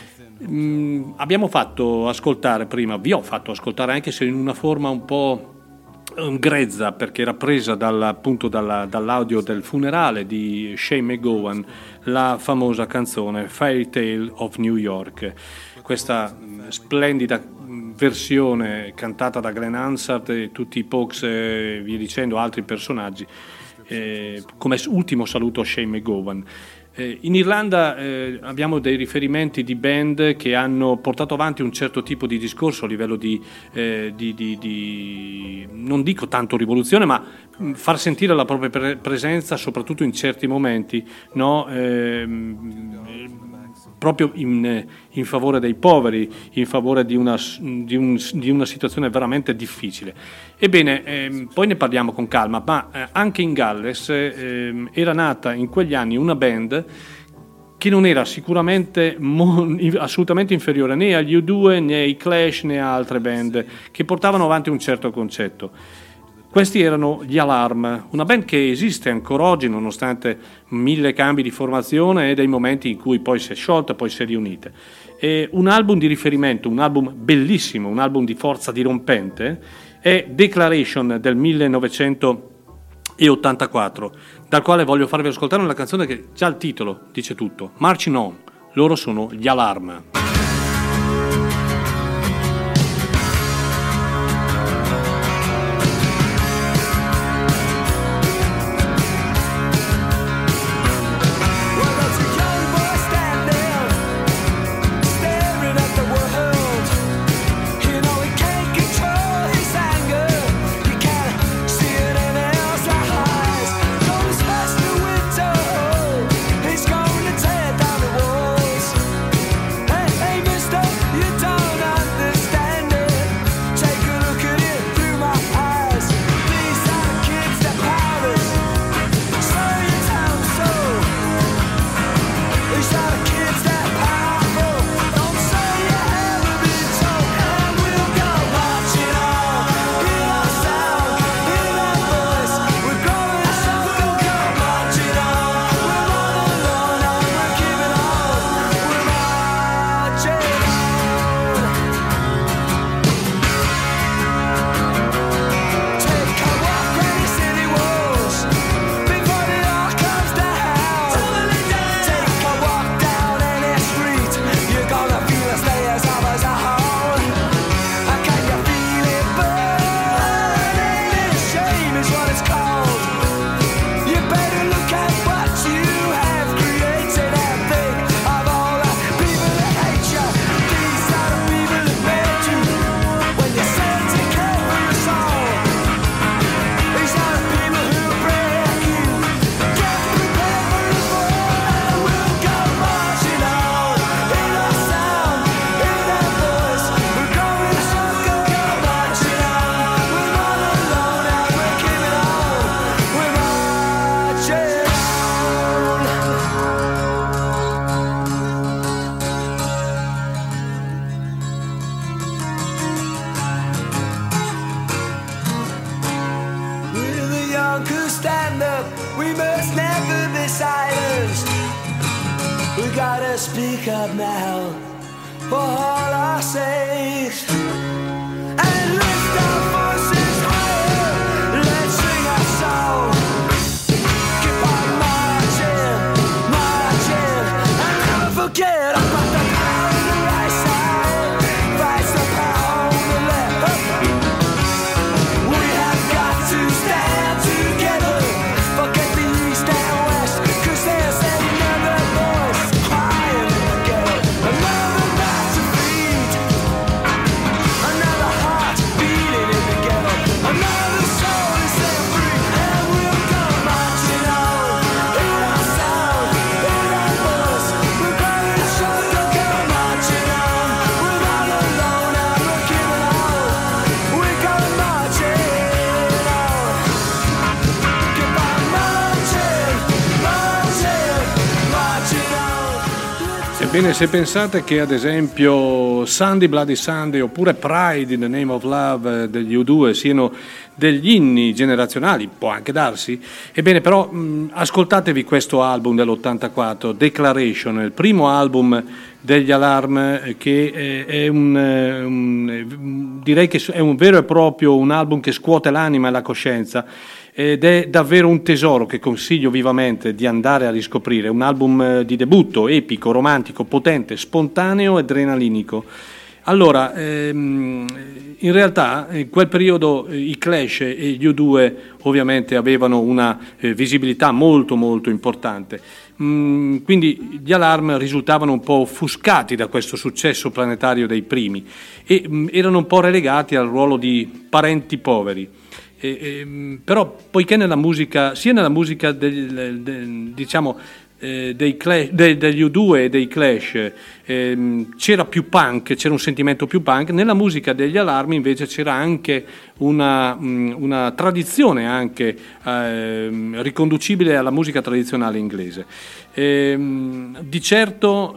Mm, abbiamo fatto ascoltare prima, vi ho fatto ascoltare, anche se in una forma un po' grezza, perché era presa dal, appunto dalla, dall'audio del funerale di Shane McGowan, la famosa canzone Fairy Tale of New York, questa splendida versione cantata da Glenn Hansard e tutti i Pogues e via dicendo, altri personaggi, eh, come ultimo saluto a Shane McGowan. In Irlanda eh, abbiamo dei riferimenti di band che hanno portato avanti un certo tipo di discorso a livello di, eh, di, di, di non dico tanto rivoluzione, ma far sentire la propria pre- presenza soprattutto in certi momenti, no? eh, proprio in, in favore dei poveri, in favore di una, di un, di una situazione veramente difficile. Ebbene, ehm, poi ne parliamo con calma, ma eh, anche in Galles eh, era nata in quegli anni una band che non era sicuramente mo- assolutamente inferiore né agli U due né ai Clash né a altre band che portavano avanti un certo concetto. Questi erano gli Alarm, una band che esiste ancora oggi nonostante mille cambi di formazione e dei momenti in cui poi si è sciolta, poi si è riunita. E un album di riferimento, un album bellissimo, un album di forza dirompente, è Declaration del millenovecentottantaquattro, dal quale voglio farvi ascoltare una canzone che già il titolo dice tutto, Marching On, loro sono gli Alarm. Hey, we must never be silenced. We gotta speak up now, for all our sakes, and lift our voices higher. Let's sing our song. Keep on marching, marching, and never forget about the power on the right side. Fights the power on the left. We have got to stand together. Forget the east and west, 'cause there's another voice crying in the ghetto. Another mouth to feed, another heart beating in the ghetto. Another soul is set free, and we'll go marching on. In our sound, in our voice, we're going to show you go marching on. We're not alone and we're giving all. We go marching on. Keep on marching, marching, marching on. Ebbene, se pensate che ad esempio Sunday Bloody Sunday oppure Pride in the Name of Love eh, degli U due siano degli inni generazionali, può anche darsi, ebbene però mh, ascoltatevi questo album dell'ottantaquattro, Declaration, il primo album degli Alarm, eh, che eh, è un, eh, un direi che è un vero e proprio un album che scuote l'anima e la coscienza, ed è davvero un tesoro che consiglio vivamente di andare a riscoprire. Un album di debutto, epico, romantico, potente, spontaneo e adrenalinico. Allora, ehm, in realtà in quel periodo eh, i Clash e gli U due ovviamente avevano una eh, visibilità molto molto importante. Mm, quindi gli Alarm risultavano un po' offuscati da questo successo planetario dei primi e mm, erano un po' relegati al ruolo di parenti poveri. E, e, però poiché nella musica, sia nella musica del, del, diciamo eh, dei Clash, de, degli U due e dei Clash eh, c'era più punk, c'era un sentimento più punk, nella musica degli Alarm invece c'era anche una, una tradizione anche eh, riconducibile alla musica tradizionale inglese. E, di certo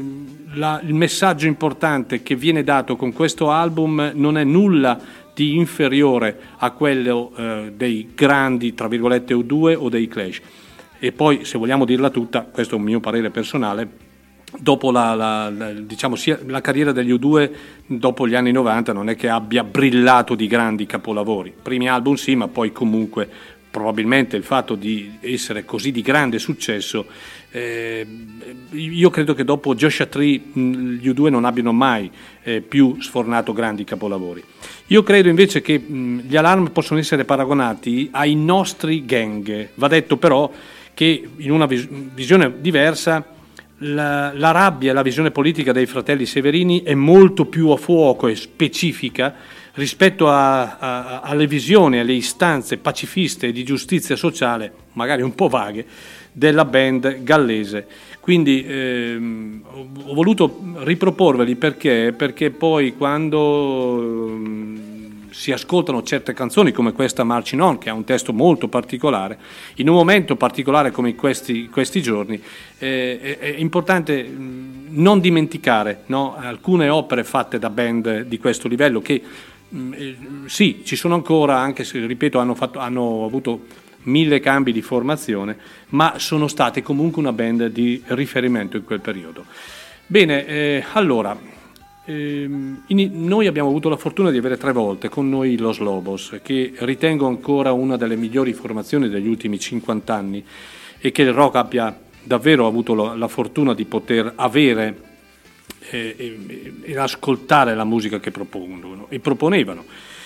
la, il messaggio importante che viene dato con questo album non è nulla di inferiore a quello eh, dei grandi, tra virgolette, U due o dei Clash. E poi, se vogliamo dirla tutta, questo è un mio parere personale, dopo la, la, la, diciamo, sia la carriera degli U due dopo gli anni novanta non è che abbia brillato di grandi capolavori. Primi album sì, ma poi comunque probabilmente il fatto di essere così di grande successo, eh, io credo che dopo Joshua Tree gli U due non abbiano mai eh, più sfornato grandi capolavori. Io credo invece che mh, gli Alarm possono essere paragonati ai nostri gang. Va detto però che in una vis- visione diversa la, la rabbia e la visione politica dei fratelli Severini è molto più a fuoco e specifica rispetto a, a, alle visioni, alle istanze pacifiste e di giustizia sociale, magari un po' vaghe, della band gallese. Quindi ehm, ho voluto riproporveli perché, perché poi quando ehm, si ascoltano certe canzoni come questa Marching On, che ha un testo molto particolare, in un momento particolare come questi, questi giorni, eh, è, è importante mh, non dimenticare, no, alcune opere fatte da band di questo livello che mh, eh, sì, ci sono ancora, anche se, ripeto, hanno, fatto, hanno avuto mille cambi di formazione, ma sono state comunque una band di riferimento in quel periodo. Bene, eh, allora, ehm, in, noi abbiamo avuto la fortuna di avere tre volte con noi Los Lobos, che ritengo ancora una delle migliori formazioni degli ultimi cinquanta anni e che il rock abbia davvero avuto la, la fortuna di poter avere eh, e, e ascoltare la musica che propongono e proponevano.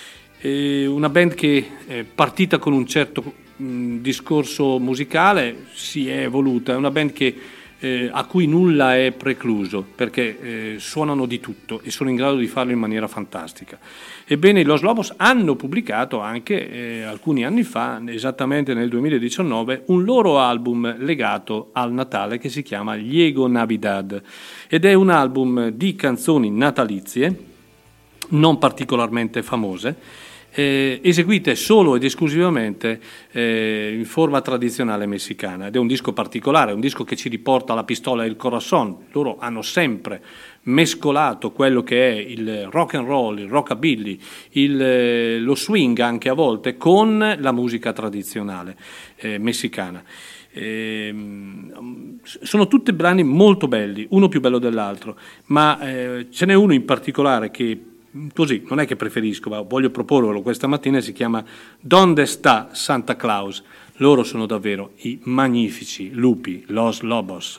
Eh, una band che è partita con un certo mh, discorso musicale si è evoluta, è una band che, eh, a cui nulla è precluso, perché eh, suonano di tutto e sono in grado di farlo in maniera fantastica. Ebbene, i Los Lobos hanno pubblicato anche eh, alcuni anni fa, esattamente nel duemiladiciannove, un loro album legato al Natale che si chiama Llegó Navidad, ed è un album di canzoni natalizie non particolarmente famose, Eh, eseguite solo ed esclusivamente eh, in forma tradizionale messicana, ed è un disco particolare, un disco che ci riporta alla pistola e il corazon. Loro hanno sempre mescolato quello che è il rock and roll, il rockabilly, il, lo swing anche a volte con la musica tradizionale eh, messicana. Eh, sono tutti brani molto belli, uno più bello dell'altro, ma eh, ce n'è uno in particolare che così non è che preferisco, ma voglio proporlo questa mattina, si chiama Donde sta Santa Claus. Loro sono davvero i magnifici lupi, Los Lobos.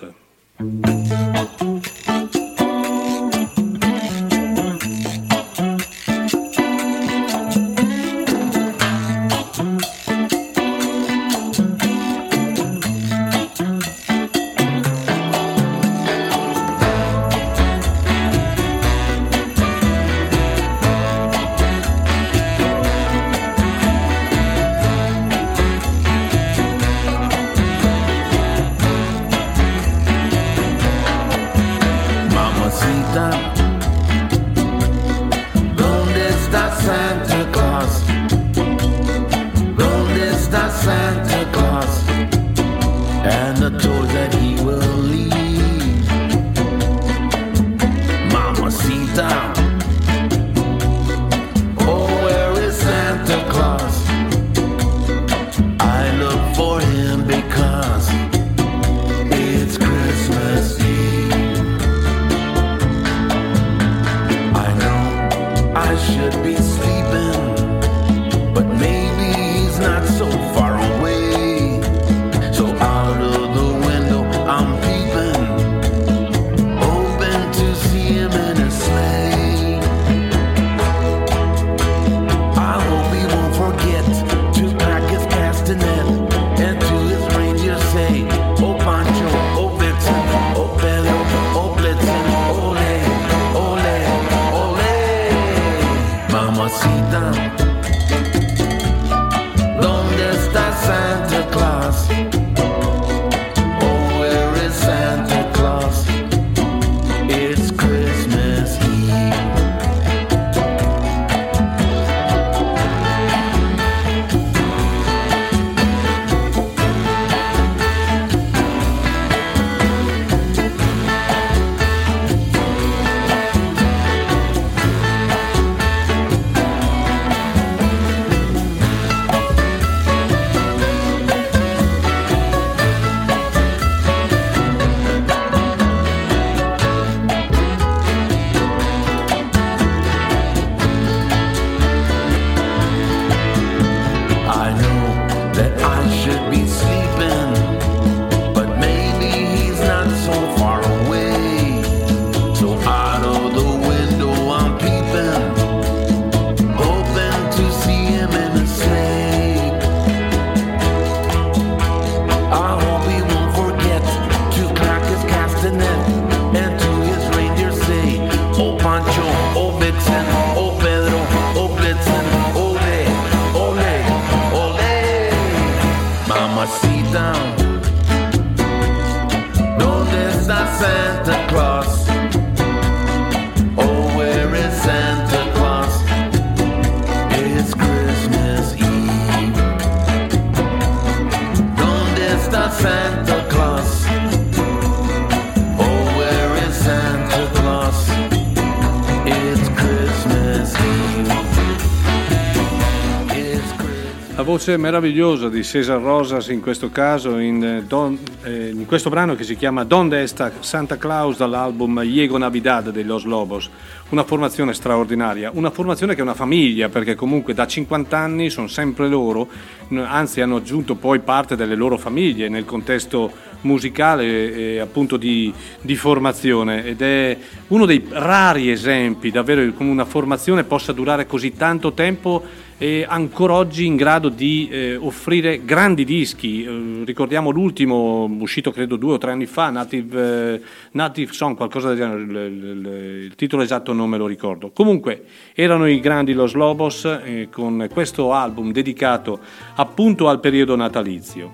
Voce meravigliosa di César Rosas in questo caso in, don, eh, in questo brano che si chiama Donde está Santa Claus dall'album Llegó Navidad dei Los Lobos, una formazione straordinaria, una formazione che è una famiglia perché comunque da cinquanta anni sono sempre loro, anzi hanno aggiunto poi parte delle loro famiglie nel contesto musicale e appunto di, di formazione, ed è uno dei rari esempi davvero come una formazione possa durare così tanto tempo e ancora oggi in grado di eh, offrire grandi dischi. Eh, ricordiamo l'ultimo uscito credo due o tre anni fa, Native, eh, Native Song, qualcosa del genere, il, il, il titolo esatto non me lo ricordo. Comunque erano i grandi Los Lobos eh, con questo album dedicato appunto al periodo natalizio.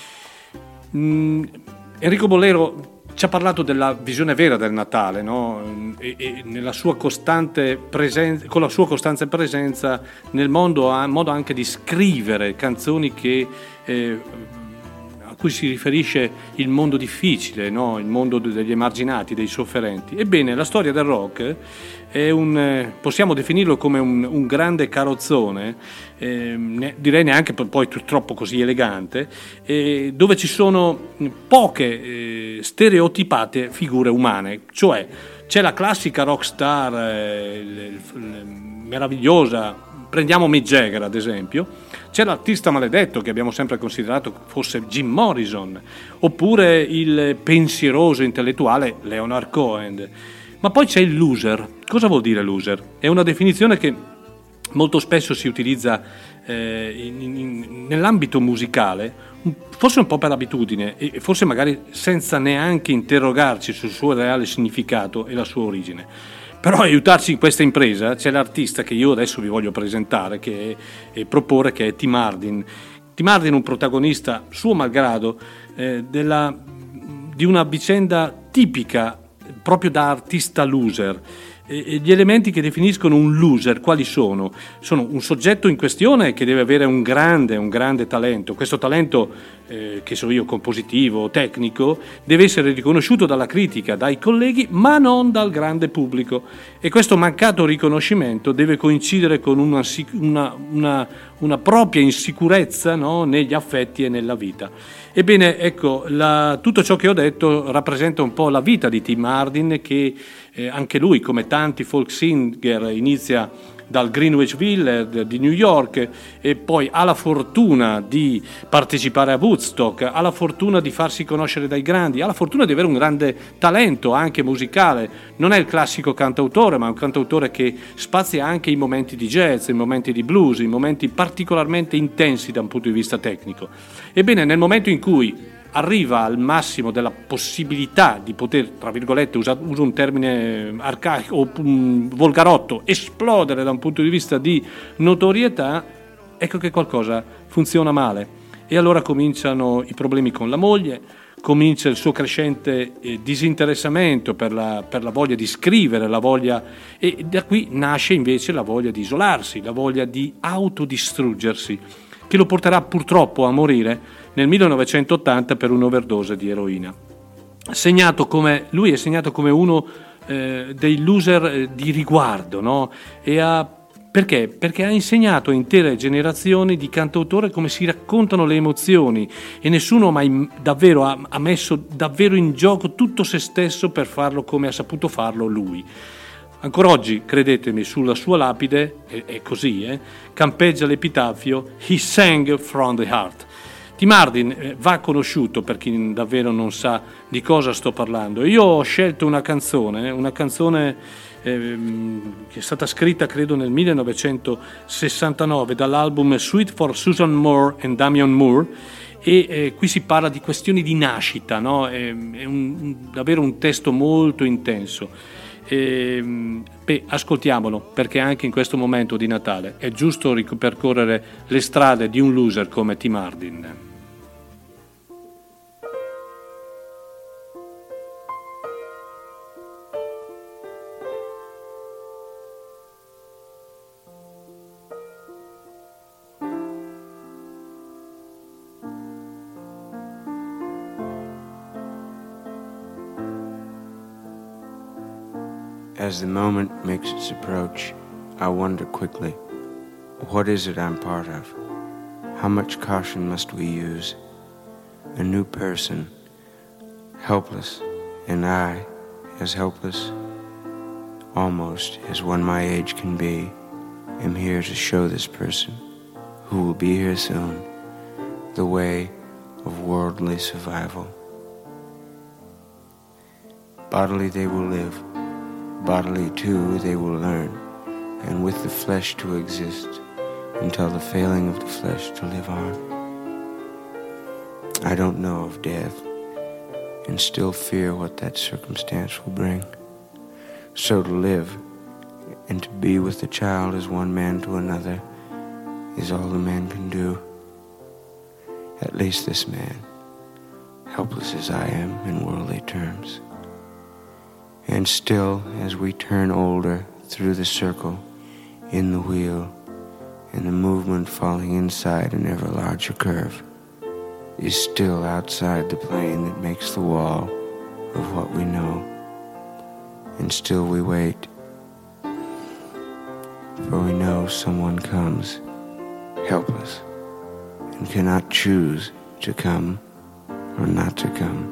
Mm, Enrico Bollero ci ha parlato della visione vera del Natale, no? E, e nella sua costante presenza, con la sua costante presenza nel mondo, ha modo anche di scrivere canzoni che, eh, a cui si riferisce il mondo difficile, no? Il mondo degli emarginati, dei sofferenti. Ebbene, la storia del rock è un, possiamo definirlo come un, un grande carrozzone, eh, ne, direi neanche poi troppo così elegante, eh, dove ci sono poche eh, stereotipate figure umane, cioè c'è la classica rock star eh, l, l, meravigliosa, prendiamo Mick Jagger ad esempio, c'è l'artista maledetto che abbiamo sempre considerato fosse Jim Morrison, oppure il pensieroso intellettuale Leonard Cohen. Ma poi c'è il loser. Cosa vuol dire loser? È una definizione che molto spesso si utilizza eh, in, in, nell'ambito musicale, forse un po' per abitudine e forse magari senza neanche interrogarci sul suo reale significato e la sua origine. Però a aiutarci in questa impresa c'è l'artista che io adesso vi voglio presentare che è, e proporre, che è Tim Hardin. Tim Hardin è un protagonista, suo malgrado, eh, della, di una vicenda tipica proprio da artista loser. E gli elementi che definiscono un loser quali sono? Sono un soggetto in questione che deve avere un grande, un grande talento. Questo talento, eh, che so io, compositivo, tecnico, deve essere riconosciuto dalla critica, dai colleghi, ma non dal grande pubblico. E questo mancato riconoscimento deve coincidere con una, una, una, una propria insicurezza, no? Negli affetti e nella vita. Ebbene, ecco, la, tutto ciò che ho detto rappresenta un po' la vita di Tim Hardin, che eh, anche lui, come tanti folk singer, inizia dal Greenwich Village di New York e poi ha la fortuna di partecipare a Woodstock, ha la fortuna di farsi conoscere dai grandi, ha la fortuna di avere un grande talento anche musicale. Non è il classico cantautore, ma è un cantautore che spazia anche in momenti di jazz, in momenti di blues, in momenti particolarmente intensi da un punto di vista tecnico. Ebbene, nel momento in cui arriva al massimo della possibilità di poter, tra virgolette, uso un termine arcaico o um, volgarotto, esplodere da un punto di vista di notorietà, ecco che qualcosa funziona male. E allora cominciano i problemi con la moglie, comincia il suo crescente eh, disinteressamento per la, per la voglia di scrivere, la voglia, e da qui nasce invece la voglia di isolarsi, la voglia di autodistruggersi, che lo porterà purtroppo a morire nel millenovecentottanta per un'overdose di eroina. Segnato come, lui è segnato come uno eh, dei loser eh, di riguardo, no? E ha, perché? Perché ha insegnato a intere generazioni di cantautori come si raccontano le emozioni, e nessuno ha mai davvero ha, ha messo davvero in gioco tutto se stesso per farlo come ha saputo farlo lui. Ancora oggi, credetemi, sulla sua lapide, è, è così, eh, campeggia l'epitafio "He sang from the heart". Tim Hardin eh, va conosciuto per chi davvero non sa di cosa sto parlando. Io ho scelto una canzone, una canzone eh, che è stata scritta credo nel millenovecentosessantanove dall'album Suite for Susan Moore and Damian Moore, e eh, qui si parla di questioni di nascita, no? È, è un, un, davvero un testo molto intenso. E, beh, ascoltiamolo, perché anche in questo momento di Natale è giusto ripercorrere le strade di un loser come Tim Hardin. As the moment makes its approach, I wonder quickly, what is it I'm part of? How much caution must we use? A new person, helpless, and I, as helpless, almost as one my age can be, am here to show this person, who will be here soon, the way of worldly survival. Bodily they will live, bodily too they will learn, and with the flesh to exist, until the failing of the flesh to live on. I don't know of death, and still fear what that circumstance will bring. So to live, and to be with the child as one man to another, is all the man can do. At least this man, helpless as I am in worldly terms. And still, as we turn older through the circle, in the wheel, and the movement falling inside an ever larger curve, is still outside the plane that makes the wall of what we know. And still we wait, for we know someone comes, helpless, and cannot choose to come or not to come.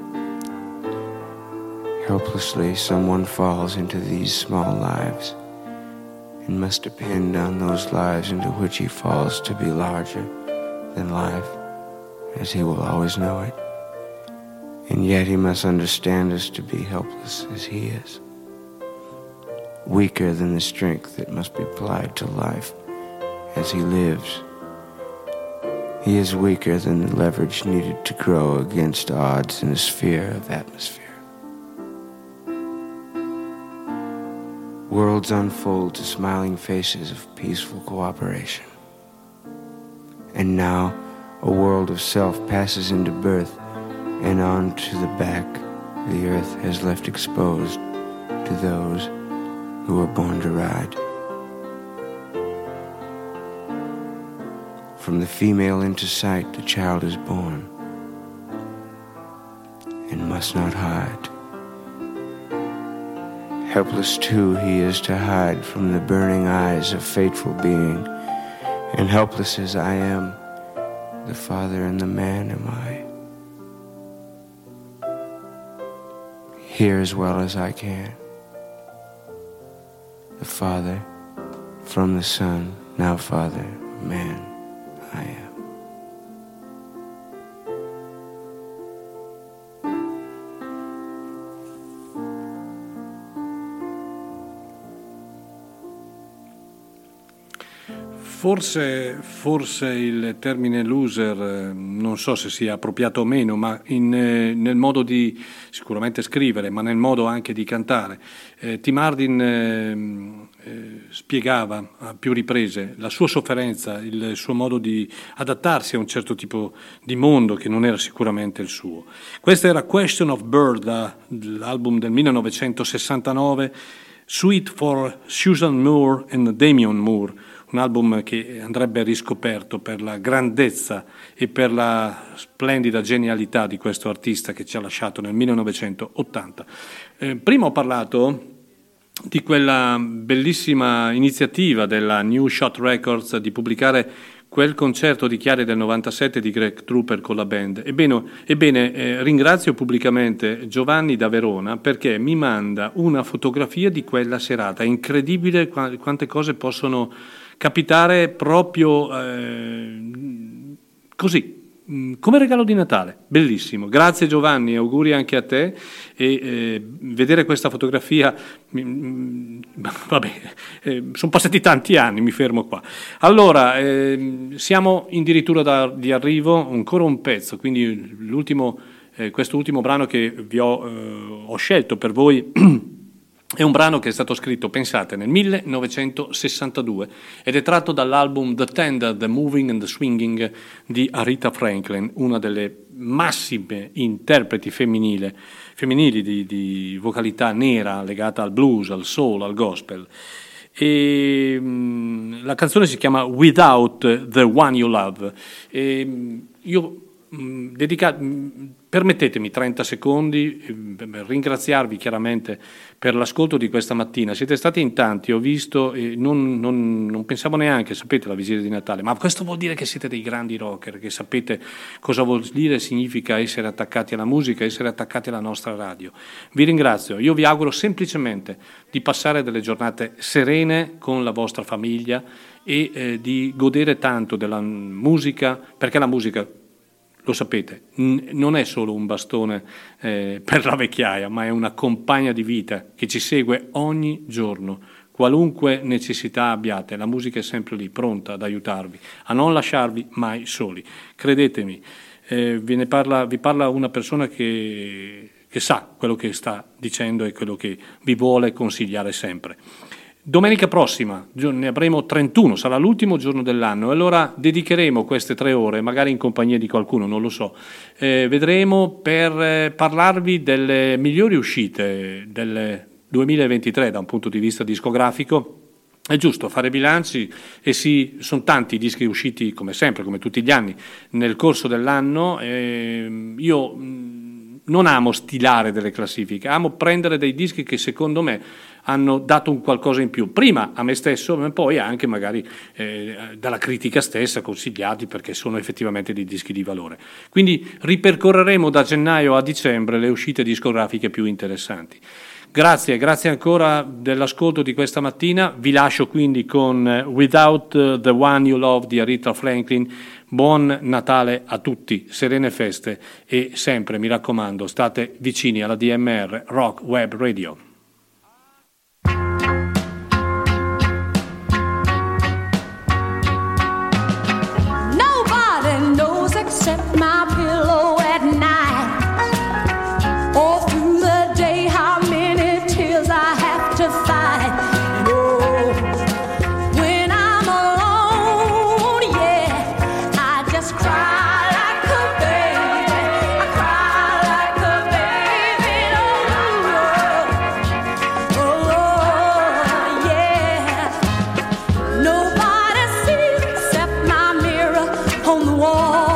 Helplessly, someone falls into these small lives and must depend on those lives into which he falls to be larger than life, as he will always know it. And yet he must understand us to be helpless as he is, weaker than the strength that must be applied to life as he lives. He is weaker than the leverage needed to grow against odds in a sphere of atmosphere. Worlds unfold to smiling faces of peaceful cooperation. And now a world of self passes into birth, and on to the back the earth has left exposed to those who are born to ride. From the female into sight the child is born, and must not hide. Helpless too he is to hide from the burning eyes of fateful being, and helpless as I am, the father and the man am I. Here as well as I can. The Father, from the Son, now Father, man, I am. Forse, forse il termine loser, eh, non so se sia appropriato o meno, ma in, eh, nel modo di sicuramente scrivere, ma nel modo anche di cantare. Eh, Tim Hardin eh, eh, spiegava a più riprese la sua sofferenza, il suo modo di adattarsi a un certo tipo di mondo che non era sicuramente il suo. Questo era Question of Bird, la, l'album del millenovecentosessantanove, Suite for Susan Moore and Damian Moore, un album che andrebbe riscoperto per la grandezza e per la splendida genialità di questo artista che ci ha lasciato nel millenovecentottanta. Eh, prima ho parlato di quella bellissima iniziativa della New Shot Records di pubblicare quel concerto di Chiari del novantasette di Greg Trooper con la band. Ebbene, ebbene eh, ringrazio pubblicamente Giovanni da Verona perché mi manda una fotografia di quella serata. È incredibile qu- quante cose possono capitare proprio eh, così, come regalo di Natale. Bellissimo, grazie Giovanni, auguri anche a te. E eh, vedere questa fotografia, mh, vabbè, eh, sono passati tanti anni, mi fermo qua. Allora, eh, siamo addirittura da, di arrivo, ancora un pezzo, quindi l'ultimo, eh, questo ultimo brano che vi ho, eh, ho scelto per voi è un brano che è stato scritto, pensate, nel millenovecentosessantadue ed è tratto dall'album The Tender, The Moving and the Swinging di Aretha Franklin, una delle massime interpreti femminile, femminili di, di vocalità nera legata al blues, al soul, al gospel. E, mh, la canzone si chiama Without the One You Love. E, mh, io mh, dedica, mh, permettetemi trenta secondi per ringraziarvi chiaramente per l'ascolto di questa mattina. Siete stati in tanti, ho visto, e non, non, non pensavo neanche, sapete, la vigilia di Natale, ma questo vuol dire che siete dei grandi rocker, che sapete cosa vuol dire, significa essere attaccati alla musica, essere attaccati alla nostra radio. Vi ringrazio, io vi auguro semplicemente di passare delle giornate serene con la vostra famiglia e eh, di godere tanto della musica, perché la musica, lo sapete, n- non è solo un bastone eh, per la vecchiaia, ma è una compagna di vita che ci segue ogni giorno. Qualunque necessità abbiate, la musica è sempre lì, pronta ad aiutarvi, a non lasciarvi mai soli. Credetemi, eh, ve ne parla, vi parla una persona che, che sa quello che sta dicendo e quello che vi vuole consigliare sempre. Domenica prossima ne avremo trentuno, sarà l'ultimo giorno dell'anno, e allora dedicheremo queste tre ore, magari in compagnia di qualcuno, non lo so, eh, vedremo per eh, parlarvi delle migliori uscite del duemilaventitré da un punto di vista discografico È giusto fare bilanci e sì, sono tanti i dischi usciti come sempre, come tutti gli anni, nel corso dell'anno. Eh, io mh, non amo stilare delle classifiche, amo prendere dei dischi che secondo me hanno dato un qualcosa in più, prima a me stesso, ma poi anche magari eh, dalla critica stessa, consigliati perché sono effettivamente dei dischi di valore. Quindi ripercorreremo da gennaio a dicembre le uscite discografiche più interessanti. Grazie, grazie ancora dell'ascolto di questa mattina. Vi lascio quindi con Without the One You Love di Aretha Franklin. Buon Natale a tutti, serene feste e sempre, mi raccomando, state vicini alla D M R Rock Web Radio. Nobody knows except my pillow at night. All through the day, how many tears I have to fight. And oh, when I'm alone, yeah, I just cry like a baby. I cry like a baby. Oh, oh, yeah. Nobody sees except my mirror on the wall.